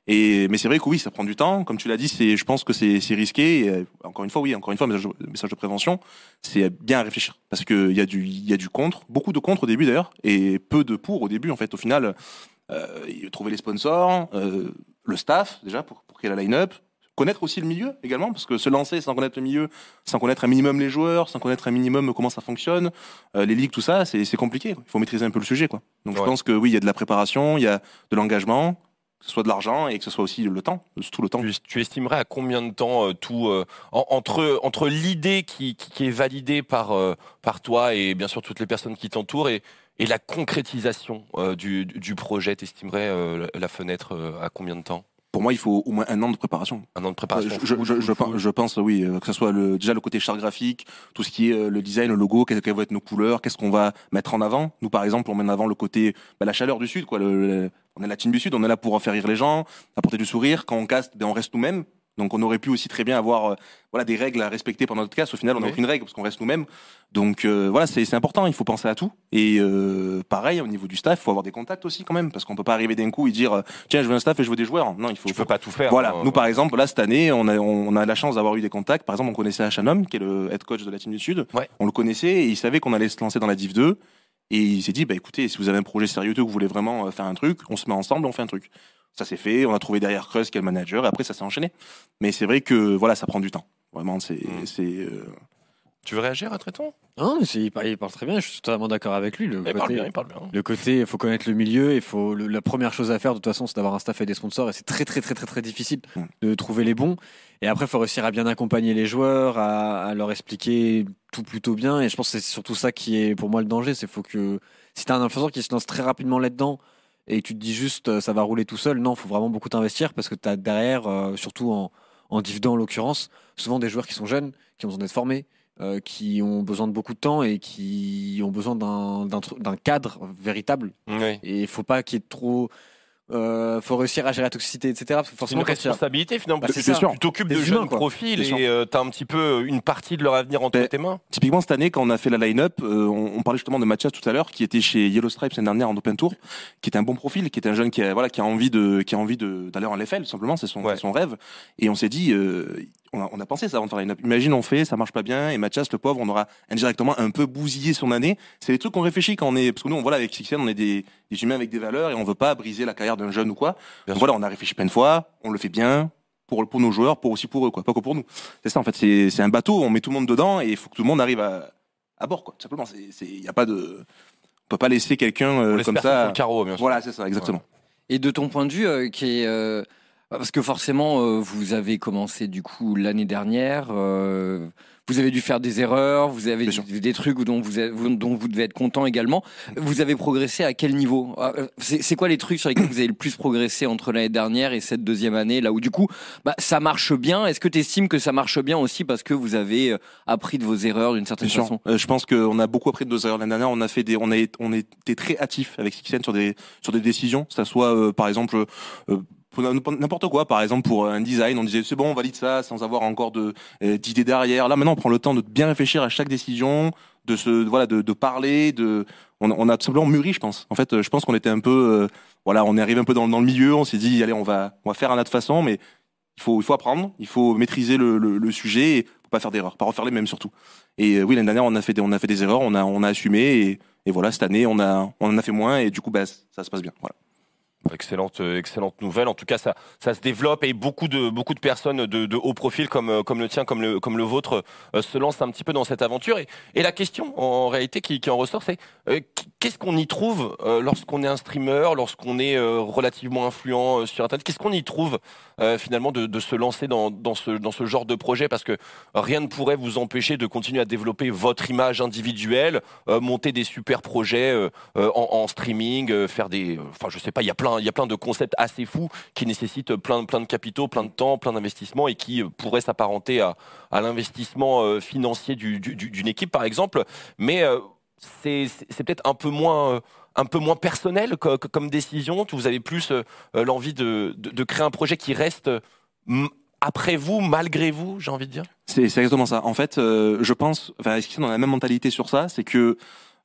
Et mais c'est vrai que oui, ça prend du temps. Comme tu l'as dit, c'est, je pense que c'est, c'est risqué. Et, euh, encore une fois, oui, encore une fois, message, message de prévention, c'est bien à réfléchir parce que il y a du, il y a du contre, beaucoup de contre au début d'ailleurs, et peu de pour au début. En fait, au final, euh, trouver les sponsors, euh, le staff déjà pour, pour créer la line-up. Connaître aussi le milieu également, parce que se lancer sans connaître le milieu, sans connaître un minimum les joueurs, sans connaître un minimum comment ça fonctionne, euh, les ligues, tout ça, c'est, c'est compliqué. Il faut maîtriser un peu le sujet, quoi. Donc Ouais. je pense que oui, il y a de la préparation, il y a de l'engagement, que ce soit de l'argent et que ce soit aussi le temps, tout le temps. Tu, tu estimerais à combien de temps euh, tout euh, en- entre entre l'idée qui, qui, qui est validée par euh, par toi et bien sûr toutes les personnes qui t'entourent et et la concrétisation euh, du, du projet, t'estimerais euh, la, la fenêtre euh, à combien de temps? Pour moi, il faut au moins un an de préparation. Un an de préparation. Euh, Je, je, je, pense, je pense, oui, euh, que ce soit le, déjà le côté chart graphique, tout ce qui est euh, le design, le logo, quelles, quelles vont être nos couleurs, qu'est-ce qu'on va mettre en avant. Nous, par exemple, on met en avant le côté, bah, la chaleur du Sud, quoi. Le, le- on est la team du Sud, on est là pour faire rire les gens, apporter du sourire. Quand on caste, ben, on reste nous-mêmes. Donc, on aurait pu aussi très bien avoir, euh, voilà, des règles à respecter pendant notre cast. Au final, on n'a Oui. aucune règle parce qu'on reste nous-mêmes. Donc, euh, voilà, c'est, c'est important. Il faut penser à tout. Et euh, pareil, au niveau du staff, il faut avoir des contacts aussi quand même, parce qu'on peut pas arriver d'un coup et dire, euh, tiens, je veux un staff et je veux des joueurs. Non, il faut. Tu peux pas tout faire. Voilà. hein. Nous, par exemple, là, cette année, on a, on a la chance d'avoir eu des contacts. Par exemple, on connaissait Achanom, qui est le head coach de la team du Sud. Ouais. On le connaissait et il savait qu'on allait se lancer dans la Div deux. Et il s'est dit, bah, écoutez, si vous avez un projet sérieux, que vous voulez vraiment euh, faire un truc, on se met ensemble, on fait un truc. Ça s'est fait. On a trouvé derrière Creuse, qui est le manager, et après, ça s'est enchaîné. Mais c'est vrai que, voilà, ça prend du temps. Vraiment, c'est, Mm. c'est, euh, Tu veux réagir à Tréton? Non, mais c'est- il, parle, il parle très bien, je suis totalement d'accord avec lui. Le Il côté, parle bien, il parle bien. Le côté, il faut connaître le milieu, il faut le- la première chose à faire de toute façon, c'est d'avoir un staff et des sponsors, et c'est très très très très très difficile Mm. de trouver les bons. Et après, il faut réussir à bien accompagner les joueurs, à, à leur expliquer tout plutôt bien. Et je pense que c'est surtout ça qui est pour moi le danger, c'est faut que si t'as un influenceur qui se lance très rapidement là-dedans et que tu te dis juste euh, ça va rouler tout seul, non, faut vraiment beaucoup t'investir parce que t'as derrière, euh, surtout en en Div deux en l'occurrence, souvent des joueurs qui sont jeunes, qui ont besoin d'être formés. Euh, qui ont besoin de beaucoup de temps et qui ont besoin d'un, d'un, tru- d'un cadre véritable. Oui. Et il faut pas qu'il y ait trop. Euh, faut réussir à gérer la toxicité, et cetera. Parce que C'est une forcément, quand il y a- responsabilité finalement, parce Bah, que c'est ça. tu t'occupes Des de humains, jeunes quoi. profils Bien sûr. et euh, t'as un petit peu une partie de leur avenir entre Ben, tes mains. Typiquement, cette année, quand on a fait la line-up, euh, on, on parlait justement de Mathias tout à l'heure, qui était chez Yellow Stripes l'année dernière en Open Tour, qui est un bon profil, qui est un jeune qui a, voilà, qui a envie de, qui a envie de, d'aller en L F L, tout simplement, c'est son, Ouais. c'est son rêve. Et on s'est dit, euh, on, a, on a pensé ça avant de faire la line-up. Imagine, on fait, ça marche pas bien, et Mathias, le pauvre, on aura indirectement un peu bousillé son année. C'est des trucs qu'on réfléchit quand on est, parce que nous, on, voilà, avec Sixen, on est des, des humains avec des valeurs, et on veut pas briser la carrière d'un jeune ou quoi. Bien Donc sûr. voilà, on a réfléchi plein de fois, on le fait bien. Pour, pour nos joueurs, pour aussi pour eux, quoi, pas que pour nous. C'est ça, en fait, c'est, c'est un bateau, on met tout le monde dedans et il faut que tout le monde arrive à, à bord, quoi. Tout simplement, c'est, c'est, y a pas de, on peut pas laisser quelqu'un euh, On laisse comme personne ça. sur le carreau, bien sûr. Voilà, c'est ça, exactement. Et de ton point de vue, euh, qui est euh, parce que forcément, euh, vous avez commencé du coup l'année dernière. euh, vous avez dû faire des erreurs, vous avez Bien sûr. des trucs dont vous, êtes- vous- dont vous devez être content également. Vous avez progressé à quel niveau? Euh, C'est c'est quoi les trucs sur lesquels vous avez le plus progressé entre l'année dernière et cette deuxième année, là où du coup, bah, ça marche bien? Est-ce que tu estimes que ça marche bien aussi parce que vous avez euh, appris de vos erreurs d'une certaine Bien sûr. façon? Euh, je pense qu'on a beaucoup appris de nos erreurs l'année dernière. On a fait des, on a, on était très actifs avec Sixen sur des, sur des décisions. Que ça soit, euh, par exemple, euh, pour n'importe quoi. Par exemple, pour un design, on disait c'est bon, on valide ça sans avoir encore de, euh, d'idées derrière. Là, maintenant, on prend le temps de bien réfléchir à chaque décision, de se, voilà, de, de parler, de, on, on a tout simplement mûri, je pense. En fait, euh, je pense qu'on était un peu, euh, voilà, on est arrivé un peu dans, dans le milieu. On s'est dit, allez, on va, on va faire à notre façon, mais il faut, il faut apprendre, il faut maîtriser le, le, le sujet et faut pas faire d'erreurs, pas refaire les mêmes surtout. Et euh, oui, l'année dernière, on a fait des, on a fait des erreurs, on a, on a assumé et, et voilà, cette année, on a, on en a fait moins et du coup, bah, ça se passe bien. Voilà. Excellente, euh, excellente nouvelle. En tout cas, ça, ça se développe et beaucoup de, beaucoup de personnes de, de haut profil comme, euh, comme le tien, comme le, comme le vôtre, euh, se lancent un petit peu dans cette aventure. Et, et la question, en réalité, qui, qui en ressort, c'est euh, qu'est-ce qu'on y trouve euh, lorsqu'on est un streamer, lorsqu'on est euh, relativement influent euh, sur Internet? Qu'est-ce qu'on y trouve euh, finalement de, de se lancer dans, dans ce, dans ce genre de projet? Parce que rien ne pourrait vous empêcher de continuer à développer votre image individuelle, euh, monter des super projets euh, euh, en, en streaming, euh, faire des, enfin, je sais pas, il y a plein il y a plein de concepts assez fous qui nécessitent plein, plein de capitaux, plein de temps, plein d'investissements et qui euh, pourraient s'apparenter à, à l'investissement euh, financier du, du, d'une équipe, par exemple. Mais euh, c'est, c'est, c'est peut-être un peu moins, euh, un peu moins personnel co- co- comme décision. Vous avez plus euh, l'envie de, de, de créer un projet qui reste euh, m- après vous, malgré vous, j'ai envie de dire. C'est, c'est exactement ça. En fait, euh, je pense, enfin, est-ce qu'on a la même mentalité sur ça? C'est que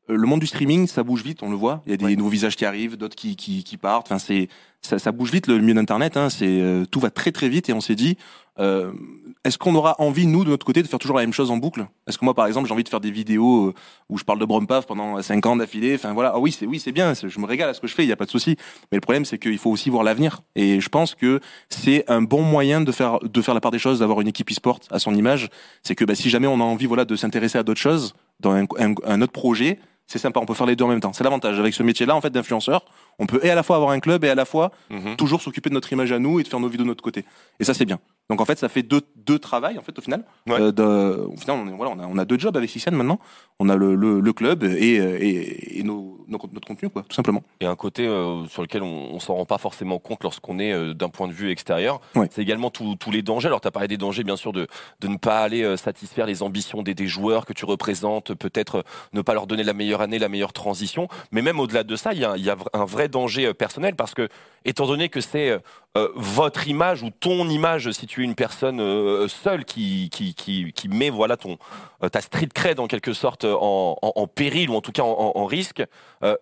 le monde du streaming, ça bouge vite, on le voit. Il y a des ouais. nouveaux visages qui arrivent, d'autres qui, qui, qui partent. Enfin, c'est, ça, ça bouge vite, le milieu d'Internet. Hein. C'est, euh, tout va très très vite et on s'est dit, euh, est-ce qu'on aura envie, nous, de notre côté, de faire toujours la même chose en boucle? Est-ce que moi, par exemple, j'ai envie de faire des vidéos euh, où je parle de Brompaf pendant cinq ans d'affilée? Enfin voilà, ah, oui, c'est, oui, c'est bien, c'est, je me régale à ce que je fais, il n'y a pas de souci. Mais le problème, c'est qu'il faut aussi voir l'avenir. Et je pense que c'est un bon moyen de faire, de faire la part des choses, d'avoir une équipe e-sport à son image. C'est que bah, si jamais on a envie voilà, de s'intéresser à d'autres choses, dans un, un, un autre projet, c'est sympa, on peut faire les deux en même temps. C'est l'avantage avec ce métier-là, en fait, d'influenceur. On peut et à la fois avoir un club et à la fois mm-hmm. toujours s'occuper de notre image à nous et de faire nos vidéos de notre côté. Et ça, c'est bien. Donc en fait, ça fait deux, deux travails en fait au final. Ouais. Euh, de, au final, on, est, voilà, on, a, on a deux jobs avec Sixen maintenant. On a le, le, le club et, et, et nos, nos, notre contenu, quoi, tout simplement. Et un côté euh, sur lequel on, on s'en rend pas forcément compte lorsqu'on est euh, d'un point de vue extérieur, ouais. c'est également tous les dangers. Alors tu as parlé des dangers, bien sûr, de, de ne pas aller euh, satisfaire les ambitions des, des joueurs que tu représentes, peut-être euh, ne pas leur donner la meilleure année, la meilleure transition. Mais même au-delà de ça, il y a, y a un vrai danger euh, personnel parce que, étant donné que c'est euh, votre image ou ton image, si tu es une personne euh, seule qui, qui, qui, qui met voilà, ton, euh, ta street cred en quelque sorte en, en, en péril ou en tout cas en, en risque, euh,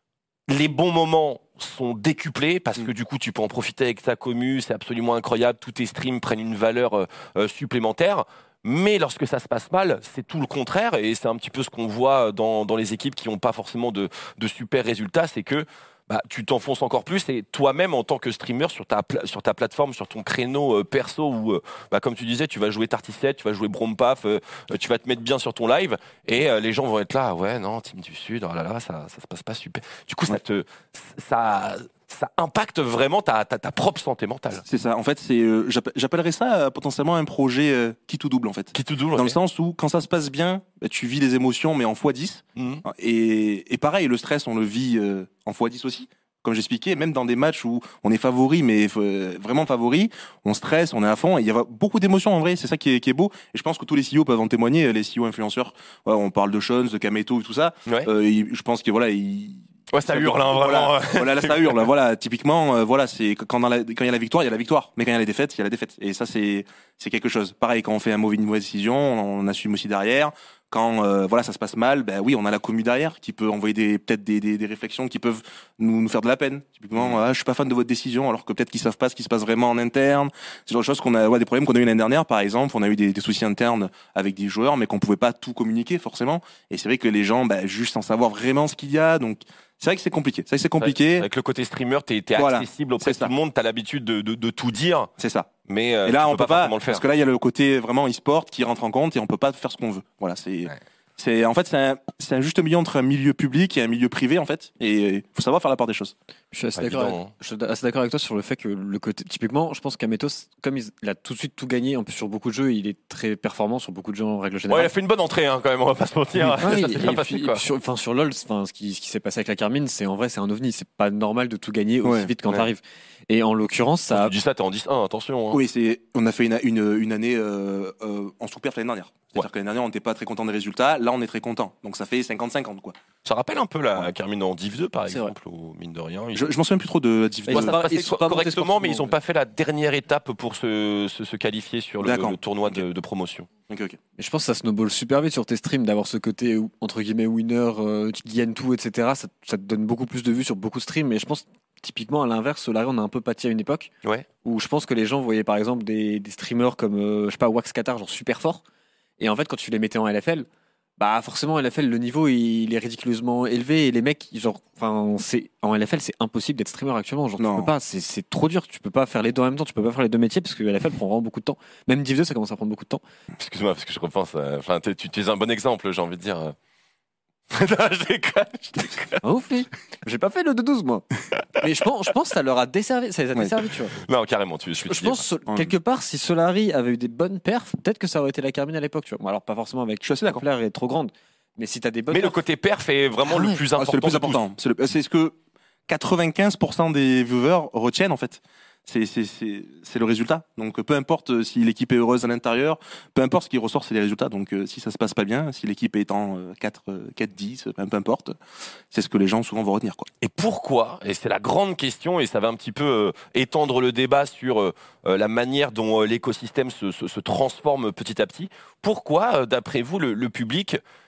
les bons moments sont décuplés parce que du coup tu peux en profiter avec ta commu, c'est absolument incroyable, tous tes streams prennent une valeur euh, euh, supplémentaire. Mais lorsque ça se passe mal, c'est tout le contraire et c'est un petit peu ce qu'on voit dans, dans les équipes qui n'ont pas forcément de, de super résultats, c'est que bah, tu t'enfonces encore plus et toi-même en tant que streamer sur ta, pla- sur ta plateforme, sur ton créneau euh, perso où, euh, bah, comme tu disais, tu vas jouer Tarticette, tu vas jouer Brompaf, euh, tu vas te mettre bien sur ton live et euh, les gens vont être là, ouais non, Team du Sud, oh là là, ça, ça se passe pas super. Du coup, ça te, ça, ça impacte vraiment ta, ta, ta propre santé mentale. C'est ça. En fait, c'est, euh, j'appellerais ça euh, potentiellement un projet euh, qui tout double en fait. Qui tout double. Dans okay. le sens où quand ça se passe bien, bah, tu vis les émotions mais en fois dix. Mmh. Et, et pareil, le stress, on le vit euh, en fois dix aussi. Comme j'expliquais, même dans des matchs où on est favori, mais euh, vraiment favori, on stresse, on est à fond, et il y a beaucoup d'émotions en vrai, c'est ça qui est, qui est beau, et je pense que tous les C E O peuvent en témoigner, les C E O influenceurs, ouais, on parle de Shones, de Kameto et tout ça, ouais. euh, et je pense que voilà, ils... Ouais, ça, ça hurle, hein, vraiment. Voilà, voilà, là, ça hurle. Voilà, typiquement, euh, voilà, c'est quand dans la, quand il y a la victoire, il y a la victoire, mais quand il y a la défaite, il y a la défaite, et ça, c'est, c'est quelque chose. Pareil, quand on fait un mauvais, une mauvaise décision, on assume aussi derrière. Quand euh, voilà ça se passe mal, ben oui on a la commu derrière qui peut envoyer des peut-être des, des, des réflexions qui peuvent nous, nous faire de la peine. Typiquement, ah, je suis pas fan de votre décision, alors que peut-être qu'ils savent pas ce qui se passe vraiment en interne. C'est genre de choses qu'on a, ouais, des problèmes qu'on a eu l'année dernière par exemple. On a eu des, des soucis internes avec des joueurs, mais qu'on pouvait pas tout communiquer forcément. Et c'est vrai que les gens, ben juste sans savoir vraiment ce qu'il y a, donc. C'est vrai que c'est compliqué. C'est vrai que c'est compliqué. Avec le côté streamer, t'es, t'es voilà. accessible auprès de tout le monde, t'as l'habitude de, de, de tout dire. C'est ça. Mais euh, et là, on peut peut pas, pas le faire. parce que là, il y a le côté vraiment e-sport qui rentre en compte et on peut pas faire ce qu'on veut. Voilà, c'est. Ouais. C'est en fait c'est un, c'est un juste milieu entre un milieu public et un milieu privé en fait, et il faut savoir faire la part des choses. Je suis assez d'accord. Avec, hein. Je suis assez d'accord avec toi sur le fait que le côté typiquement, je pense qu'Ametos, comme il, il a tout de suite tout gagné, en plus sur beaucoup de jeux, il est très performant sur beaucoup de jeux en règle générale. Ouais, il a fait une bonne entrée hein, quand même, on va pas se mentir. Ouais, ça, et, et passé, puis, sur, enfin sur LoL, enfin ce qui ce qui s'est passé avec la Carmine, c'est en vrai c'est un ovni, c'est pas normal de tout gagner aussi ouais, vite quand ouais. t'arrives. Et en l'occurrence, ça. Tu dis ça, t'es en dix un, attention. Hein. Oui, c'est on a fait une une, une année euh, euh, en sous-perf l'année dernière. C'est-à-dire ouais. que l'année dernière, on n'était pas très content des résultats. Là, on est très content. Donc, ça fait cinquante cinquante, quoi. Ça rappelle un peu la ouais. Carmine en Div deux, par c'est exemple, ou mine de rien. Ils... Je, je m'en souviens plus trop de Div deux. Ouais, ça se passait co- correctement, mais ils n'ont pas fait la dernière étape pour se, se, se qualifier sur le, le tournoi okay. de, de promotion. Okay, okay. Et je pense que ça snowball super vite sur tes streams, d'avoir ce côté, entre guillemets, winner, euh, qui gagne tout, et cetera. Ça, ça te donne beaucoup plus de vues sur beaucoup de streams. Et je pense, typiquement, à l'inverse, Solari, on a un peu pâti à une époque. Ouais. Où je pense que les gens voyaient, par exemple, des, des streamers comme, euh, je sais pas, Wax Qatar, genre super fort. Et en fait, quand tu les mettais en L F L, bah forcément, en L F L, le niveau il est ridiculeusement élevé et les mecs, genre, enfin, c'est en L F L, c'est impossible d'être streamer actuellement. Genre, non. tu peux pas, c'est, c'est trop dur. Tu peux pas faire les deux en même temps. Tu peux pas faire les deux métiers parce que L F L prend vraiment beaucoup de temps. Même Div deux, ça commence à prendre beaucoup de temps. Excuse-moi, parce que je repense. Enfin, euh, tu es un bon exemple, j'ai envie de dire. non, je déconne, je déconne. Ah, ouf, j'ai pas fait le deux douze, moi. Mais je pense, je pense que ça leur a desservi, ça les a desservi, tu vois. Non, carrément, tu, je suis Je pense, so, quelque part, si Solari avait eu des bonnes perfs, peut-être que ça aurait été la Carmine à l'époque, tu vois. Bon, alors, pas forcément avec. Je suis assez d'accord. L'air est trop grande. Mais si t'as des bonnes. Mais perfs... le côté perf est vraiment ah, le ouais. plus important. Ah, c'est le plus important. C'est, le, c'est ce que quatre-vingt-quinze pour cent des viewers retiennent, en fait. C'est, c'est, c'est, c'est le résultat. Donc peu importe si l'équipe est heureuse à l'intérieur, peu importe ce qui ressort, c'est les résultats. Donc euh, si ça se passe pas bien, si l'équipe est en euh, quatre dix, peu importe, c'est ce que les gens souvent vont retenir, quoi. Et pourquoi ? Et c'est la grande question, et ça va un petit peu euh, étendre le débat sur euh, la manière dont euh, l'écosystème se, se, se transforme petit à petit. Pourquoi, euh, d'après vous, le, le public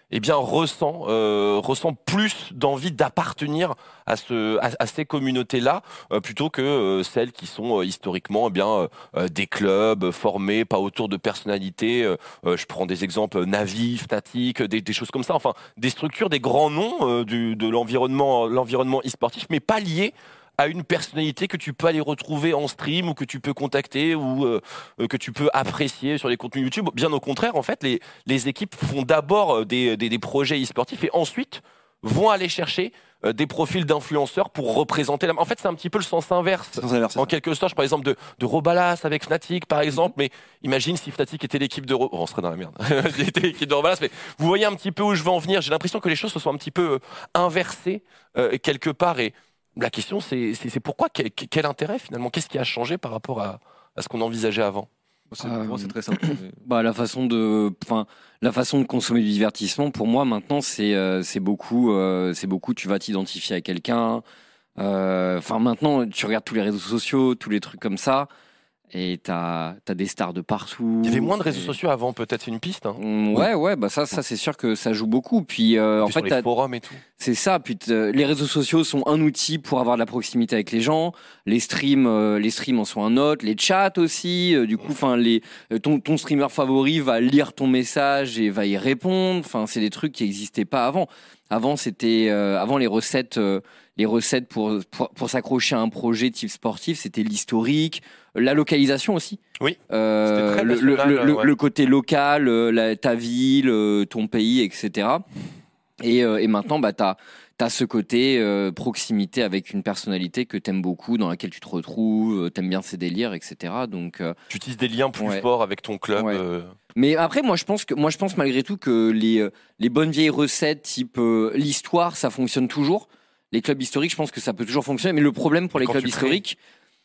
eh bien ressent euh, ressent plus d'envie d'appartenir à ce à, à ces communautés-là euh, plutôt que euh, celles qui sont euh, historiquement eh bien euh, des clubs formés pas autour de personnalités. Euh, euh, je prends des exemples Navi, Fnatic, des, des choses comme ça. Enfin, des structures, des grands noms euh, du, de l'environnement l'environnement e-sportif, mais pas liés à une personnalité que tu peux aller retrouver en stream ou que tu peux contacter ou euh, que tu peux apprécier sur les contenus YouTube. Bien au contraire, en fait, les, les équipes font d'abord des, des, des projets e-sportifs et ensuite vont aller chercher euh, des profils d'influenceurs pour représenter la... En fait, c'est un petit peu le sens inverse. Sens inverse, en quelque sorte, par exemple, de, de Robalas avec Fnatic, par exemple. Mais imagine si Fnatic était l'équipe de... Ro... Oh, on serait dans la merde. Il était l'équipe de Robalas. Mais vous voyez un petit peu où je veux en venir. J'ai l'impression que les choses se sont un petit peu euh, inversées euh, quelque part. Et la question, c'est, c'est, c'est pourquoi quel, quel intérêt finalement? Qu'est-ce qui a changé par rapport à, à ce qu'on envisageait avant? C'est, euh, moi, c'est très simple. Bah, la façon de, enfin, la façon de consommer du divertissement, pour moi, maintenant, c'est, euh, c'est beaucoup, euh, c'est beaucoup. Tu vas t'identifier à quelqu'un. Enfin, euh, maintenant, tu regardes tous les réseaux sociaux, tous les trucs comme ça. Et t'as as des stars de partout. Il y avait moins de réseaux et... sociaux avant, peut-être, c'est une piste. Hein. Ouais, ouais, bah ça, ça c'est sûr que ça joue beaucoup. Puis, euh, en sur fait, les forums et tout. C'est ça. Puis les réseaux sociaux sont un outil pour avoir de la proximité avec les gens. Les streams, euh, les streams en sont un autre. Les chats aussi. Euh, du coup, enfin, les ton ton streamer favori va lire ton message et va y répondre. Enfin, c'est des trucs qui n'existaient pas avant. Avant, c'était euh, avant les recettes. Euh, Les recettes pour, pour, pour s'accrocher à un projet type sportif, c'était l'historique, la localisation aussi. Oui. Euh, très le, national, le, le, ouais. le côté local, la, ta ville, ton pays, et cetera. Et, et maintenant, bah, t'as t'as ce côté euh, proximité avec une personnalité que t'aimes beaucoup, dans laquelle tu te retrouves, t'aimes bien ses délires, et cetera. Donc, euh, tu utilises des liens plus ouais. forts avec ton club. Ouais. Euh... Mais après, moi, je pense que, moi, je pense malgré tout que les les bonnes vieilles recettes, type euh, l'histoire, ça fonctionne toujours. Les clubs historiques, je pense que ça peut toujours fonctionner. Mais le problème pour les clubs historiques,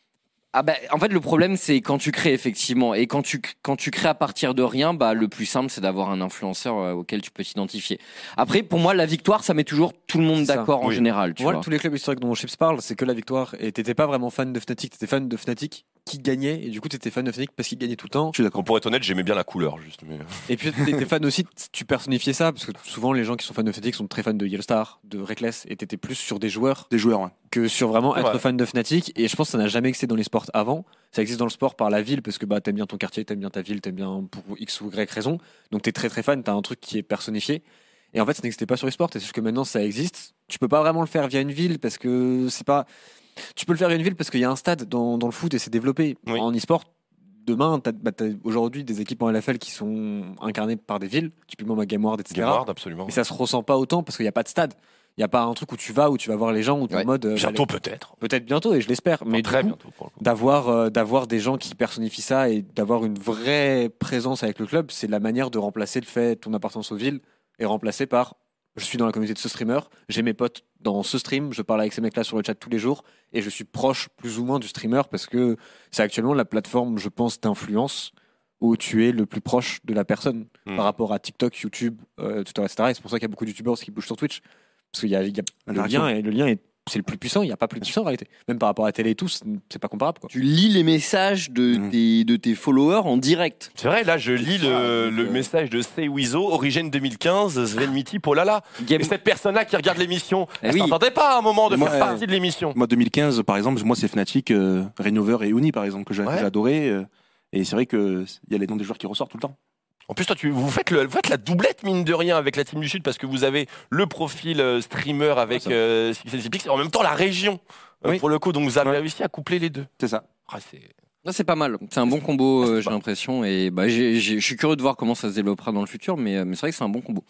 ah bah, en fait, le problème, c'est quand tu crées, effectivement. Et quand tu, quand tu crées à partir de rien, bah, le plus simple, c'est d'avoir un influenceur euh, auquel tu peux t'identifier. Après, pour moi, la victoire, ça met toujours tout le monde d'accord en oui. général. Tu moi, vois. tous les clubs historiques dont Chips parle, c'est que la victoire. Et t'étais pas vraiment fan de Fnatic, t'étais fan de Fnatic qui gagnait. Et du coup, t'étais fan de Fnatic parce qu'il gagnait tout le temps. Je suis d'accord. Pour être honnête, j'aimais bien la couleur, juste. Mais... Et puis, t'étais fan aussi, tu personnifiais ça, parce que souvent, les gens qui sont fans de Fnatic sont très fans de Yellowstar, de Reckless, et t'étais plus sur des joueurs. Des joueurs, ouais. Que sur vraiment être ouais. fan de Fnatic. Et je pense que ça n'a jamais existé dans les sports avant. Ça existe dans le sport par la ville, parce que bah, t'aimes bien ton quartier, t'aimes bien ta ville, t'aimes bien pour X ou Y raison. Donc t'es très très fan, t'as un truc qui est personnifié. Et en fait, ça n'existait pas sur les sports. Et c'est juste que maintenant, ça existe. Tu peux pas vraiment le faire via une ville, parce que c'est pas. Tu peux le faire via une ville parce qu'il y a un stade dans, dans le foot et c'est développé. Oui. En e-sport, demain, t'as, bah, t'as aujourd'hui des équipes en L F L qui sont incarnées par des villes, typiquement ma Gameward, et cetera. Gameward, absolument. Mais ça se ressent pas autant parce qu'il n'y a pas de stade. Il n'y a pas un truc où tu vas, où tu vas voir les gens, où tu es en mode. Euh, bientôt bah, peut-être. Peut-être bientôt, et je l'espère. Mais très coup, bientôt. Pour le coup. D'avoir, euh, d'avoir des gens qui personnifient ça et d'avoir une vraie présence avec le club, c'est la manière de remplacer le fait ton appartenance aux villes et remplacer par. Je suis dans la communauté de ce streamer, j'ai mes potes dans ce stream, je parle avec ces mecs-là sur le chat tous les jours et je suis proche plus ou moins du streamer parce que c'est actuellement la plateforme, je pense, d'influence où tu es le plus proche de la personne mmh. par rapport à TikTok, YouTube, euh, et cetera. Et c'est pour ça qu'il y a beaucoup de youtubeurs qui bougent sur Twitch parce qu'il y a, il y a le lien et le lien est c'est le plus puissant, il n'y a pas plus puissant en réalité. Même par rapport à la télé et tout, c'est pas comparable. Quoi. Tu lis les messages de, mmh. tes, de tes followers en direct. C'est vrai, là je lis le, le message de Say Wizo, Origine deux mille quinze, Sven Miti, Polala. Game... Et cette personne-là qui regarde l'émission, eh elle oui. s'entendait pas à un moment de moi, faire partie de l'émission. Moi deux mille quinze, par exemple, moi c'est Fnatic, euh, Reignover et Uni par exemple, que j'ai, ouais. j'ai adoré. Euh, et c'est vrai qu'il y a les noms des joueurs qui ressortent tout le temps. En plus, toi, tu, vous, faites le, vous faites la doublette, mine de rien, avec la Team du Sud, parce que vous avez le profil euh, streamer avec euh, Pix, et en même temps la région, euh, oui. pour le coup. Donc, vous avez ouais. réussi à coupler les deux. C'est ça. Ah, c'est... Non, c'est pas mal. C'est un bon combo, euh, j'ai l'impression. Et bah, j'ai, j'ai, je suis curieux de voir comment ça se développera dans le futur, mais, mais c'est vrai que c'est un bon combo.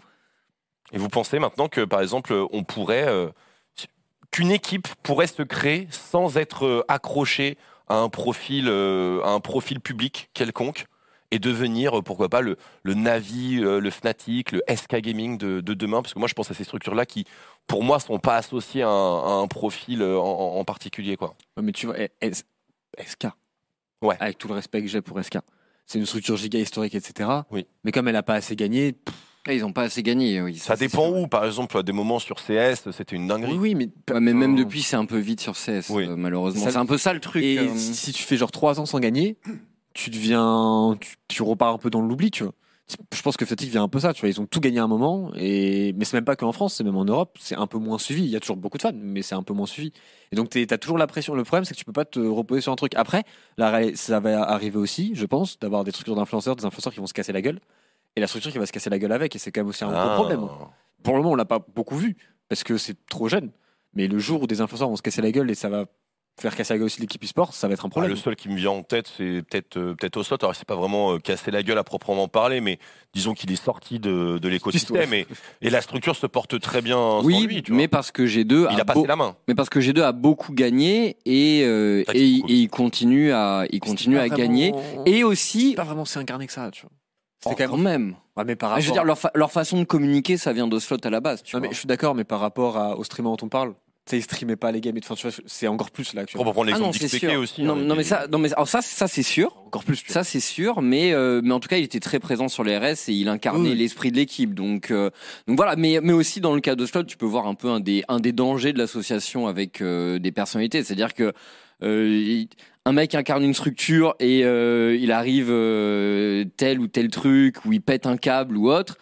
Et vous pensez maintenant que, par exemple, on pourrait... Euh, qu'une équipe pourrait se créer sans être euh, accrochée à un profil, euh, à un profil public quelconque et devenir, pourquoi pas, le, le Navi, le Fnatic, le S K Gaming de, de demain, parce que moi je pense à ces structures-là qui, pour moi, sont pas associées à un, à un profil en, en particulier, quoi. Ouais, mais tu vois, S K, ouais. avec tout le respect que j'ai pour S K, c'est une structure giga historique, et cetera. Oui. Mais comme elle a pas assez gagné... Pff, ils n'ont pas assez gagné. Oui, ça, ça dépend où, par exemple, à des moments sur C S, c'était une dinguerie. Oui, oui mais, ouais, mais même depuis, c'est un peu vite sur C S, oui. euh, malheureusement. Ça, c'est un peu ça le truc. Et euh... si tu fais genre trois ans sans gagner... tu deviens, tu, tu repars un peu dans l'oubli, tu vois. Je pense que Fnatic vient un peu ça, tu vois, ils ont tout gagné à un moment, et mais c'est même pas qu'en France, c'est même en Europe, c'est un peu moins suivi. Il y a toujours beaucoup de fans, mais c'est un peu moins suivi. Et donc t'es- t'as toujours la pression. Le problème, c'est que tu peux pas te reposer sur un truc. Après, la ré- ça va arriver aussi, je pense, d'avoir des structures d'influenceurs, des influenceurs qui vont se casser la gueule, et la structure qui va se casser la gueule avec, et c'est quand même aussi un Ah. gros problème. Pour le moment, on l'a pas beaucoup vu parce que c'est trop jeune. Mais le jour où des influenceurs vont se casser la gueule et ça va faire casser la gueule aussi l'équipe e-sport, ça va être un Ah, problème. le seul qui me vient en tête, c'est peut-être euh, peut-être Oslot. Alors, c'est pas vraiment euh, casser la gueule à proprement parler, mais disons qu'il est sorti de, de l'écosystème et, et la structure se porte très bien sans Oui, lui. Tu mais parce que G deux Il a passé beau- la main. Mais parce que G deux a beaucoup gagné et euh, et, et il continue à il continue pas à vraiment- gagner et aussi pas vraiment si incarné que ça, tu vois. Oh, quand même. Ouais, mais par Ah, rapport... je veux dire leur, fa- leur façon de communiquer, ça vient d'Oslot à la base. Tu Non, vois. mais je suis d'accord, mais par rapport à, aux streamers dont on parle, tu sais, ils streamaient pas les games, et tout, enfin, tu vois, c'est encore plus là. actuellement. Pour prendre Ah l'exemple non, c'est d'X P K sûr. aussi. Non, hein, non, il- mais ça, non, mais alors ça, ça c'est sûr. Encore plus. Ça c'est sûr, mais euh, mais en tout cas, il était très présent sur les R S et il incarnait Oui. l'esprit de l'équipe. Donc euh, donc voilà. Mais mais aussi dans le cas de Slot, tu peux voir un peu un des un des dangers de l'association avec euh, des personnalités. C'est-à-dire que euh, il- un mec incarne une structure et euh, il arrive euh, tel ou tel truc ou il pète un câble ou autre.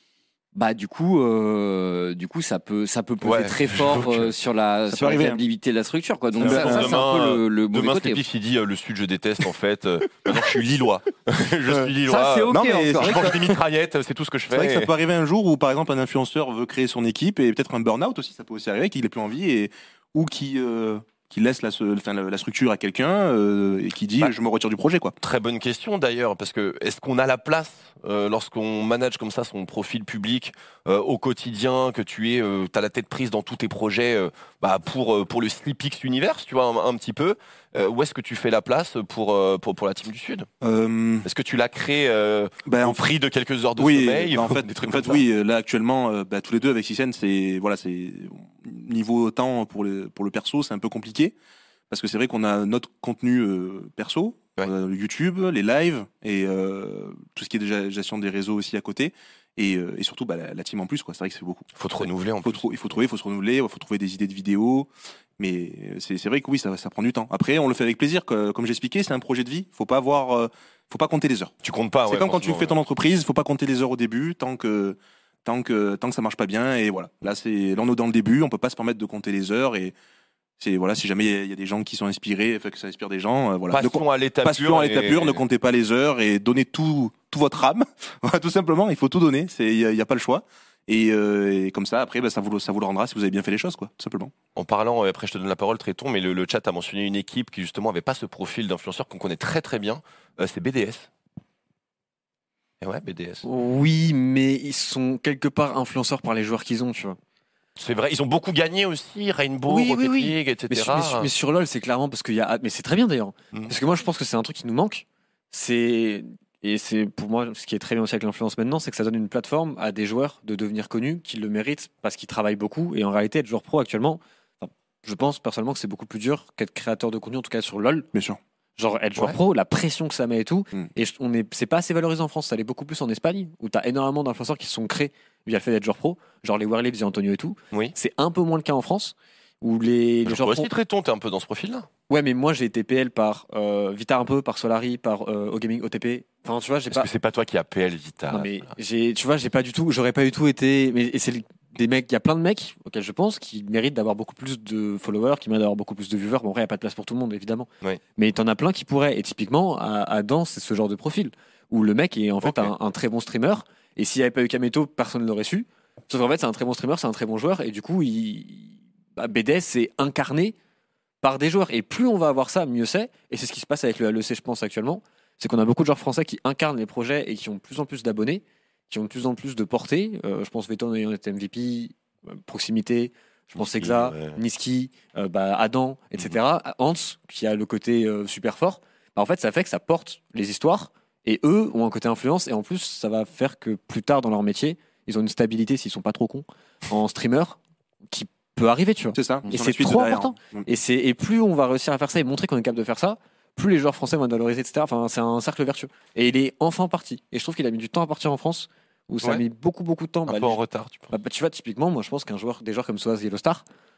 Bah du coup, euh, du coup ça peut ça peut peser Ouais, très j'avoue fort que euh, sur la ça sur peut la arriver, hein. viabilité de la structure quoi. Donc Demain, ça, ça, c'est un peu le, le mauvais demain, côté. Slipknot qui dit euh, le Sud je déteste en fait. Euh, maintenant je suis lillois. je suis lillois. Ça, c'est ok, Non, mais encore. c'est Je mange des mitraillettes, c'est tout ce que je C'est vrai que fais. ça peut arriver un jour où, par exemple, un influenceur veut créer son équipe et peut-être un burn-out aussi, ça peut aussi arriver, qu'il ait plus envie et ou qui euh, qui laisse la, se- enfin, la, la structure à quelqu'un euh, et qui dit Bah, je me retire du projet quoi. Très bonne question d'ailleurs, parce que est-ce qu'on a la place euh, lorsqu'on manage comme ça son profil public euh, au quotidien, que tu es, euh, t'as la tête prise dans tous tes projets euh, bah, pour euh, pour le Sleepix Universe, tu vois un, un petit peu. Euh, où est-ce que tu fais la place pour euh, pour pour la team du Sud Euh, Est-ce que tu l'as créé euh, ben, au en prix de quelques heures de oui, sommeil bah, en ou fait, des trucs en fait comme ça oui, euh, là actuellement, euh, bah, tous les deux avec Sisen, c'est voilà, c'est niveau temps pour le pour le perso, c'est un peu compliqué parce que c'est vrai qu'on a notre contenu euh, perso, euh, YouTube, les lives et euh, tout ce qui est déjà gestion des réseaux aussi à côté. Et, euh, et surtout bah, la, la team en plus quoi, c'est vrai que c'est beaucoup. Faut te renouveler en faut plus. trou- il faut trouver, il faut se renouveler, il faut trouver des idées de vidéos, mais c'est c'est vrai que oui, ça, ça prend du temps. Après, on le fait avec plaisir, que, comme j'expliquais, c'est un projet de vie. Faut pas avoir, euh, faut pas compter les heures. Tu comptes pas. C'est ouais, comme quand tu forcément, fais ton ouais. entreprise, faut pas compter les heures au début, tant que tant que tant que ça marche pas bien. Et voilà, là c'est là on est dans le début, on peut pas se permettre de compter les heures et c'est voilà, si jamais il y a- il y, a des gens qui sont inspirés, fait que ça inspire des gens, euh, voilà. Passons Ne com- à l'état passons pur à l'état et- pur, ne comptez pas les heures et donnez tout tout votre âme. Voilà, tout simplement, il faut tout donner. C'est il y, a- il y a pas le choix. Et, euh, et comme ça, après, bah, ça vous le- ça vous le rendra si vous avez bien fait les choses, quoi, tout simplement. En parlant, euh, après je te donne la parole, Tréton, mais le, le chat a mentionné une équipe qui justement avait pas ce profil d'influenceur qu'on connaît très très bien. Euh, c'est B D S. Et ouais, B D S. Oui, mais ils sont quelque part influenceurs par les joueurs qu'ils ont, tu vois. C'est vrai, ils ont beaucoup gagné aussi, Rainbow, Oui, oui, Rocket oui. League, et Mais cetera. sur, mais sur- mais sur LoL, c'est clairement parce qu'il y a. Mais c'est très bien d'ailleurs. Mhm. Parce que moi, je pense que c'est un truc qui nous manque. C'est. Et c'est pour moi ce qui est très bien aussi avec l'influence maintenant, c'est que ça donne une plateforme à des joueurs de devenir connus, qui le méritent parce qu'ils travaillent beaucoup. Et en réalité, être joueur pro actuellement, enfin, je pense personnellement que c'est beaucoup plus dur qu'être créateur de contenu, en tout cas sur LoL. Bien sûr. Genre être joueur Ouais. pro, la pression que ça met et tout. Mm. Et je- on est, c'est pas assez valorisé en France, ça l'est beaucoup plus en Espagne, où t'as énormément d'influenceurs qui se sont créés via le fait d'être joueur pro, genre les Warlibs et Antonio et tout. Oui. C'est un peu moins le cas en France, où les, les Je joueurs crois pro. aussi, Tréton, t'es un peu dans ce profil-là. Ouais, mais moi j'ai été P L par euh, Vitar un peu, par Solari, par euh, O-Gaming O T P. Enfin, tu vois, j'ai Parce pas. que c'est pas toi qui as P L Vita. Non, mais j'ai, tu vois, j'ai pas du tout, j'aurais pas du tout été. Mais et c'est le- des mecs, il y a plein de mecs auxquels je pense qui méritent d'avoir beaucoup plus de followers, qui méritent d'avoir beaucoup plus de viewers. Bon, après, il n'y a pas de place pour tout le monde, évidemment. Ouais. Mais t'en as plein qui pourraient. Et typiquement, à, à Dans, c'est ce genre de profil où le mec est en fait un, un très bon streamer. Et s'il n'y avait pas eu Kameto, personne ne l'aurait su. Sauf qu'en fait, c'est un très bon streamer, c'est un très bon joueur. Et du coup, il, bah, B D S, c'est incarné par des joueurs. Et plus on va avoir ça, mieux c'est. Et c'est ce qui se passe avec le L E C, je pense, actuellement. C'est qu'on a beaucoup de joueurs français qui incarnent les projets et qui ont de plus en plus d'abonnés, qui ont de plus en plus de portée. Euh, je pense Veton ayant été M V P, euh, Proximité, je pense Niski, Exa, ouais. Niski, euh, bah, Adam, et cetera. Hans, qui a le côté euh, super fort. Bah, en fait, ça fait que ça porte les histoires et eux ont un côté influence. Et en plus, ça va faire que plus tard dans leur métier, ils ont une stabilité, s'ils sont pas trop cons, en streamer, qui peut arriver, tu vois. C'est ça. Et Sur c'est la suite trop derrière. important. Mm. Et, c'est, et plus on va réussir à faire ça et montrer qu'on est capable de faire ça, plus les joueurs français vont être valorisés, et cetera. Enfin, c'est un cercle vertueux. Et il est enfin parti. Et je trouve qu'il a mis du temps à partir en France, où ça Ouais. a mis beaucoup, beaucoup de temps. Un Bah, peu en les- retard, tu penses. bah, bah, tu vois, typiquement, moi je pense qu'un joueur, des joueurs comme Soaz Yellowstar,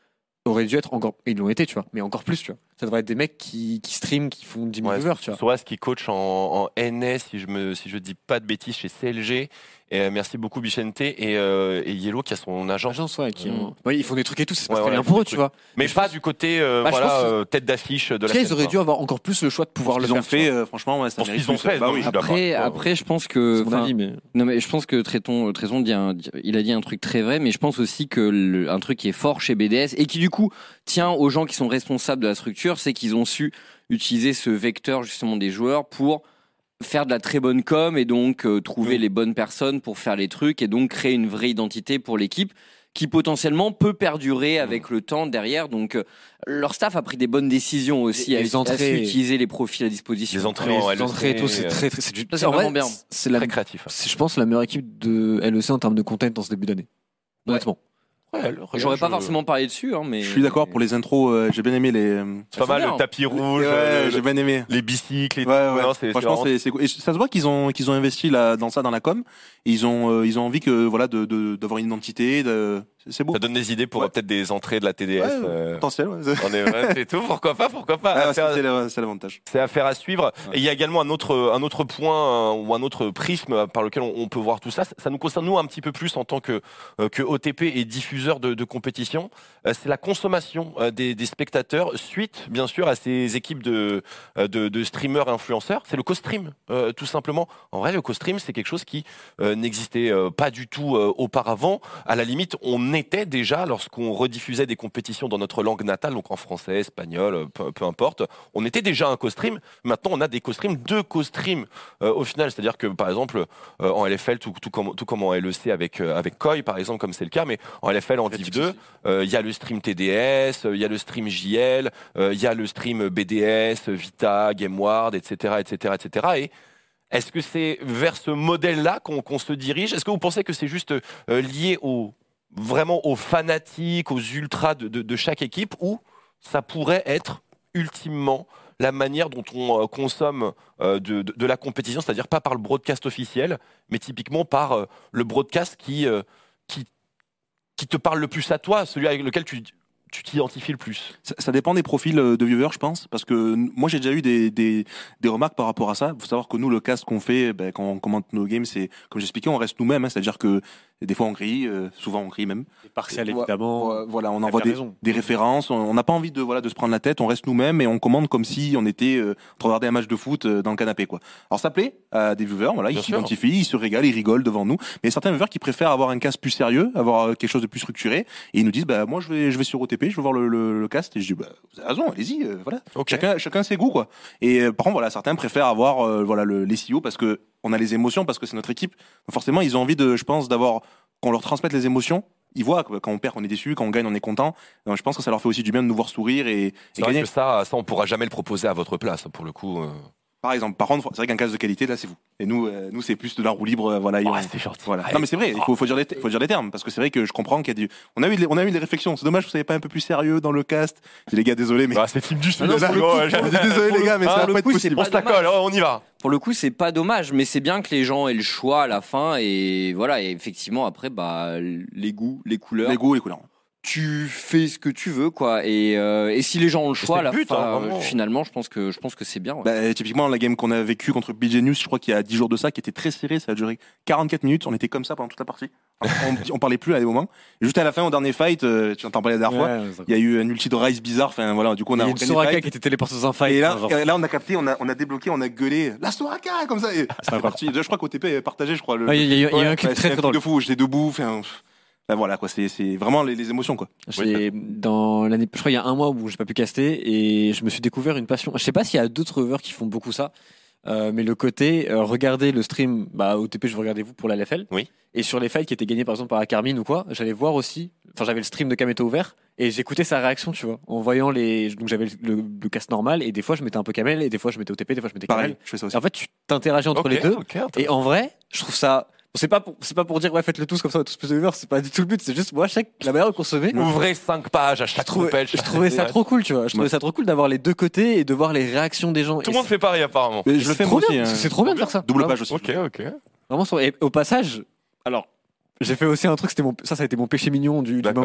auraient dû être encore, ils l'ont été, tu vois, mais encore plus, tu vois. Ça devrait être des mecs qui, qui streament, qui font dix mille Ouais, viewers, tu vois. Soares qui coach en, en N S, si je me, si je dis pas de bêtises, chez C L G. Et, euh, merci beaucoup Bichente et, euh, et Yellow qui a son agent. Agence, ouais, qui Mmh. ont- ouais, ils font des trucs et tout, c'est pas Ouais, très ouais, bien ils pour font eux, des tu trucs. vois. Mais pas du côté, euh, Bah, je voilà, pense que- euh, tête d'affiche de En la tout cas, scène, ils auraient quoi. dû avoir encore plus le choix de pouvoir Ce le qu'ils faire. ont fait, tu vois. euh, franchement, ouais, ça Pour ce mérite qu'ils ont plus. fait, Bah non, oui. je suis d'accord. Après, Ouais, après, je pense que, C'est mon enfin, avis, mais non mais je pense que Tréton, Tréton dit un- il a dit un truc très vrai, mais je pense aussi que le- un truc qui est fort chez B D S et qui du coup tient aux gens qui sont responsables de la structure, c'est qu'ils ont su utiliser ce vecteur justement des joueurs pour faire de la très bonne com et donc euh, trouver Oui. les bonnes personnes pour faire les trucs et donc créer une vraie identité pour l'équipe qui potentiellement peut perdurer avec le temps derrière. Donc euh, leur staff a pris des bonnes décisions aussi Les- à, les à entrées- su utiliser les profils à disposition. Les entrées Les en entrées et tout, c'est L E C, très, très, c'est du- Ça, c'est en vrai, vraiment bien. C'est la, très créatif. c'est, je pense, la meilleure équipe de L E C en termes de content dans ce début d'année. Honnêtement. Ouais, le- J'aurais pas je- forcément parlé dessus, hein, mais Je suis d'accord pour les intros, euh, j'ai bien aimé les. C'est pas mal bien. le tapis rouge, Ouais, euh, j'ai bien aimé. les bicycles et Ouais, tout. ouais. Non, c'est- c'est Franchement, vraiment- c'est c'est cool. Et ça se voit qu'ils ont qu'ils ont investi là dans ça, dans la com. Et ils ont euh, ils ont envie que voilà de de- d'avoir une identité. De... C'est c'est beau. Ça donne des idées pour Ouais. euh, peut-être des entrées de la T D S. Ouais, euh, potentiel. Ouais. on est vrai, c'est tout. Pourquoi pas, pourquoi pas. Ah, Affaire- c'est la- c'est l'avantage. C'est affaire à suivre. Et il y a également un autre, un autre point euh, ou un autre prisme par lequel on, on peut voir tout ça. Ça nous concerne nous un petit peu plus en tant que, euh, que O T P et diffuseur de, de compétition. Euh, c'est la consommation euh, des, des spectateurs suite, bien sûr, à ces équipes de, euh, de, de streamers et influenceurs. C'est le co-stream, euh, tout simplement. En vrai, le co-stream, c'est quelque chose qui euh, n'existait euh, pas du tout euh, auparavant. À la limite, on était déjà, lorsqu'on rediffusait des compétitions dans notre langue natale, donc en français, espagnol, euh, peu, peu importe, on était déjà un co-stream. Maintenant, on a des co-streams, deux co-streams euh, au final. C'est-à-dire que, par exemple, euh, en L F L, tout, tout, comme, tout comme en L E C avec, euh, avec Koi, par exemple, comme c'est le cas, mais en L F L, en Div deux, euh, il y a le stream T D S, il y a le stream J L, euh, il y a le stream B D S, Vita, GameWard, et cetera, et cetera, et cetera. Et est-ce que c'est vers ce modèle-là qu'on qu'on se dirige? Est-ce que vous pensez que c'est juste euh, lié au, vraiment aux fanatiques, aux ultras de, de, de chaque équipe, ou ça pourrait être ultimement la manière dont on euh, consomme euh, de, de, de la compétition, c'est-à-dire pas par le broadcast officiel, mais typiquement par euh, le broadcast qui, euh, qui, qui te parle le plus à toi, celui avec lequel tu tu t'identifies le plus? Ça, ça dépend des profils euh, de viewers, je pense, parce que n- moi j'ai déjà eu des, des, des remarques par rapport à ça. Il faut savoir que nous, le cast qu'on fait, ben, quand on commente nos games, c'est comme j'expliquais, on reste nous-mêmes, hein, c'est-à-dire que des fois on crie, euh, souvent on crie même. Partiel, Et vo- évidemment. vo- Voilà, on Avec envoie la des, raison. des références, on on n'a pas envie de voilà de se prendre la tête, on reste nous-mêmes et on commande comme si on était euh, en train de regarder un match de foot euh, dans le canapé, quoi. Alors ça plaît à des viewers, voilà, Bien ils sûr. s'identifient, ils se régalent, ils rigolent devant nous. Mais il y a certains viewers qui préfèrent avoir un cast plus sérieux, avoir euh, quelque chose de plus structuré, et ils nous disent bah moi je vais je vais sur O T P, je veux voir le, le, le cast, et je dis bah vous avez raison, allez-y, euh, voilà. Ok. Chacun chacun ses goûts, quoi. Et euh, par contre voilà, certains préfèrent avoir euh, voilà le, les C E O parce que on a les émotions, parce que c'est notre équipe. Donc, forcément ils ont envie de, je pense, d'avoir qu'on leur transmette les émotions. Ils voient que quand on perd, on est déçu, quand on gagne, on est content. Donc, je pense que ça leur fait aussi du bien de nous voir sourire et, et C'est vrai gagner. que ça, ça, on pourra jamais le proposer à votre place, pour le coup. euh. Par exemple, par contre, c'est vrai qu'un cast de qualité, là, c'est vous. Et nous, euh, nous, c'est plus de la roue libre, euh, voilà. et Ouais, on- c'est gentil. Voilà. Ouais. Non, mais c'est vrai. Il faut, faut dire les, faut dire les termes, parce que c'est vrai que je comprends qu'il y a du. On a eu, des- on a eu des réflexions. C'est dommage, que vous savez pas un peu plus sérieux dans le cast. Je dis, les gars, désolé, mais. Bah, c'est Team du Sud. Ah non, là, pour le gros, coup, ouais, on j'avais- est désolé, pour les le- gars, mais ça Ah, va pour pas le être coup, possible. On se la colle, on y va. Pour le coup, c'est pas dommage, mais c'est bien que les gens aient le choix à la fin et voilà. Et effectivement, après, bah, les goûts, les couleurs. Les goûts, les couleurs. Tu fais ce que tu veux, quoi. Et, euh, et si les gens ont le choix, c'est à la le but, fin, hein, vraiment. euh, finalement, je pense que je pense que c'est bien. Ouais. Bah, typiquement, la game qu'on a vécue contre B G News, je crois qu'il y a dix jours de ça, qui était très serré, ça a duré quarante-quatre minutes, on était comme ça pendant toute la partie. On, on parlait plus à des moments. Et juste à la fin, au dernier fight, euh, tu entends parler la dernière Ouais, fois, c'est il y a eu un ulti de Rise bizarre, enfin voilà, du coup on Il y a a une regagné le Soraka fight. qui était téléportée dans un fight. Et là, genre. et là, on a capté, on a, on a débloqué, on a gueulé la Soraka comme ça. Et c'est parti. Je crois qu'O T P est partagé, je crois. Le... Ouais, il y a- il y a eu un Ouais, clip ouais, très, c'est très un drôle. truc de fou. J'étais debout. Enfin, pff. Ben voilà quoi. C'est c'est vraiment les, les émotions quoi. J'ai, dans l'année, je crois il y a un mois où j'ai pas pu caster et je me suis découvert une passion. Je sais pas s'il y a d'autres viewers qui font beaucoup ça, euh, mais le côté euh, regarder le stream, bah O T P je regardais vous pour la L F L. Oui. Et sur les fights qui étaient gagnés par exemple par la Carmine ou quoi, j'allais voir aussi. Enfin j'avais le stream de Kameto ouvert et j'écoutais sa réaction, tu vois, en voyant les. Donc j'avais le, le cast normal et des fois je mettais un peu Kamel et des fois je mettais O T P, des fois je mettais Pareil, Kamel. je fais ça aussi. Et en fait tu t'interagis entre Ok, les deux. ok, Et en vrai, je trouve ça. C'est pas pour, c'est pas pour dire ouais faites-le tous comme ça, on a tous plus de viewers, c'est pas du tout le but, c'est juste moi chaque la manière de consommer. Ouvrez cinq pages à Je chaque trouvais, compète. je trouvais ça trop cool, tu vois. Je trouvais ça trop cool d'avoir les deux côtés et de voir les réactions des gens. Tout Et le monde c'est- fait pareil apparemment. Mais je le c'est fais trop moi aussi. bien, hein. parce que c'est trop bien de faire ça. Double Vraiment. page aussi. Ok, ok. Vraiment, sur- et au passage, alors j'ai fait aussi un truc, c'était mon, ça, ça a été mon péché mignon du, du D'accord. moment.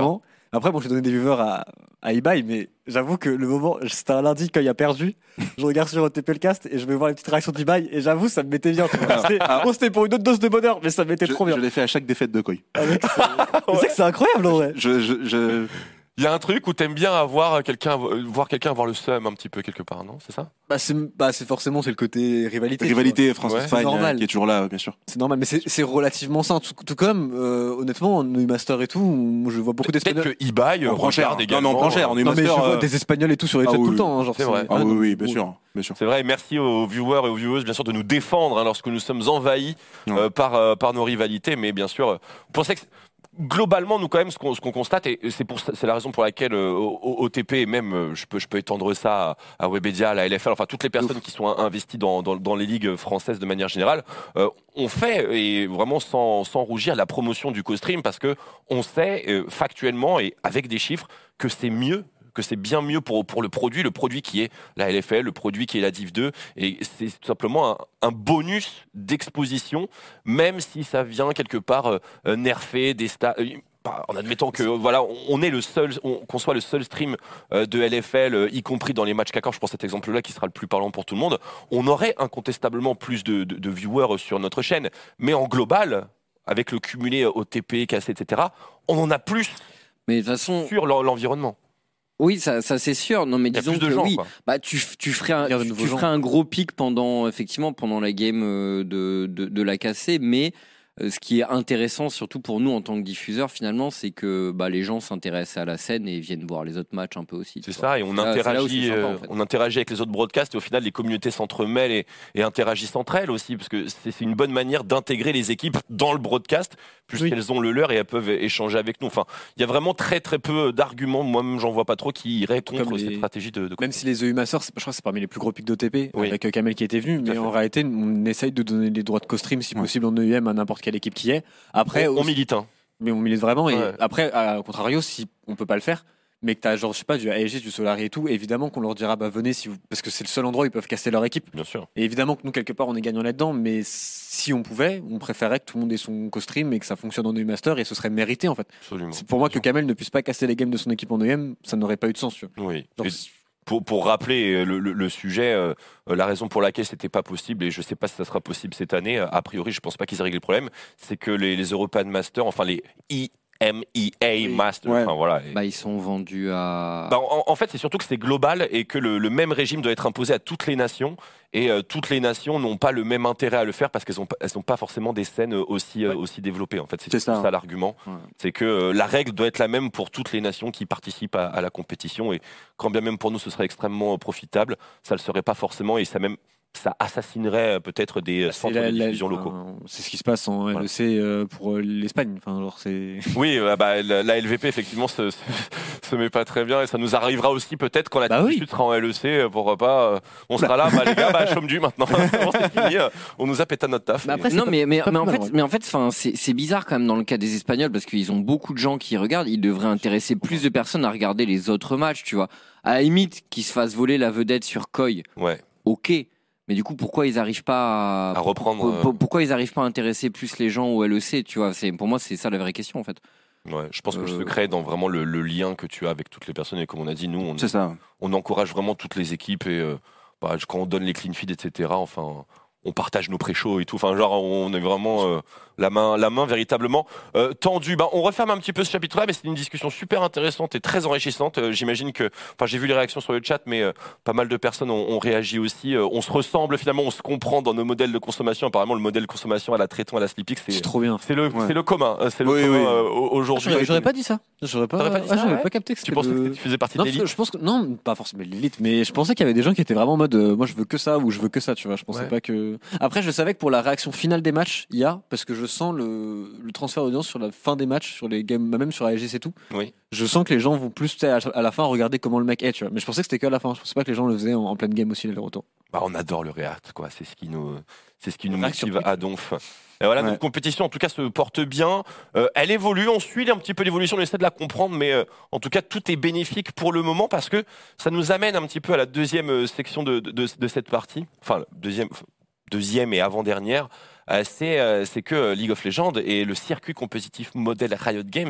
Après, bon, j'ai donné des viewers à, à Ibai, mais j'avoue que le moment, c'était un lundi quand il a perdu. Je regarde sur O T P le cast et je vais voir les petites réactions d'Ibai et j'avoue, ça me mettait bien. Tu vois. C'était, bon, c'était pour une autre dose de bonheur, mais ça me mettait Je, trop bien. je l'ai fait à chaque défaite de Koi. Ah, mec, c'est... Ouais. C'est que c'est incroyable en vrai. Je, je, je... Il y a un truc où t'aimes bien avoir quelqu'un, voir quelqu'un avoir le seum un petit peu quelque part, non? C'est ça? Bah c'est, bah c'est forcément c'est le côté rivalité. Rivalité France-Espagne ouais, qui est toujours là, bien sûr. C'est normal, mais c'est, c'est relativement sain. Tout, tout comme, euh, honnêtement, en New Master et tout, moi, je vois beaucoup d'Espagnols. Peut-être que Ibai on prend cher également. Non, on prend cher. En New Master, mais je vois euh... des Espagnols et tout sur les chats ah, oui, tout le temps. Hein, genre c'est vrai. Ah oui, oui, bien sûr. Bien sûr. C'est vrai, et merci aux viewers et aux viewers bien sûr de nous défendre hein, lorsque nous sommes envahis euh, par, euh, par nos rivalités, mais bien sûr, vous pensez que globalement, nous quand même, ce qu'on, ce qu'on constate, et c'est, pour, c'est la raison pour laquelle euh, O T P, et même euh, je, peux, je peux étendre ça à, à Webedia, à la L F L, enfin toutes les personnes Ouf. qui sont investies dans, dans, dans les ligues françaises de manière générale, euh, on fait, et vraiment sans, sans rougir, la promotion du co-stream, parce que on sait euh, factuellement et avec des chiffres que c'est mieux, que c'est bien mieux pour, pour le produit, le produit qui est la L F L, le produit qui est la Div deux, et c'est tout simplement un, un bonus d'exposition, même si ça vient quelque part euh, nerfer des stats. Euh, en admettant que voilà, on est le seul, on, qu'on soit le seul stream euh, de L F L, euh, y compris dans les matchs K K, je pense cet exemple-là qui sera le plus parlant pour tout le monde, on aurait incontestablement plus de, de, de viewers sur notre chaîne, mais en global, avec le cumulé O T P, K C, et cetera, on en a plus mais de toute façon, sur l'environnement. Oui, ça, ça c'est sûr. Non, mais disons que gens, oui, quoi. bah tu, tu ferais un, tu, tu ferais un gros pic pendant effectivement pendant la game de de, de la K C, mais euh, ce qui est intéressant surtout pour nous en tant que diffuseurs finalement, c'est que bah les gens s'intéressent à la scène et viennent voir les autres matchs un peu aussi. C'est ça, et on là, interagit, sympa, en fait. on interagit avec les autres broadcasts et au final les communautés s'entremêlent et, et interagissent entre elles aussi, parce que c'est, c'est une bonne manière d'intégrer les équipes dans le broadcast, puisqu'elles oui. ont le leur et elles peuvent échanger avec nous. Enfin, il y a vraiment très très peu d'arguments, moi-même j'en vois pas trop, qui iraient contre les... cette stratégie de, de... Même si les E U Masters, je crois que c'est parmi les plus gros pics d'O T P, oui. avec Kamel qui était venu, mais en réalité on essaye de donner les droits de co-stream si ouais. possible en E U M à n'importe quelle équipe qui est. Après, on, on milite, hein. Mais on milite vraiment. Et ouais. après, à contrario, si on peut pas le faire, mais que t'as genre, je sais pas, du A S G, du Solari et tout, évidemment qu'on leur dira, bah venez si vous, parce que c'est le seul endroit où ils peuvent casser leur équipe. Bien sûr. Et évidemment que nous, quelque part, on est gagnant là-dedans, mais si on pouvait, on préférait que tout le monde ait son co-stream et que ça fonctionne en E U Master et ce serait mérité, en fait. Absolument. C'est pour moi que Kamel ne puisse pas casser les games de son équipe en E U M, ça n'aurait pas eu de sens, tu vois. Oui. Genre, Pour, pour rappeler le, le, le sujet, euh, la raison pour laquelle c'était pas possible, et je sais pas si ça sera possible cette année, a priori je pense pas qu'ils aient réglé le problème, c'est que les, les European Masters, enfin les E M E A Masters, ouais. enfin voilà. Bah ils sont vendus à... Bah, en, en fait c'est surtout que c'est global et que le, le même régime doit être imposé à toutes les nations, et euh, toutes les nations n'ont pas le même intérêt à le faire parce qu'elles n'ont elles ont pas forcément des scènes aussi, ouais. euh, aussi développées. En fait, c'est, c'est ça, ça l'argument. Ouais. C'est que euh, la règle doit être la même pour toutes les nations qui participent à, à la compétition, et quand bien même pour nous ce serait extrêmement profitable, ça le serait pas forcément, et ça même ça assassinerait peut-être des centres la, de diffusion la, locaux. Enfin, c'est ce qui se passe en L E C voilà. euh, pour euh, l'Espagne. Enfin, genre c'est. Oui, euh, bah, la, la L V P effectivement se, se, se met pas très bien, et ça nous arrivera aussi peut-être quand la bah oui. sera en L E C. Pourquoi pas euh, on sera là, bah les gars, bah chôme du maintenant. c'est fini, euh, on nous a pété notre taf. Mais après, non, mais mais, mais en fait, mais en fait, enfin, c'est, c'est bizarre quand même dans le cas des Espagnols parce qu'ils ont beaucoup de gens qui regardent. Ils devraient intéresser plus de personnes à regarder les autres matchs, tu vois. À la limite, qu'ils se fassent voler la vedette sur Koi. Ouais. Ok. Mais du coup, pourquoi ils n'arrivent pas à, à reprendre pour, pour, Pourquoi ils n'arrivent pas à intéresser plus les gens au L E C, tu vois. C'est, pour moi, c'est ça la vraie question, en fait. Ouais, je pense que euh... le secret est dans vraiment le, le lien que tu as avec toutes les personnes. Et comme on a dit, nous, on, c'est ça. on encourage vraiment toutes les équipes. Et euh, bah, quand on donne les clean feeds, et cetera, enfin, on partage nos pré-shows et tout. Enfin, genre, on est vraiment euh, la main, la main véritablement euh, tendue. Ben, on referme un petit peu ce chapitre-là, mais c'est une discussion super intéressante et très enrichissante. Euh, j'imagine que, enfin, j'ai vu les réactions sur le chat, mais euh, pas mal de personnes ont, ont réagi aussi. Euh, on se ressemble finalement, on se comprend dans nos modèles de consommation. Apparemment, le modèle de consommation à la Tréton, à la Slipix, c'est, c'est trop bien. C'est le, ouais. c'est le commun. C'est le oui, commun oui. Euh, aujourd'hui. J'aurais, j'aurais pas dit ça. J'aurais pas, pas, dit ah, ça, j'avais ouais. pas capté que tu pensais le... que tu faisais partie non, de l'élite. Je pense que non, pas forcément l'élite, mais je pensais qu'il y avait des gens qui étaient vraiment en mode, euh, moi je veux que ça ou je veux que ça, tu vois. Je pensais ouais. pas que. Après, je savais que pour la réaction finale des matchs, il y a parce que je sens le, le transfert d'audience sur la fin des matchs, sur les games, même sur A S G, c'est tout. Oui. Je sens que les gens vont plus à, à la fin regarder comment le mec est, tu vois. Mais je pensais que c'était que à la fin. Je pensais pas que les gens le faisaient en, en pleine game aussi le retour. Bah, on adore le React, quoi. C'est ce qui nous, c'est ce qui nous motive à donf. Et voilà, ouais. Notre compétition, en tout cas, se porte bien. Euh, elle évolue, on suit un petit peu l'évolution, on essaie de la comprendre, mais euh, en tout cas, tout est bénéfique pour le moment parce que ça nous amène un petit peu à la deuxième euh, section de, de, de, de cette partie. Enfin, deuxième, deuxième et avant-dernière. Euh, c'est, euh, c'est que League of Legends et le circuit compétitif modèle Riot Games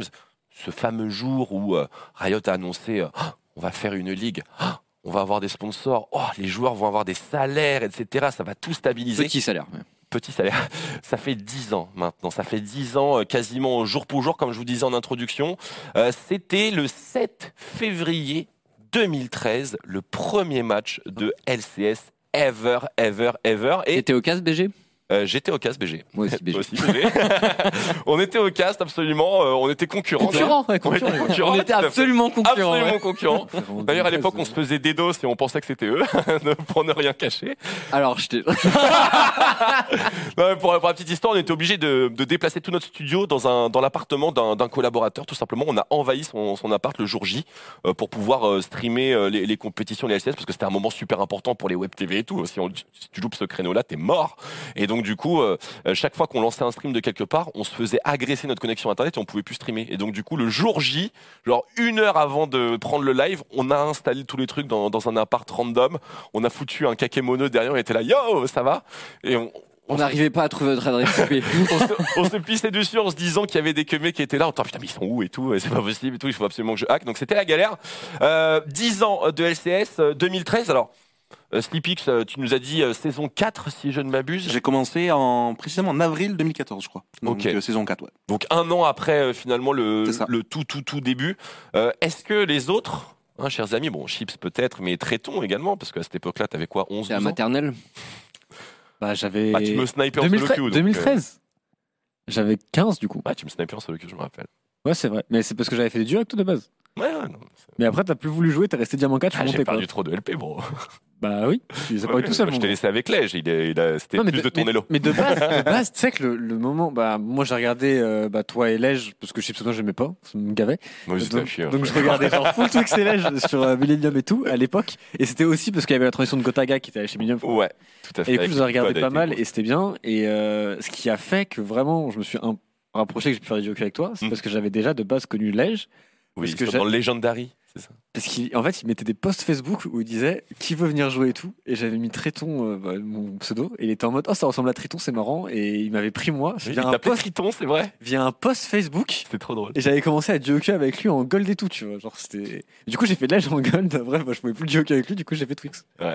ce fameux jour où euh, Riot a annoncé euh, oh, on va faire une ligue, oh, on va avoir des sponsors, oh, les joueurs vont avoir des salaires, et cetera. Ça va tout stabiliser. Petit salaire. Ouais. Petit salaire. Ça fait dix ans maintenant. Ça fait dix ans, euh, quasiment jour pour jour, comme je vous disais en introduction. Euh, c'était le sept février deux mille treize, le premier match de L C S ever, ever, ever. Et t'étais au cast B G? Euh, J'étais au cast B G. Moi aussi B G. aussi, B G. On était au cast, absolument. Euh, on était concurrents. Concurrents, ouais, on était, concurrents. concurrents, On était absolument concurrents. Absolument ouais. concurrents. D'ailleurs, à l'époque, on se faisait des dos et on pensait que c'était eux, pour ne rien cacher. Alors, je t'ai... non, mais pour, pour la petite histoire, on était obligé de, de déplacer tout notre studio dans, un, dans l'appartement d'un, d'un collaborateur. Tout simplement, on a envahi son, son appart le jour J euh, pour pouvoir euh, streamer euh, les, les compétitions des L C S parce que c'était un moment super important pour les web T V et tout. Si, on, si tu loupes ce créneau-là, t'es mort. Et donc, du coup, euh, chaque fois qu'on lançait un stream de quelque part, on se faisait agresser notre connexion internet et on pouvait plus streamer. Et donc, du coup, le jour J, genre une heure avant de prendre le live, on a installé tous les trucs dans, dans un appart random. On a foutu un kakémono derrière, on était là, yo, ça va? Et on, On n'arrivait pas à trouver notre adresse I P. on, se, on se pissait dessus en se disant qu'il y avait des queumés qui étaient là. On dit, putain, mais ils sont où et tout, c'est pas possible et tout, il faut absolument que je hack. Donc c'était la galère. Euh, dix ans de L C S, deux mille treize. Alors, euh, Sleepix, tu nous as dit euh, saison quatre, si je ne m'abuse. J'ai commencé en, précisément en avril deux mille quatorze, je crois. Donc, Ok. euh, saison quatre, ouais. Donc un an après, euh, finalement, le, C'est ça. le tout, tout, tout début. Euh, est-ce que les autres, hein, chers amis, bon, Chips peut-être, mais Tréton également, parce qu'à cette époque-là, t'avais quoi, onze, C'est la douze ans? maternelle. Bah, j'avais. Bah, tu me snipais en deux mille solo treize. queue. donc, deux mille euh, treize. J'avais quinze du coup. Ah, tu me snipais en solo queue, je me rappelle. Ouais, c'est vrai. Mais c'est parce que j'avais fait des duos avec toi de base. Ouais, ouais, non. Mais après, t'as plus voulu jouer, t'es resté diamant quatre, je Ah, suis j'ai monté perdu quoi. trop de L P, bro. Bah oui, tu les as pas Ouais, eu tout seul. je mon t'ai gars. laissé avec Lège, il a, il a, c'était Non, mais plus de, ton mais, élo. mais de base, de base, tu sais que le, le moment, bah moi j'ai regardé euh, bah toi et Lège parce que Chipsono j'aimais pas, ça me gavait. Moi, j'étais à donc, chier, hein. donc je regardais genre full Twix et Lège sur euh, Millennium et tout à l'époque, et c'était aussi parce qu'il y avait la transition de Gotaga qui était allé chez Millennium. Ouais, tout à fait. Et du coup, avec je les ai regardé Code pas a été mal gros. et c'était bien. Et euh, ce qui a fait que vraiment je me suis un- rapproché que j'ai pu faire des jeux avec toi, c'est Mm. parce que j'avais déjà de base connu Lège. Oui, parce que comme j'ai- dans le Legendary, c'est ça. Parce qu'en fait, il mettait des posts Facebook où il disait qui veut venir jouer et tout. Et j'avais mis Triton, euh, bah, mon pseudo. Et il était en mode oh, ça ressemble à Triton, c'est marrant. Et il m'avait pris moi Oui, via, il un t'appelait post, Triton, c'est vrai. via un post Facebook. C'est trop drôle. Et j'avais commencé à joker avec lui en gold et tout, tu vois. Genre, c'était... Du coup, j'ai fait de l'âge en gold. Bref, bah, je pouvais plus joker avec lui, du coup, j'ai fait Twix. Ouais.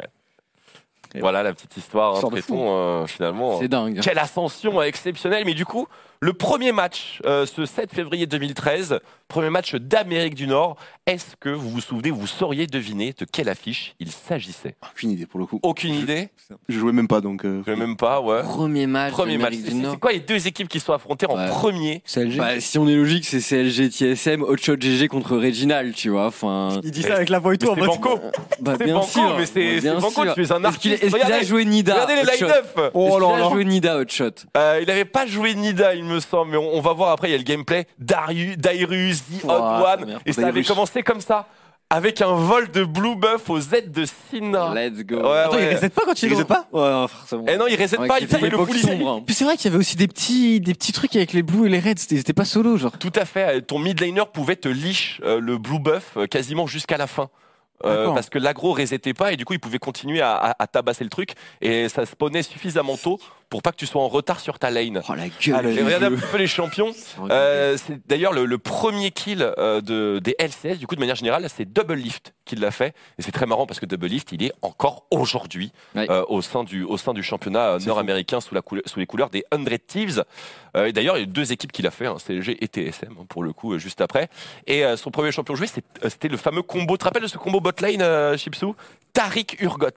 Et Voilà la petite histoire, hein, Histoire de Tréton, euh, finalement. C'est dingue. Quelle ascension euh, exceptionnelle. Mais du coup, le premier match, euh, ce sept février deux mille treize, premier match d'Amérique du Nord, est-ce que vous vous souvenez, vous sauriez deviner de quelle affiche il s'agissait? Aucune idée pour le coup. Aucune idée? Je jouais même pas donc. euh, Je sais même pas, ouais. Premier match. Premier match. d'Amérique C'est du Nord. c'est quoi les deux équipes qui se sont affrontées en Ouais. premier? C L G. Bah, si on est logique, c'est C L G T S M, Hotshot G G contre Reginald, tu vois. Enfin. Il dit ça avec la voix et tout. Mais en c'est mode- Banco. Bah, C'est bien Banco, sûr. mais c'est bien c'est Banco, sûr. tu es un Est-ce qu'il artiste. est-ce qu'il a Regardez, joué Nida? regardez les Hotshot. line-up. Oh Est-ce là qu'il a là. joué Nida Hotshot? Euh, il n'avait pas joué Nida, il me semble, mais on, on va voir après, il y a le gameplay. Darius, Dairus, The Oh, Hot One, merde. et ça avait Dairus. commencé comme ça, avec un vol de Blue Buff au Z de Sina. Let's go. Ouais, Attends, il ouais. reset pas quand il Il reset pas Ouais, non, frère, c'est bon. Eh non, il reset Ouais, pas, qui il était pouvait le l'époque full sombre, hein. Puis c'est vrai qu'il y avait aussi des petits, des petits trucs avec les blues et les reds, c'était, c'était pas solo, genre. Tout à fait, ton mid laner pouvait te leash euh, le Blue Buff euh, quasiment jusqu'à la fin. Euh, D'accord. parce que l'aggro resettait pas et du coup il pouvait continuer à, à- à tabasser le truc et ça spawnait suffisamment tôt pour pas que tu sois en retard sur ta lane. Oh la gueule. Et regardez un petit peu les champions. Euh, c'est d'ailleurs le, le premier kill euh, de, des L C S, du coup de manière générale, c'est Double Lift qui l'a fait. Et c'est très marrant parce que Double Lift, il est encore aujourd'hui Ouais. euh, au, sein du, au sein du championnat euh, nord-américain sous, la couleur- sous les couleurs des Hundred Thieves. Euh, et d'ailleurs, il y a deux équipes qui l'a fait, hein, C L G et T S M, hein, pour le coup, euh, juste après. Et euh, son premier champion joué, c'est- euh, c'était le fameux combo. Tu te rappelles de ce combo botlane, euh, Chipsou? Tariq Urgot.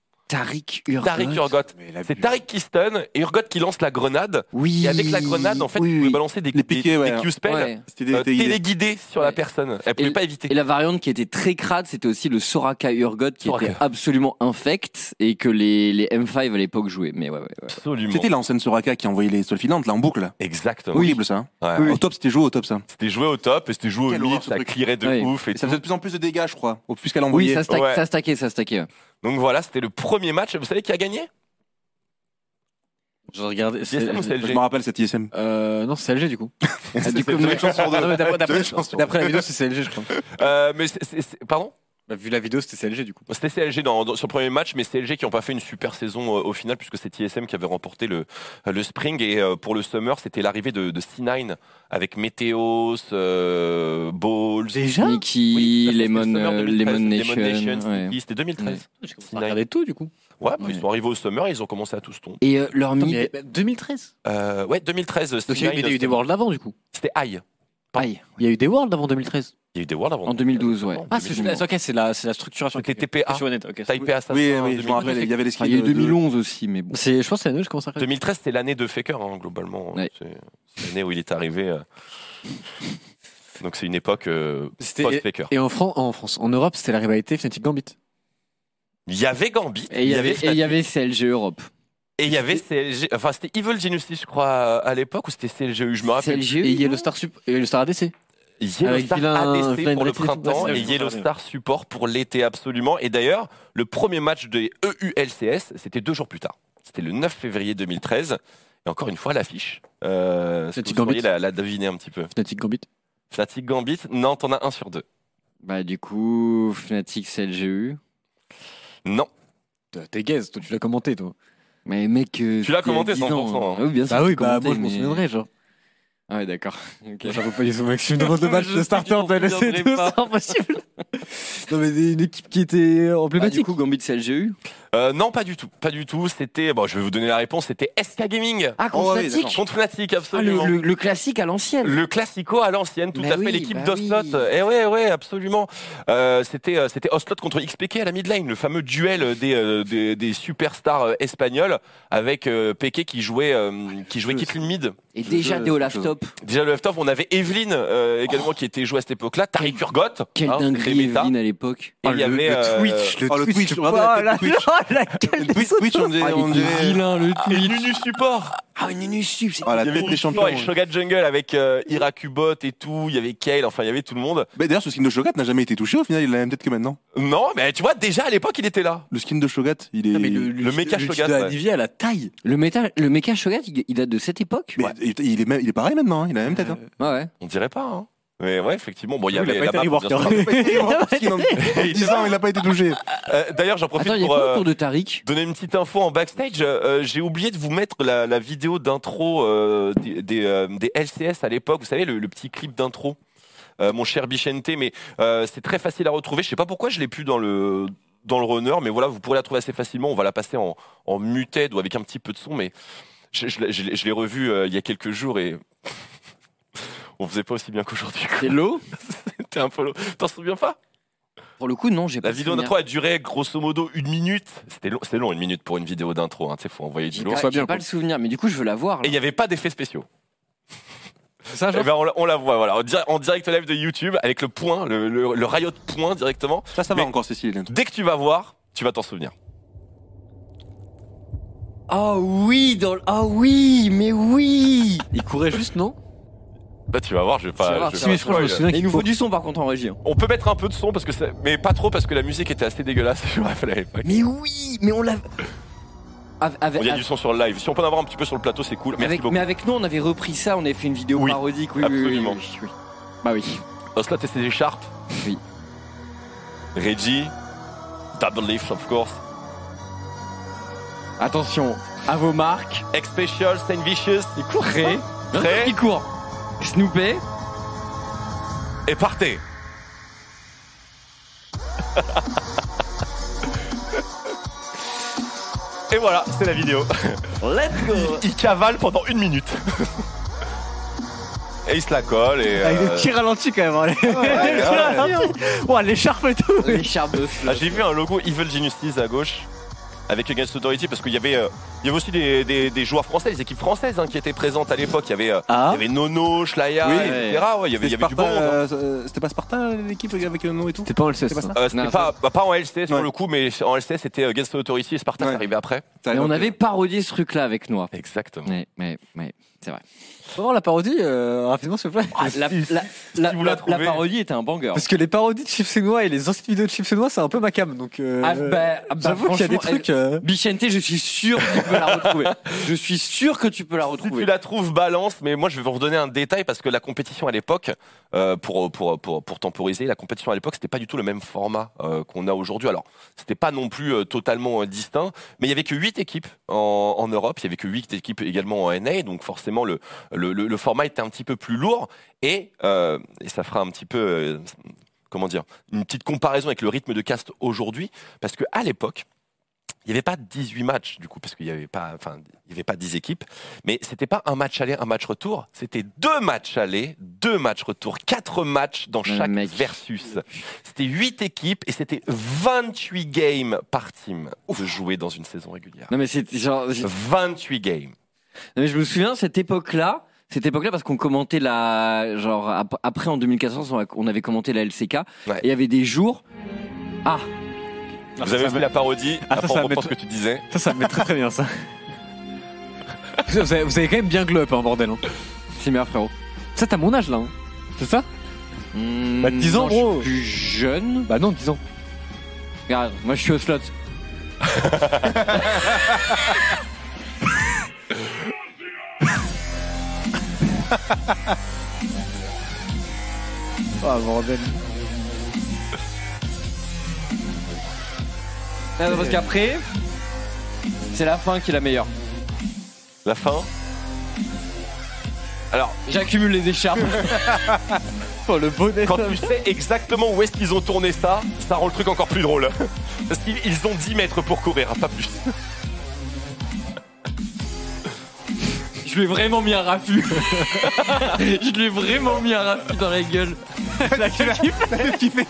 Tariq Urgot. Tariq Urgot. C'est Tariq qui stun et Urgot qui lance la grenade. Oui. Et avec la grenade, en fait, Oui, il pouvait oui. balancer des, Les des- piquets, ouais. des Q-spells Ouais. C'était des euh, téléguidés. téléguidés sur la Ouais. personne. Elle pouvait Et- pas éviter. Et la variante qui était très crade, c'était aussi le Soraka Urgot qui Soraka. était absolument infect et que les, les M cinq à l'époque jouaient. Mais ouais, ouais, ouais. Absolument. C'était l'ancienne Soraka qui envoyait les solfilantes là en boucle. Là. Exactement. Horrible ça. hein. Ouais. Au top, c'était joué au top ça. C'était joué au top et c'était joué au Quelle mid, horreur, ce ça truc. clearait de Ouais. ouf et Et ça tout. faisait de plus en plus de dégâts, je crois. Au plus qu'elle Oui, envoyait. ça stack, Ouais. ça stackait, ça stackait. ouais. Donc voilà, c'était le premier match. Vous savez qui a gagné? Je regardais. T S M ou C L Je G? me rappelle cette I S M. Euh, non, c'est C L G du coup. Ah, du coup, deux chances sur deux. non, mais d'après, Deux d'après, chances sur d'après la vidéo, c'est C L G, je crois. Euh, mais c'est- c'est- c'est- pardon? Bah, vu la vidéo, c'était C L G du coup. C'était C L G dans, dans- sur le premier match, mais C L G qui n'ont pas fait une super saison euh, au final, puisque c'est T S M qui avait remporté le, le Spring. Et euh, pour le Summer, c'était l'arrivée de, de C neuf avec Meteos, euh, Balls. Déjà Nicky, Oui, tout à fait, Lemon, c'était le Summer euh, deux mille treize. Lemon Nation. Nation, ouais. Sneaky, c'était deux mille treize. J'ai commencé à regarder tout du coup. Ouais, bah, Ouais. ils sont arrivés au Summer et ils ont commencé à tous tomber. Et euh, leur Attends, mid. mais, bah, deux mille treize. Euh, ouais, deux mille treize. Donc il y a eu- il y a eu des Worlds avant du coup. C'était High. Aïe. Il y a eu des Worlds avant deux mille treize. Il y a eu des Worlds avant. En deux mille douze, ouais. Ah, c'est deux mille douze. ok, c'est la, c'est la structuration. C'était T P A. Je suis honnête, ok. Taipei Assassin. Oui, oui, je me deux mille douze. rappelle, il y avait les skins. Enfin, il y a eu de- deux mille onze aussi, mais bon. C'est, je pense que c'est l'année où je commence à regarder. deux mille treize, c'était l'année de Faker, hein, globalement. Ouais. C'est c'est l'année où il est arrivé. euh. Donc c'est une époque euh, C'était- post-Faker. Et en, Fran- en France, en Europe, c'était la rivalité Fnatic Gambit. Il y avait Gambit. Et il y avait, et il y avait C L G Europe. Et il y avait C L G. Enfin, c'était Evil Genius, je crois, à l'époque, ou c'était C L G U, je me rappelle. C L G. Et Yellow Star, Sup- et Yellow Star A D C. Yellow Avec Star Villain- A D C Villain pour le Brett et tout. printemps Ouais, et c'est Yellow vrai. Star Support pour l'été absolument. Et d'ailleurs, le premier match des E U L C S, c'était deux jours plus tard. C'était le neuf février deux mille treize. Et encore une fois, l'affiche. Euh, est-ce que Fnatic vous pourriez Gambit. la, la deviner un petit peu. Fnatic Gambit. Fnatic Gambit, non, t'en as un sur deux. Bah, du coup, Fnatic C L G U. Non. T'es gaze, toi tu l'as commenté toi. Mais mec. euh, Tu l'as c'était commenté il y a dix ans, cent pour cent, hein. Ah oui, bien sûr. Bah oui, j'ai bah commenté, moi je m'en mais- souviendrai, genre. Ah ouais, d'accord. Ok. J'en veux pas du tout, mec. Si tu me demandes le match de starter de la L C deux, c'est impossible. Non, mais une équipe qui était Bah, du emblématique. coup, Gambit C L G U. Euh, non, pas du tout. Pas du tout. C'était. Bon, je vais vous donner la réponse. C'était S K Gaming. Ah, Oh, contre oui, Fnatic. d'accord. Contre Fnatic, Ah, le, absolument. le- le classique à l'ancienne. Le classico à l'ancienne, tout Bah à fait, oui, l'équipe bah d'Oslot. oui. Eh ouais, ouais, absolument. Euh, c'était, euh, c'était Oslot contre X P K à la mid lane, le fameux duel des, euh, des, des superstars euh, espagnols avec euh, P K qui jouait, euh, qui jouait Caitlyn mid. Et déjà je- des Olaf je- Top. Déjà le left-off, on avait Evelyn euh, également qui était jouée à cette époque-là, Tariq Urgot. Quelle hein, dinguerie, Remeta. Evelyn à l'époque. Et il y avait le euh, Twitch, le Oh, le Twitch, Twitch, le- regardez la Oh, tête Twitch. la gueule Twitch, Twitch, on dirait. Ah, il on était dirait- vilain, le et Twitch. Nunu Support. Ah, une Nunu Sub, c'est Ah, la Il y avait tête des Nunu champions. Support et Shogat Jungle avec euh, Irakubot et tout, il y avait Kale, enfin il y avait tout le monde. Bah, d'ailleurs, ce skin de Shogat n'a jamais été touché. Au final, il a la même tête que maintenant. Non, mais tu vois, déjà à l'époque, il était là. Le skin de Shogat, il est. Non, mais le, Le méca Shogat, de ouais. Anivia à la taille. Le méta, le mecha Shogat, il, il date de cette époque. Mais il, il est même, il est pareil maintenant. hein, Il a la même tête. hein. Ouais, ouais. On dirait pas, hein. Mais ouais, effectivement. Bon, il y Oui, il a avait pas été la map, bien reworker. sûr. En dix ans, il a pas été touché. Euh, D'ailleurs, j'en profite Attends, il y a pour quoi euh, autour de Tariq? donner une petite info en backstage. Euh, J'ai oublié de vous mettre la, la vidéo d'intro euh, des, des, euh, des L C S à l'époque. Vous savez, le, le petit clip d'intro. Euh, mon cher Bichente, mais euh, c'est très facile à retrouver. Je sais pas pourquoi je l'ai plus dans le dans le runner, mais voilà, vous pourrez la trouver assez facilement. On va la passer en, en muted ou avec un petit peu de son, mais je, je, l'ai- je l'ai- je l'ai revu euh, il y a quelques jours et on faisait pas aussi bien qu'aujourd'hui. quoi. C'est l'eau? C'était un peu lourd. T'en souviens pas? Pour le coup, non, j'ai pas. La vidéo souvenir. d'intro a duré grosso modo une minute. C'était long, c'est long une minute pour une vidéo d'intro. Hein. Tu sais, faut envoyer du J'ai lourd. pas, j'ai pas le souvenir, mais du coup, je veux la voir. là. Et il n'y avait pas d'effets spéciaux. C'est ça, Eh genre ben, on, la- on la voit, voilà, en, di- en direct live de YouTube avec le point, le, le, le riot point directement. Ça, ça va Mais encore, Cécile. Dès que tu vas voir, tu vas t'en souvenir. Oh oui, dans le- oh oui, mais oui. Il courait juste, non? Bah tu vas voir, je vais Tu vas pas. voir, je vais tu pas vas spoil. je me souviens Et il nous faut du son par contre en régie. hein. On peut mettre un peu de son parce que c'est- mais pas trop parce que la musique était assez dégueulasse. Je me rappelle à l'époque. Mais oui, mais on l'a. Avec, avec, Il y a du son sur le live. Si on peut en avoir un petit peu sur le plateau, c'est cool. Merci avec- beaucoup. mais avec nous, on avait repris ça, on avait fait une vidéo Oui, parodique. Oui, oui, oui, absolument. oui, oui. Bah oui. Oslot et ses écharpes. Oui. Reggie. Double Leaf, of course. Attention à vos marques. X-Special, Saint Vicious. Il court. Prêt. Prêt. Il court. Snoopé. Et partez. Et voilà, c'est la vidéo. Let's go. Il, il cavale pendant une minute. Et il se la colle et. Avec euh, des petits ralentis quand même. hein, les- ouais, les petits ouais. ralentis. Ouah, l'écharpe et tout. L'écharpe de Ah, j'ai vu un logo Evil Geniuses à gauche avec Against Authority parce qu'il y avait, euh, il y avait aussi des, des, des joueurs français, des équipes françaises hein, qui étaient présentes à l'époque. Il y avait, euh, Ah. il y avait Nono, Schlaya, Oui. et cetera. Ouais, il y avait, il y avait du bon Sparta, monde. hein. euh, C'était pas Sparta l'équipe avec le nom et tout. C'était pas en L C S. C'était pas ça. ça Euh, c'était Non, pas, bah, pas en L C S pour Ouais. le coup, mais en L C S c'était Against Authority et Sparta Ouais. qui arrivait après. Et on avait parodié ce truc-là avec Noah. Exactement. Mais, mais, mais c'est vrai. Comment la parodie, euh, rapidement s'il vous plaît. Ah, la, la, la, vous la la, trouvez. la parodie était un banger. Parce que les parodies de Chips et Noix et les anciennes vidéos de Chips et Noix, c'est un peu ma cam. Donc, euh, Ah, bah, bah, j'avoue qu'il y a des franchement, trucs. euh, Bichente, je suis sûr que tu peux la retrouver. Je suis sûr que tu peux la Si retrouver. tu la trouves, balance, mais moi je vais vous redonner un détail parce que la compétition à l'époque, euh, pour, pour, pour, pour temporiser, la compétition à l'époque, c'était pas du tout le même format euh, qu'on a aujourd'hui. Alors, c'était pas non plus euh, totalement euh, distinct, mais il y avait que huit équipes en, en Europe, il y avait que huit équipes également en N A, donc forcément le, le, le, le format était un petit peu plus lourd et, euh, et ça fera un petit peu, euh, comment dire, une petite comparaison avec le rythme de cast aujourd'hui, parce que à l'époque, il n'y avait pas dix-huit matchs, du coup, parce qu'il n'y avait pas, enfin, il y avait pas dix équipes, mais c'était pas un match aller, un match retour, c'était deux matchs aller, deux matchs retour, quatre matchs dans chaque mec. versus. C'était huit équipes et c'était vingt-huit games par team de jouer dans une saison régulière. Non mais c'est genre. vingt-huit games. Non, mais je me souviens cette époque-là. Cette époque-là, parce qu'on commentait la, genre ap- après en deux mille quatorze, on a- on avait commenté la L C K. Ouais. Et il y avait des jours. Ah. Vous avez vu la parodie, Ah, ça, après ça on va reprend mettre- ce que tu disais. Ça, ça me met très très bien ça. vous, avez, vous avez quand même bien glow up, hein, bordel. Hein. C'est bien, frérot. Ça, t'as mon âge là. Hein. C'est ça Mmh, Bah, dix ans, non, gros. Je suis plus jeune. Bah, non, dix ans. Regarde, moi je suis au slot. Ah, bordel. Ah, non, parce qu'après, c'est la fin qui est la meilleure. La fin. Alors, J'accumule les écharpes. Oh, le bonnet. quand tu sais exactement où est-ce qu'ils ont tourné ça, ça rend le truc encore plus drôle. Parce qu'ils ils ont dix mètres pour courir, pas plus. Je lui ai vraiment mis un raffut. Je lui ai vraiment mis un raffut dans la gueule. La kiffé.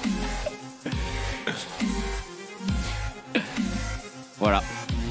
Voilà.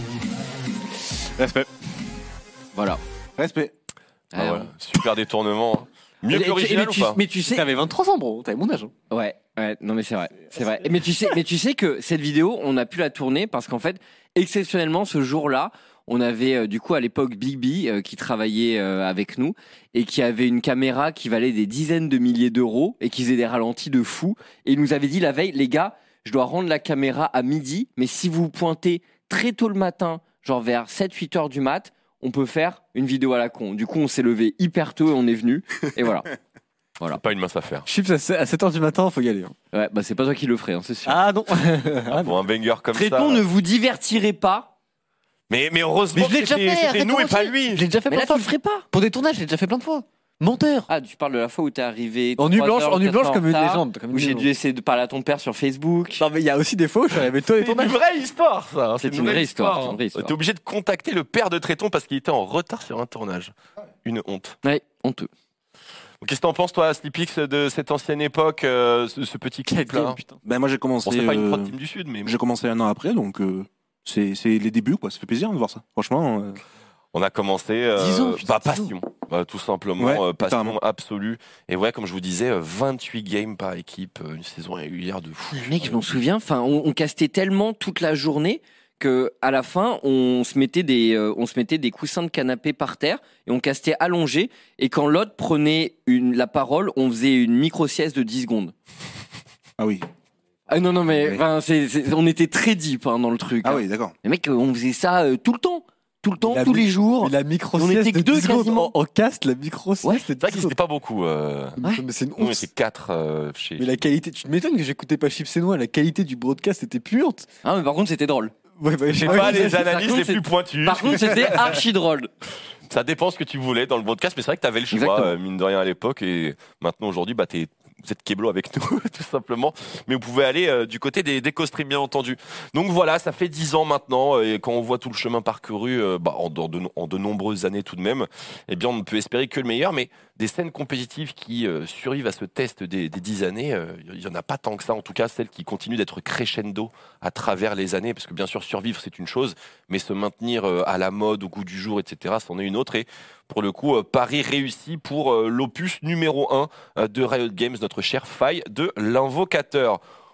Respect. Voilà. Respect. Ah, voilà. Super détournement. Mieux Mais- que l'original mais ou tu- pas Mais tu sais, T'avais vingt-trois ans, bro. T'avais mon âge. Hein. ouais, ouais, non mais c'est vrai, c'est vrai. Mais tu sais, mais tu sais que cette vidéo, on a pu la tourner parce qu'en fait, exceptionnellement, ce jour-là, on avait euh, du coup à l'époque Big B euh, qui travaillait euh, avec nous et qui avait une caméra qui valait des dizaines de milliers d'euros et qui faisait des ralentis de fou. Et il nous avait dit la veille, les gars, je dois rendre la caméra à midi, mais si vous pointez très tôt le matin, genre vers sept huit heures du mat, on peut faire une vidéo à la con. Du coup, on s'est levé hyper tôt et on est venu. Et voilà. Voilà. C'est pas une mince affaire. Chips à sept heures du matin, faut y aller. Hein. Ouais, bah c'est pas toi qui le ferais, hein, c'est sûr. Ah non. Ah, pour un banger comme Traiton ça. ne vous divertirez pas. Mais, mais heureusement que c'était c'était nous et pas lui. Je l'ai déjà fait Mais plein là, de fois. tu le ferais pas. Pour des tournages, je l'ai déjà fait plein de fois. Menteur. Ah, tu parles de la fois où t'es arrivé. En nuit trois blanche, heures, en nuit quatre blanche heures comme en une retard, légende. Comme une Où j'ai légende. dû essayer de parler à ton père sur Facebook. Non, mais il y a aussi des fois où je suis arrivé tôt et C'est tournage. une vraie histoire, ça. C'est une vraie histoire, c'est une vraie histoire. T'es obligé de contacter le père de Tréton parce qu'il était en retard sur un tournage. Une honte. Ouais, honteux. Qu'est-ce que t'en penses, toi, Slipix, de cette ancienne époque, euh, ce, ce petit clip-là? Ben moi j'ai commencé. Bon, c'est pas une euh, prod team du Sud, mais J'ai commencé un an après, donc euh, c'est c'est les débuts, quoi. Ça fait plaisir de voir ça. Franchement. euh, on a commencé euh, dix ans, putain, bah, dix ans. passion, bah, tout simplement, Ouais, euh, passion carrément. absolue. Et ouais, comme je vous disais, euh, vingt-huit games par équipe, euh, une saison régulière de fou. Mec, je m'en souviens. Enfin, on, on castait tellement toute la journée que à la fin, on se mettait des, euh, on se mettait des coussins de canapé par terre et on castait allongé. Et quand l'autre prenait une, la parole, on faisait une micro sieste de dix secondes. Ah oui. Ah non non mais Oui. enfin, c'est, c'est- on était très deep hein, dans le truc. Ah hein. oui, d'accord. Les mecs, on faisait ça euh, tout le temps, tout le temps, La tous mi- les jours. La micro On sieste était que de deux dix secondes quasiment. en, en cast, la micro sieste. Ouais. de C'est vrai dix qu'ils secondes. étaient pas beaucoup. Euh... Ouais. Mais c'est une Nous, on honte. était quatre euh, chez. Mais la qualité, tu m'étonnes que j'écoutais pas Chips et Noix, la qualité du broadcast était puante. Ah mais par contre, c'était drôle. Ouais, bah, J'ai ouais, pas ouais, les c'est- analyses contre, les plus c'est- pointues. Par contre, c'était archi drôle. Ça dépend ce que tu voulais dans le broadcast, mais c'est vrai que tu avais le choix, Exactement. euh, mine de rien, à l'époque. Et maintenant, aujourd'hui, bah, t'es, vous êtes Keblo avec nous, tout simplement. Mais vous pouvez aller euh, du côté des, des co-streams, bien entendu. Donc voilà, ça fait dix ans maintenant. euh, Et quand on voit tout le chemin parcouru, euh, bah, en, en de, en de nombreuses années tout de même, eh bien, on ne peut espérer que le meilleur. Mais des scènes compétitives qui euh, survivent à ce test des, des dix années, euh, il y en a pas tant que ça. En tout cas, celles qui continuent d'être crescendo à travers les années. Parce que bien sûr, survivre, c'est une chose. Mais se maintenir euh, à la mode, au goût du jour, et cetera, c'en est une autre. Et pour le coup, euh, pari réussi pour euh, l'opus numéro un euh, de Riot Games, notre cher faille de l'invocateur.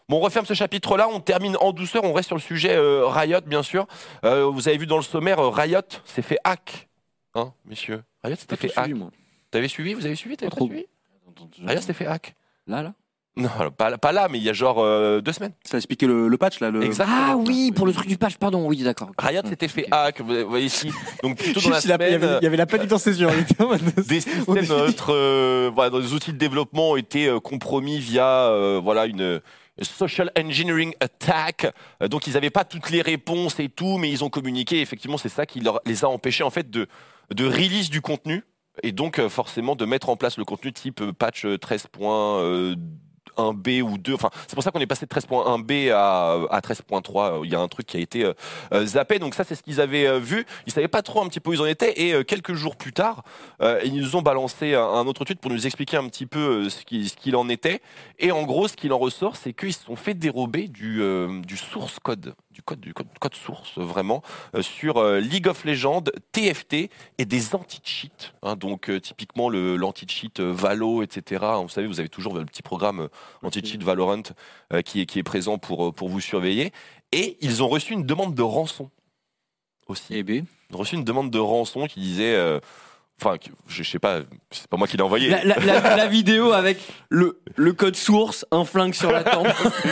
Bon, on referme ce chapitre-là, on termine en douceur, on reste sur le sujet euh, Riot, bien sûr. Euh, vous avez vu dans le sommaire, euh, Riot s'est fait hack, hein, messieurs. Riot s'était fait hack. T'avais suivi Vous avez suivi T'avais pas suivi Riot s'était fait hack. Là, là Non, pas, pas là, mais il y a genre euh, deux semaines. Ça a expliqué le, le patch là. Le... Exactement. Ah oui, pour le truc du patch, pardon, oui, d'accord. Riot s'était fait hack, vous voyez ici. Donc plutôt dans la Il y avait- semaine, il y avait la panique dans ses yeux. des systèmes, notre, euh, voilà, dans les outils de développement ont été euh, compromis via euh, voilà, une social engineering attack. Euh, donc ils n'avaient pas toutes les réponses et tout, mais ils ont communiqué. Effectivement, c'est ça qui leur, les a empêchés en fait de, de release du contenu et donc euh, forcément de mettre en place le contenu type euh, patch treize point un B ou deux. Enfin, c'est pour ça qu'on est passé de treize point un B à, à treize point trois. Il y a un truc qui a été euh, euh, zappé. Donc ça, c'est ce qu'ils avaient euh, vu. Ils savaient pas trop un petit peu où ils en étaient. Et euh, quelques jours plus tard, euh, ils nous ont balancé un, un autre tweet pour nous expliquer un petit peu euh, ce qu'il ce qu'il en était. Et en gros, ce qu'il en ressort, c'est qu'ils se sont fait dérober du, euh, du source code, du code, du code, code source, euh, vraiment, euh, sur euh, League of Legends, T F T et des anti-cheats. Hein, donc euh, typiquement le, l'anti-cheat euh, Valo, et cetera. Vous savez, vous avez toujours le petit programme euh, anti-cheat Valorant euh, qui, est, qui est présent pour, pour vous surveiller. Et ils ont reçu une demande de rançon aussi. Eh bien. Ils ont reçu une demande de rançon qui disait... euh, Enfin, je, je sais pas, c'est pas moi qui l'ai envoyé. La, la, la, la vidéo avec le, le code source, un flingue sur la tempe.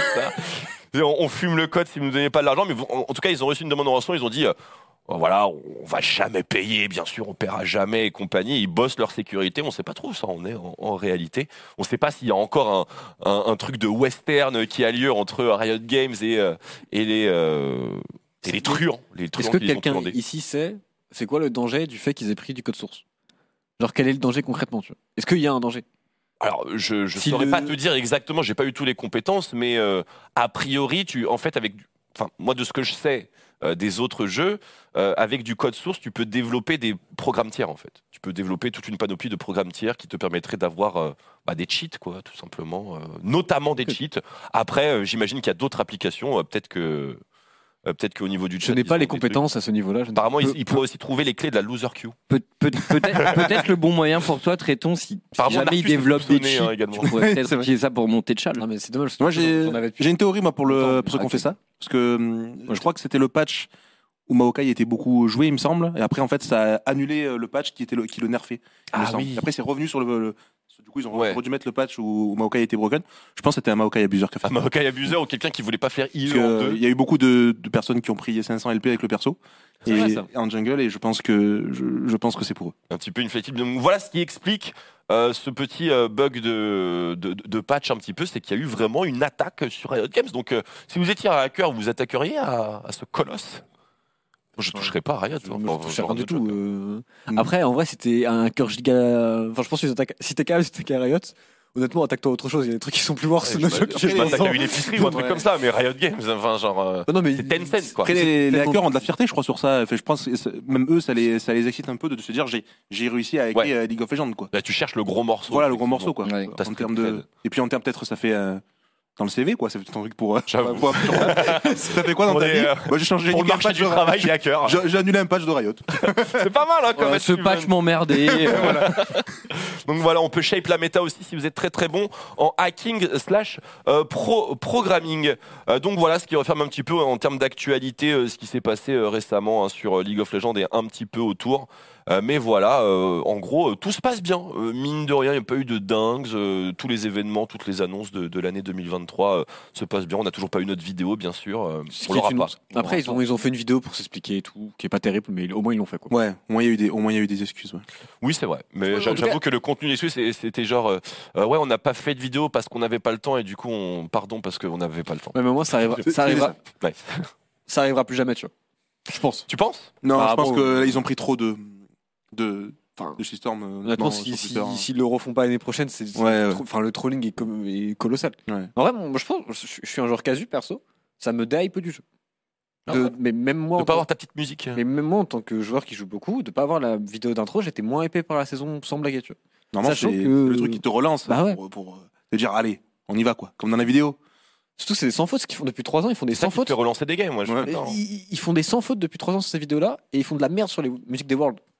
on, on fume le code si vous ne nous donnez pas de l'argent, mais en, en tout cas, ils ont reçu une demande de rançon, ils ont dit... Euh, voilà, on va jamais payer, bien sûr, on paiera jamais et compagnie. Ils bossent leur sécurité, on sait pas trop où ça en est en, en réalité. On sait pas s'il y a encore un, un, un truc de western qui a lieu entre Riot Games et, euh, et les euh, et les truands. Les truands Est-ce que qui les ont quelqu'un truandés. ici sait c'est quoi le danger du fait qu'ils aient pris du code source? Genre quel est le danger concrètement, tu vois? Est-ce qu'il y a un danger? Alors, je ne Si saurais le- pas te dire exactement, j'ai pas eu toutes les compétences, mais euh, a priori, tu, en fait, avec, du- enfin, moi de ce que je sais euh, des autres jeux, euh, avec du code source, tu peux développer des programmes tiers en fait. Tu peux développer toute une panoplie de programmes tiers qui te permettraient d'avoir euh, bah, des cheats, quoi, tout simplement, euh, notamment des cheats. Après, euh, j'imagine qu'il y a d'autres applications, euh, peut-être que. euh, peut-être qu'au niveau du chat. Je n'ai ils pas ont les des trucs. compétences à ce niveau-là. je ne- Apparemment, ils, Peu- ils pourraient aussi trouver les clés de la loser queue. Peut, peut, peut-être, peut-être le bon moyen pour toi, Tréton, si, si Apparemment, jamais Narcus il développe des est soupçonné, cheats, hein, également. tu pourrais Ouais, peut-être c'est vrai. utiliser ça pour monter de chat. Non mais c'est dommage. Moi, j'ai j'en avais depuis j'ai une théorie moi pour le longtemps, pour ceux qui ont mais fait ça, parce que hum, je crois que c'était le patch où Maokai était beaucoup joué, il me semble, et après en fait ça a annulé euh, le patch qui était le, qui le nerfait. il me Ah semble. oui. Et après c'est revenu sur le, le- du coup ils ont Ouais. dû mettre le patch où, où Maokai était broken. Je pense que c'était un Maokai abuseur qui a fait Un ça. Maokai abuseur ou quelqu'un qui voulait pas faire I E Parce que, en euh, deux. il y a eu beaucoup de, de personnes qui ont pris cinq cents L P avec le perso C'est et, vrai, ça. en jungle, et je pense que je, je pense que c'est pour eux. Un petit peu inflexible. Donc voilà ce qui explique euh, ce petit euh, bug de, de, de patch un petit peu, c'est qu'il y a eu vraiment une attaque sur Riot Games. Donc euh, si vous étiez un hacker, vous vous attaqueriez à, à ce colosse? Je toucherais pas à Riot. Je hein, me pour- touche pour rien un du autre tout. jeu. euh. Mm. Après, en vrai, c'était un cœur giga. Enfin, je pense que si t'attaques- si t'es capable, si t'es qu'à Riot, honnêtement, attaque-toi à autre chose. Il y a des trucs qui sont plus worse. Ouais, nos je jeux sais que pas, j'ai je sais pas, pas t'as qu'à une épicerie ou un truc Ouais. comme ça, mais Riot Games, enfin genre, euh, Non, mais c'est Tencent quoi. Après, les, les tellement- hackers ont de la fierté, je crois, sur ça. Enfin, je pense que ça- même eux, ça les, ça les excite un peu de se dire j'ai j'ai réussi à hacker Ouais. euh, League of Legends, quoi. Là, tu cherches le gros morceau. Voilà le gros morceau, quoi. Ouais. T'as En ce termes truc de... cred. Et puis en termes peut-être ça fait euh, dans le C V, quoi. Ça fait un truc pour. euh, J'avoue. pour- pour- ça fait quoi dans Pour ta les, vie euh, Moi j'ai changé. j'ai Pour le niqué un marché patch du de- travail, les hackers. J'ai j'ai annulé un patch de Riot. C'est pas mal, hein, comme Ouais, ce achievement. patch m'emmerdait. euh, Donc voilà, on peut shape la méta aussi si vous êtes très très bon en hacking slash euh, pro programming. Euh, donc voilà, ce qui referme un petit peu en termes d'actualité euh, ce qui s'est passé euh, récemment hein, sur euh, League of Legends et un petit peu autour. Euh, mais voilà, euh, en gros, euh, tout se passe bien. Euh, mine de rien, il n'y a pas eu de dingues. Euh, tous les événements, toutes les annonces de, de l'année deux mille vingt-trois euh, se passent bien. On n'a toujours pas eu notre vidéo, bien sûr. Euh, Ce on qui est l'aura une- pas. Après, ils ont, ils ont fait une vidéo pour s'expliquer et tout, qui est pas terrible, mais au moins ils l'ont fait, quoi. Ouais, au moins il y a eu des, au moins il y a eu des excuses. Ouais. Oui, c'est vrai. Mais Ouais, j'a- en tout j'avoue cas- que le contenu des c'est- c'était genre, euh, euh, ouais, on n'a pas fait de vidéo parce qu'on n'avait pas le temps et du coup, on pardon parce qu'on n'avait pas le temps. Ouais, mais moi, ça arrivera, C'est- ça arrivera, Ouais. ça arrivera plus jamais, tu vois. Je pense. Tu penses? Non, Par je pense rapport au- qu'ils ont pris trop de de Enfin, de shitstorm. euh, Honnêtement, notamment si, sur si, Twitter, hein. s'ils le refont pas l'année prochaine, c'est, c'est Ouais, ouais. trop- enfin, le trolling est, com- est colossal. Ouais. En vrai, moi, je pense, je, je suis un joueur casu, perso. Ça me déhype du jeu. Ah De- ouais. mais même moi, De en pas tant- avoir ta petite musique. mais même moi, en tant que joueur qui joue beaucoup, de pas avoir la vidéo d'intro, j'étais moins épais par la saison sans blaguer, tu vois. Normalement, Sachant c'est que- le truc qui te relance Bah ouais. pour, pour, euh, te dire allez, on y va, quoi. Comme dans la vidéo. Surtout, c'est des sans fautes, ce qu'ils font depuis trois ans. Ils font des C'est ça sans qui te fautes. fait relancer des games, moi. Je Ouais. suis d'accord. Ils, ils font des sans fautes depuis trois ans sur ces vidéos-là et ils font de la merde sur les musiques des Worlds.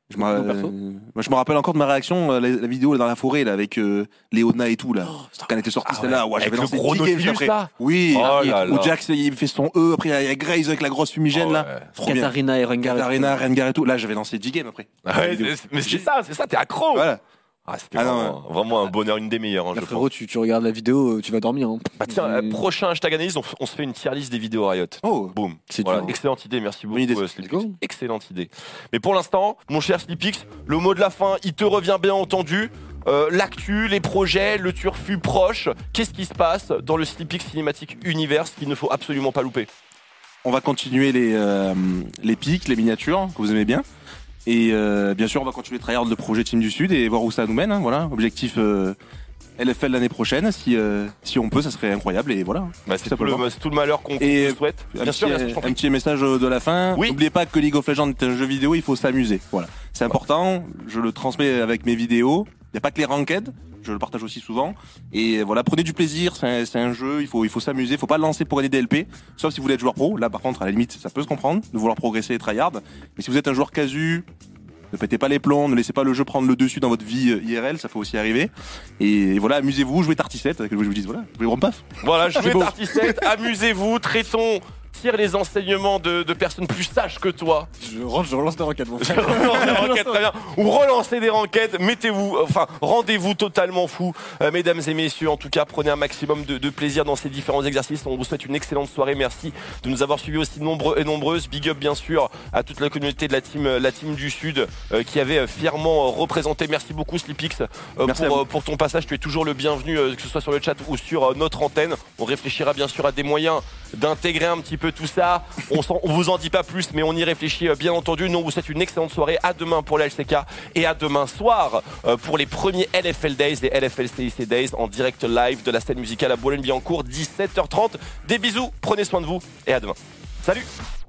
Je me, euh, moi, je me rappelle encore de ma réaction, euh, la, la vidéo là, dans la forêt là, avec euh, Léona et tout là. Oh, quand elle était sortie, ah, celle-là, ouais, avec j'avais le lancé gros dix games Nautilus après. là. Oui, oh et, là où là. Jax il fait son E, après il y a Graze avec la grosse fumigène oh, là. ouais. Trop Katarina bien. et Rengar. Katarina, Rengar et tout. Là, j'avais lancé dix games après. Ouais, c'est- mais c'est ça, c'est ça, t'es accro. Voilà. Ah, c'était Ah, non, vraiment, vraiment un bonheur, une des meilleures. Hein, Là, je frérot, tu, tu regardes la vidéo, tu vas dormir. Hein. Bah tiens, Mais- euh, prochain hashtag analyse, on, f- on se fait une tier list des vidéos Riot. Oh, boum. C'est Voilà, dur. excellente idée, merci beaucoup. Bonne idée, euh, Sleepix. Sleepix. Excellente idée. Mais pour l'instant, mon cher Sleepix, le mot de la fin, il te revient bien entendu. Euh, L'actu, les projets, le turfu proche. Qu'est-ce qui se passe dans le Sleepix Cinematic Universe qu'il ne faut absolument pas louper? On va continuer les, euh, les pics, les miniatures que vous aimez bien. Et euh, bien sûr, on va continuer de tryhard le projet Team du Sud et voir où ça nous mène. Hein, voilà, objectif euh, L F L l'année prochaine. Si, euh, si on peut, ça serait incroyable. Et voilà. Bah, c'est tout, le- c'est tout le malheur qu'on Et qu'on souhaite. Un Bien petit, sûr, bien sûr, je t'en un prie. petit message de la fin. Oui. N'oubliez pas que League of Legends est un jeu vidéo, il faut s'amuser. Voilà. C'est important, je le transmets avec mes vidéos. Il n'y a pas que les ranked, je le partage aussi souvent. Et voilà, prenez du plaisir, c'est un, c'est un jeu, il faut, il faut s'amuser, il faut pas le lancer pour gagner des L P. Sauf si vous voulez être joueur pro. Là, par contre, à la limite, ça peut se comprendre de vouloir progresser et tryhard. Mais si vous êtes un joueur casu, ne pétez pas les plombs, ne laissez pas le jeu prendre le dessus dans votre vie euh, I R L, ça peut aussi arriver. Et voilà, amusez-vous, jouez Tarty sept, que je vous dise, voilà, jouez Rompaf. Voilà, C'est jouez beau. Tarty sept, amusez-vous, traitons, tire les enseignements de, de personnes plus sages que toi. Je rentre, je relance des requêtes, mon frère. Relancez des requêtes, très bien. Ou relancez des requêtes, mettez-vous, enfin, rendez-vous totalement fou, euh, mesdames et messieurs. En tout cas, prenez un maximum de, de plaisir dans ces différents exercices. On vous souhaite une excellente soirée. Merci de nous avoir suivis aussi nombreux et nombreuses. Big up, bien sûr, à toute la communauté de la team, la team du Sud, euh, qui avait euh, fièrement euh, représenté. Merci beaucoup, Sleepix, euh, Merci à pour, vous. euh, pour ton passage. Tu es toujours le bienvenu, euh, que ce soit sur le chat ou sur euh, notre antenne. On réfléchira bien sûr à des moyens d'intégrer un petit peu tout ça. On, s'en- on vous en dit pas plus, mais on y réfléchit euh, bien entendu. Nous, on vous souhaite une excellente soirée. À demain pour la L C K et à demain soir euh, pour les premiers L F L Days, les L F L C I C Days en direct live de la scène musicale à Boulogne-Billancourt, dix-sept heures trente. Des bisous, prenez soin de vous et à demain. Salut!